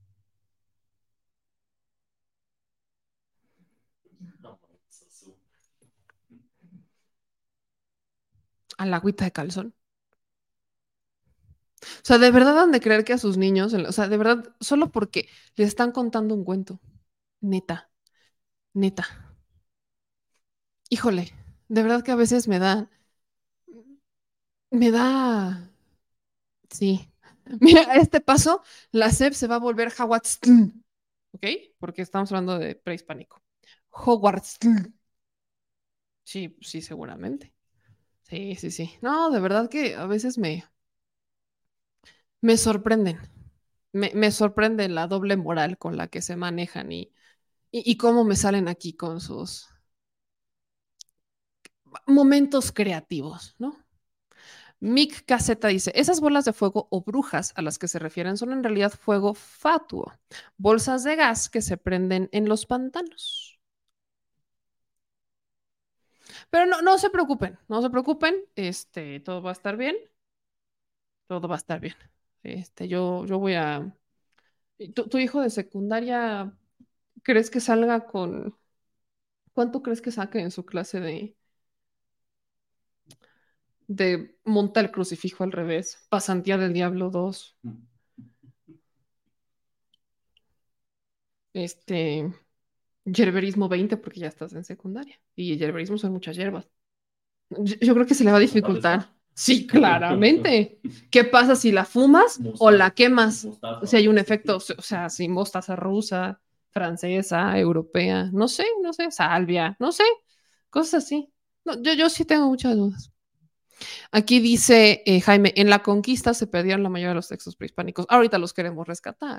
A la agüita de calzón. O sea, de verdad han de creer que a sus niños, o sea, de verdad, solo porque les están contando un cuento. Neta, neta. Híjole, de verdad que a veces me da... Me da... Sí. Mira, a este paso, la S E P se va a volver Hogwarts, ¿ok? Porque estamos hablando de prehispánico. Hogwarts. Sí, sí, seguramente. Sí, sí, sí. No, de verdad que a veces me... Me sorprenden. Me, me sorprende la doble moral con la que se manejan y, y, y cómo me salen aquí con sus momentos creativos, ¿no? Mick Caseta dice, esas bolas de fuego o brujas a las que se refieren son en realidad fuego fatuo, bolsas de gas que se prenden en los pantanos. Pero no, no se preocupen, no se preocupen, este, todo va a estar bien, todo va a estar bien. Este, yo, yo voy a... ¿Tu, tu hijo de secundaria crees que salga con... ¿Cuánto crees que saque en su clase de... de monta el crucifijo al revés, pasantía del diablo dos? Este, yerberismo veinte porque ya estás en secundaria. Y yerberismo son muchas hierbas. Yo, yo creo que se le va a dificultar. Sí, claramente. ¿Qué pasa si la fumas o la quemas? Si hay un efecto, o sea, si mostaza rusa, francesa, europea, no sé, no sé, salvia, no sé, cosas así. No, yo, yo sí tengo muchas dudas. Aquí dice eh, Jaime, en la conquista se perdieron la mayoría de los textos prehispánicos. Ahorita los queremos rescatar.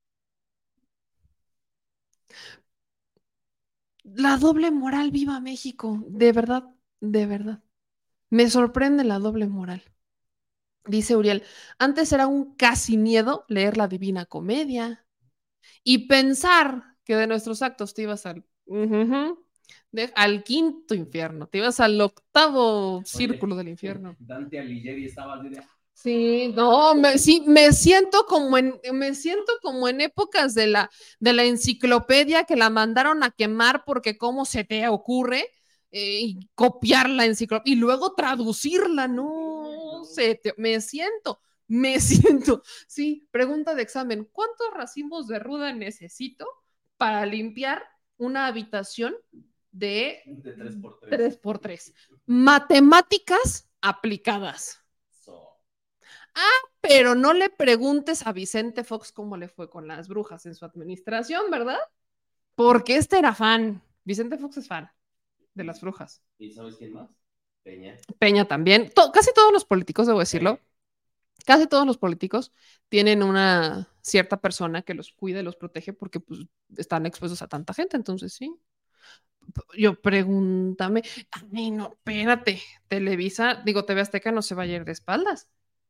La doble moral, viva México. De verdad, de verdad. Me sorprende la doble moral. Dice Uriel, antes era un casi miedo leer la Divina Comedia y pensar que de nuestros actos te ibas al, uh-huh, de, al quinto infierno, te ibas al octavo Oye, círculo del infierno.
Dante Alighieri estaba de...
Sí, no, me, sí, me siento como en, me siento como en épocas de la, de la enciclopedia que la mandaron a quemar porque cómo se te ocurre eh, copiar la enciclopedia y luego traducirla, no sé, te, me siento, me siento. Sí, pregunta de examen, ¿cuántos racimos de ruda necesito para limpiar una habitación de,
de tres por tres?
tres por tres? Matemáticas aplicadas. Ah, pero no le preguntes a Vicente Fox cómo le fue con las brujas en su administración, ¿verdad? Porque este era fan. Vicente Fox es fan de las brujas.
¿Y sabes quién más? Peña.
Peña también. To- casi todos los políticos, debo decirlo, sí. Casi todos los políticos tienen una cierta persona que los cuida y los protege porque pues, están expuestos a tanta gente, entonces sí. Yo pregúntame, ay, no, espérate, Televisa, digo, T V Azteca no se va a ir de espaldas.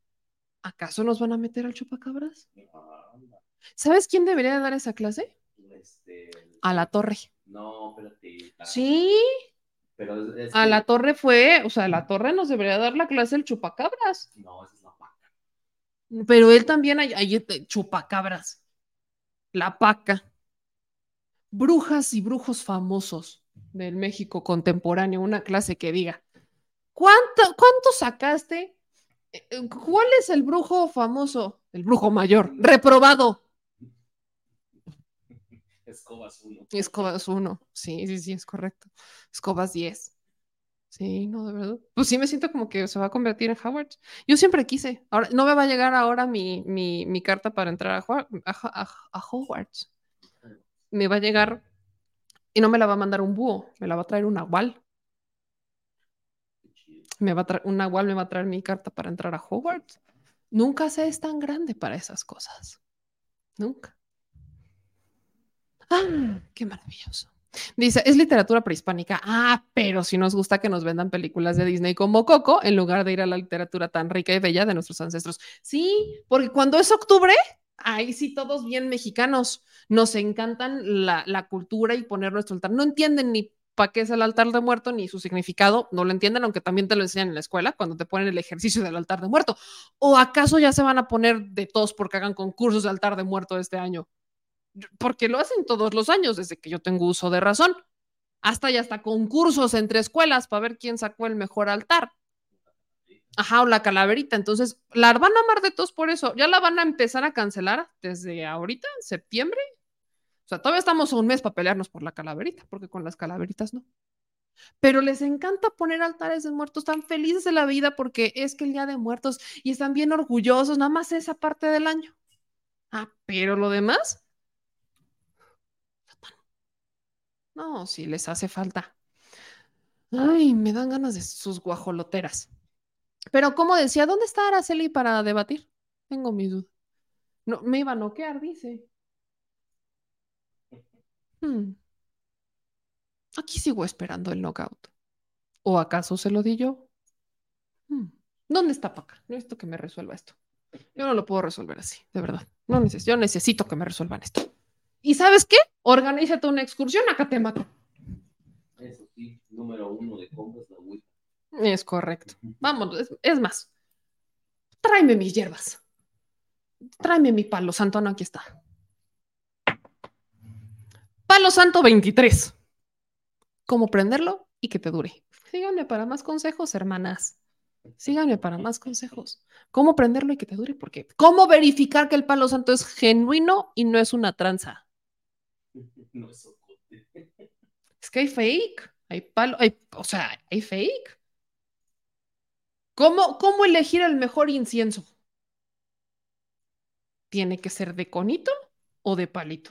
¿Acaso nos van a meter al chupacabras? ¿Sabes quién debería dar esa clase?
Este,
A la Torre.
no, espérate. la-
Sí,
Pero es, es
a
que-
la Torre fue, o sea, la Torre nos debería dar la clase del chupacabras.
No, esa es la paca.
Pero él también, hay, hay este, chupacabras. La paca. Brujas y brujos famosos del México contemporáneo, una clase que diga, ¿cuánto, cuánto sacaste? Eh, eh, ¿Cuál es el brujo famoso? El brujo mayor, reprobado.
Escobas uno.
Escobas uno, sí, sí, sí, es correcto. Escobas diez. Sí, no, de verdad. Pues sí me siento como que se va a convertir en Howard. Yo siempre quise. Ahora, no me va a llegar ahora mi, mi, mi carta para entrar a, Howard- a, a, a Hogwarts. Me va a llegar y no me la va a mandar un búho, me la va a traer un nahual. Me va a traer, un nahual me va a traer mi carta para entrar a Hogwarts. Nunca se es tan grande para esas cosas. Nunca. ¡Ah! ¡Qué maravilloso! Dice, es literatura prehispánica. Ah, pero si nos gusta que nos vendan películas de Disney como Coco, en lugar de ir a la literatura tan rica y bella de nuestros ancestros. Sí, porque cuando es octubre, ahí sí todos bien mexicanos. Nos encantan la, la cultura y poner nuestro altar. No entienden ni para qué es el altar de muerto ni su significado. No lo entienden, aunque también te lo enseñan en la escuela cuando te ponen el ejercicio del altar de muerto. ¿O acaso ya se van a poner de todos porque hagan concursos de altar de muerto este año? Porque lo hacen todos los años desde que yo tengo uso de razón. Hasta ya hasta concursos entre escuelas para ver quién sacó el mejor altar. Ajá, o la calaverita. Entonces, la van a amar de todos por eso. Ya la van a empezar a cancelar desde ahorita, en septiembre. O sea, todavía estamos a un mes para pelearnos por la calaverita, porque con las calaveritas no. Pero les encanta poner altares de muertos, están felices de la vida porque es que el Día de Muertos y están bien orgullosos, nada más esa parte del año. Ah, pero lo demás, no, si les hace falta. Ay, me dan ganas de sus guajoloteras. Pero como decía, ¿dónde está Araceli para debatir? Tengo mi duda. No, me iba a noquear, dice. Hmm. Aquí sigo esperando el knockout. ¿O acaso se lo di yo? Hmm. ¿Dónde está Paca? Necesito que me resuelva esto. Yo no lo puedo resolver así, de verdad. No necesito, yo necesito que me resuelvan esto. ¿Y sabes qué? Organízate una excursión a Catemaco.
Eso sí, número uno de compras la Ouija.
Es correcto. Vamos, es, es más. Tráeme mis hierbas. Tráeme mi palo santo. No, aquí está. Palo santo veintitrés. ¿Cómo prenderlo y que te dure? Síganme para más consejos, hermanas. Síganme para más consejos. ¿Cómo prenderlo y que te dure? Porque ¿cómo verificar que el palo santo es genuino y no es una tranza?
No es socote.
Es que hay fake. Hay palo, hay, o sea, hay fake. ¿Cómo, cómo elegir el mejor incienso? ¿Tiene que ser de conito o de palito?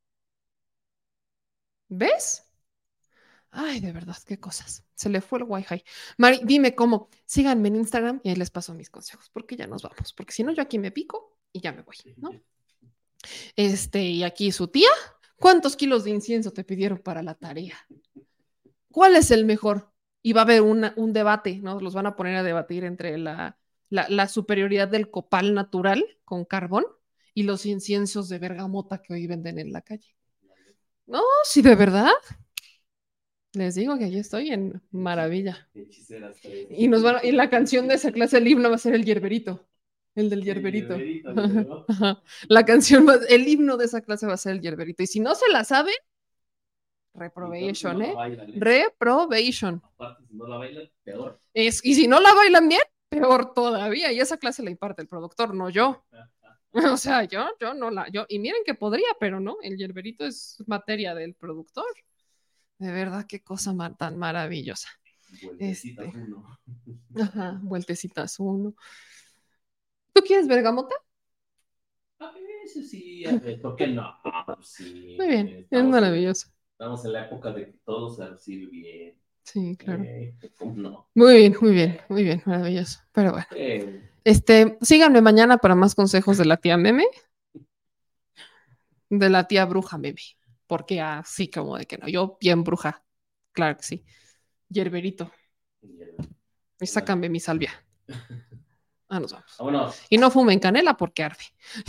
¿Ves? Ay, de verdad, qué cosas. Se le fue el wifi. Mari, dime cómo. Síganme en Instagram y ahí les paso mis consejos, porque ya nos vamos. Porque si no, yo aquí me pico y ya me voy, ¿no? Este, y aquí su tía. ¿Cuántos kilos de incienso te pidieron para la tarea? ¿Cuál es el mejor? Y va a haber una, un debate, ¿no? Los van a poner a debatir entre la, la, la superioridad del copal natural con carbón y los inciensos de bergamota que hoy venden en la calle. No, sí, de verdad. Les digo que aquí estoy en maravilla.
Hechiceras tres.
Y nos van a- y la canción de esa clase del himno va a ser el hierberito. El del hierberito.
El hierberito, ¿no?
Ajá. La canción, va- el himno de esa clase va a ser el hierberito. Y si no se la saben, reprobation,
no la
¿eh?
bailan, ¿eh?
Reprobation.
Aparte, si no la bailan, peor.
Es, y si no la bailan bien, peor todavía. Y esa clase la imparte el productor, no yo. O sea, yo, yo no la, yo, y miren que podría, pero no, el hierberito es materia del productor. De verdad, qué cosa ma- tan maravillosa.
Vueltecitas
Este,
uno.
Ajá, vueltecitas uno. ¿Tú quieres bergamota?
A veces sí, a ver, ¿por qué no? Sí,
Muy bien, es
estamos en-
maravilloso.
Estamos en la época de que todo se recibe bien.
Sí, claro.
Eh, ¿cómo no?
Muy bien, muy bien, muy bien, maravilloso. Pero bueno,
Eh,
este, síganme mañana para más consejos de la tía Meme, de la tía bruja Meme, porque así como de que no, yo bien bruja, claro que sí. Hierberito. Y sácame mi salvia. Ah, nos vamos.
Vámonos.
Y no fumen canela porque arde.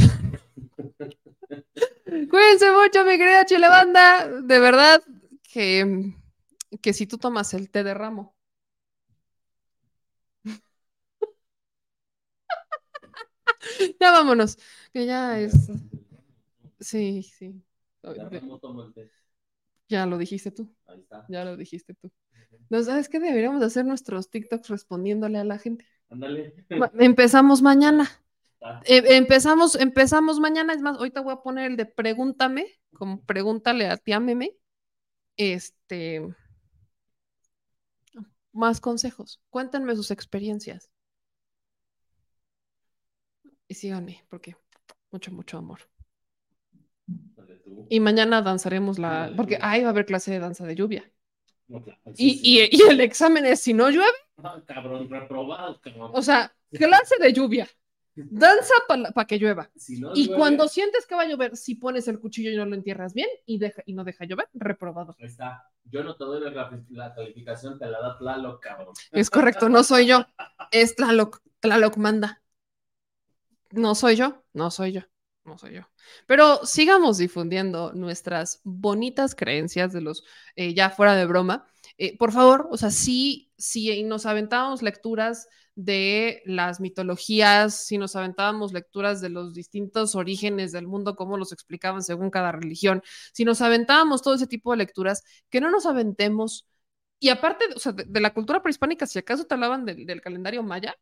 Cuídense mucho, mi querida Chile Banda. De verdad que, que si tú tomas el té de ramo. Ya vámonos. Que ya es. Sí, sí. Ya lo dijiste tú.
Ahí está.
Ya lo dijiste tú. ¿No sabes qué? Deberíamos hacer nuestros TikToks respondiéndole a la gente.
Ándale.
Ma- Empezamos mañana.
Ah.
Eh, empezamos, empezamos mañana. Es más, ahorita voy a poner el de pregúntame, como pregúntale a tía Meme. Este. Más consejos. Cuéntenme sus experiencias. Y síganme, porque mucho, mucho amor. Y mañana danzaremos la. Porque ahí va a haber clase de danza de lluvia.
No, claro,
Y,
sí, sí.
y, y el examen es si no llueve.
Ah, cabrón, reprobado, cabrón.
O sea, clase de lluvia. Danza para pa que llueva.
Si no
Y
llueve-
cuando sientes que va a llover, si pones el cuchillo y no lo entierras bien y, deja, y no deja llover, reprobado.
Ahí está. Yo no te doy la, la calificación, te la da Tlaloc, cabrón.
Es correcto, no soy yo. Es Tlaloc. Tlaloc manda. No soy yo, no soy yo, no soy yo. Pero sigamos difundiendo nuestras bonitas creencias de los, eh, ya fuera de broma. Eh, por favor, o sea, sí, sí nos aventábamos lecturas de las mitologías, si nos aventábamos lecturas de los distintos orígenes del mundo, cómo los explicaban según cada religión, si nos aventábamos todo ese tipo de lecturas, que no nos aventemos. Y aparte, o sea, de, de la cultura prehispánica, si acaso te hablaban del, del calendario maya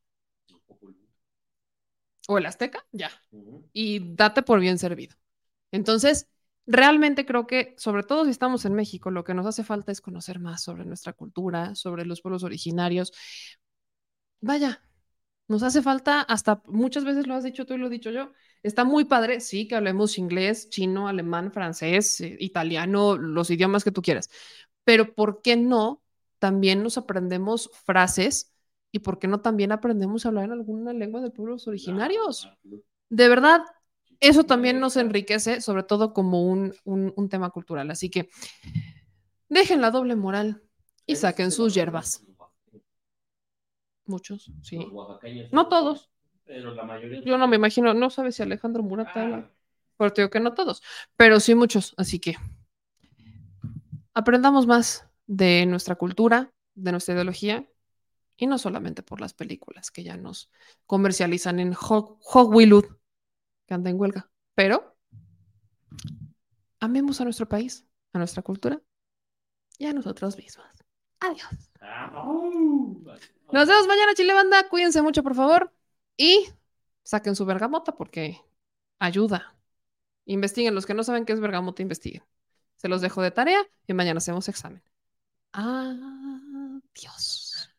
o el azteca, ya. Y date por bien servido. Entonces, realmente creo que, sobre todo si estamos en México, lo que nos hace falta es conocer más sobre nuestra cultura, sobre los pueblos originarios. Vaya, nos hace falta, hasta muchas veces lo has dicho tú y lo he dicho yo, está muy padre, sí, que hablemos inglés, chino, alemán, francés, eh, italiano, los idiomas que tú quieras, pero ¿por qué no también nos aprendemos frases y por qué no también aprendemos a hablar en alguna lengua de pueblos originarios? De verdad, eso también nos enriquece, sobre todo como un, un, un tema cultural, así que dejen la doble moral y saquen sus hierbas. Muchos, sí.
Los oaxaqueños.
No todos.
Pero la mayoría.
Yo no me imagino, no sabes si Alejandro Murat habla. Pero te digo que no todos, pero sí muchos. Así que aprendamos más de nuestra cultura, de nuestra ideología, y no solamente por las películas que ya nos comercializan en Ho- Hollywood, que anda en huelga, pero amemos a nuestro país, a nuestra cultura y a nosotros mismos. Adiós. Nos vemos mañana, Chile Banda. Cuídense mucho, por favor. Y saquen su bergamota porque ayuda. Investiguen. Los que no saben qué es bergamota, investiguen. Se los dejo de tarea y mañana hacemos examen. Adiós.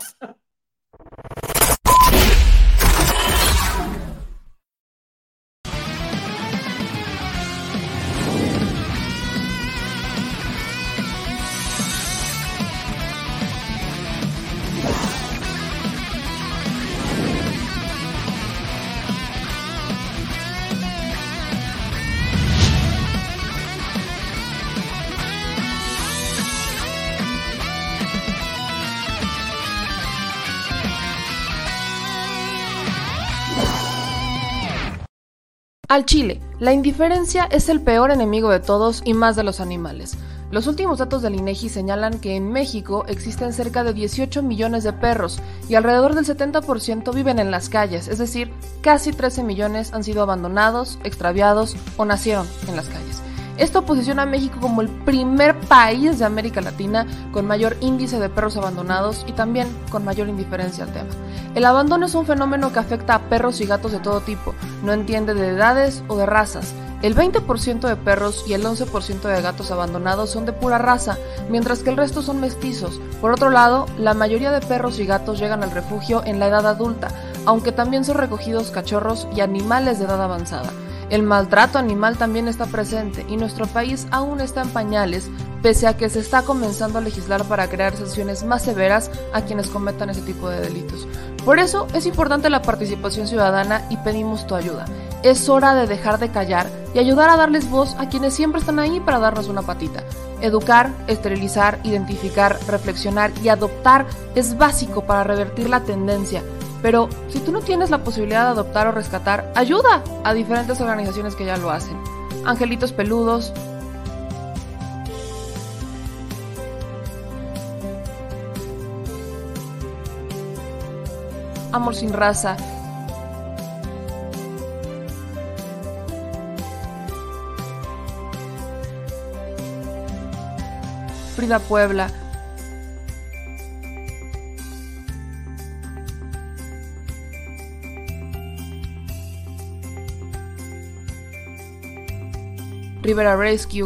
Al chile, la indiferencia es el peor enemigo de todos y más de los animales. Los últimos datos del INEGI señalan que en México existen cerca de dieciocho millones de perros y alrededor del setenta por ciento viven en las calles, es decir, casi trece millones han sido abandonados, extraviados o nacieron en las calles. Esto posiciona a México como el primer país de América Latina con mayor índice de perros abandonados y también con mayor indiferencia al tema. El abandono es un fenómeno que afecta a perros y gatos de todo tipo, no entiende de edades o de razas. El veinte por ciento de perros y el once por ciento de gatos abandonados son de pura raza, mientras que el resto son mestizos. Por otro lado, la mayoría de perros y gatos llegan al refugio en la edad adulta, aunque también son recogidos cachorros y animales de edad avanzada. El maltrato animal también está presente y nuestro país aún está en pañales, pese a que se está comenzando a legislar para crear sanciones más severas a quienes cometan ese tipo de delitos. Por eso es importante la participación ciudadana y pedimos tu ayuda. Es hora de dejar de callar y ayudar a darles voz a quienes siempre están ahí para darnos una patita. Educar, esterilizar, identificar, reflexionar y adoptar es básico para revertir la tendencia. Pero si tú no tienes la posibilidad de adoptar o rescatar, ayuda a diferentes organizaciones que ya lo hacen. Angelitos Peludos, Amor Sin Raza, Frida Puebla, Rivera Rescue,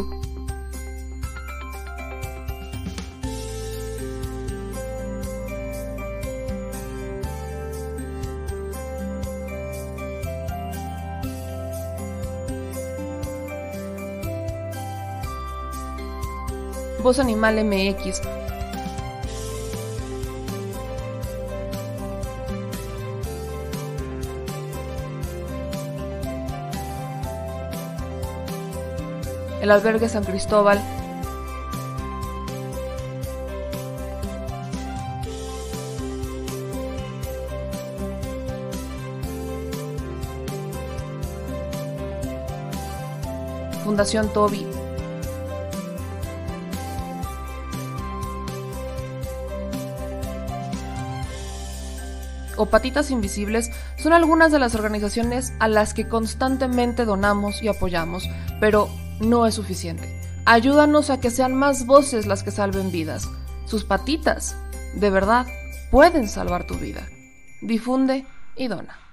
Voz Animal M X, el Albergue San Cristóbal, Fundación Toby, o Patitas Invisibles son algunas de las organizaciones a las que constantemente donamos y apoyamos, pero no es suficiente. Ayúdanos a que sean más voces las que salven vidas. Sus patitas, de verdad, pueden salvar tu vida. Difunde y dona.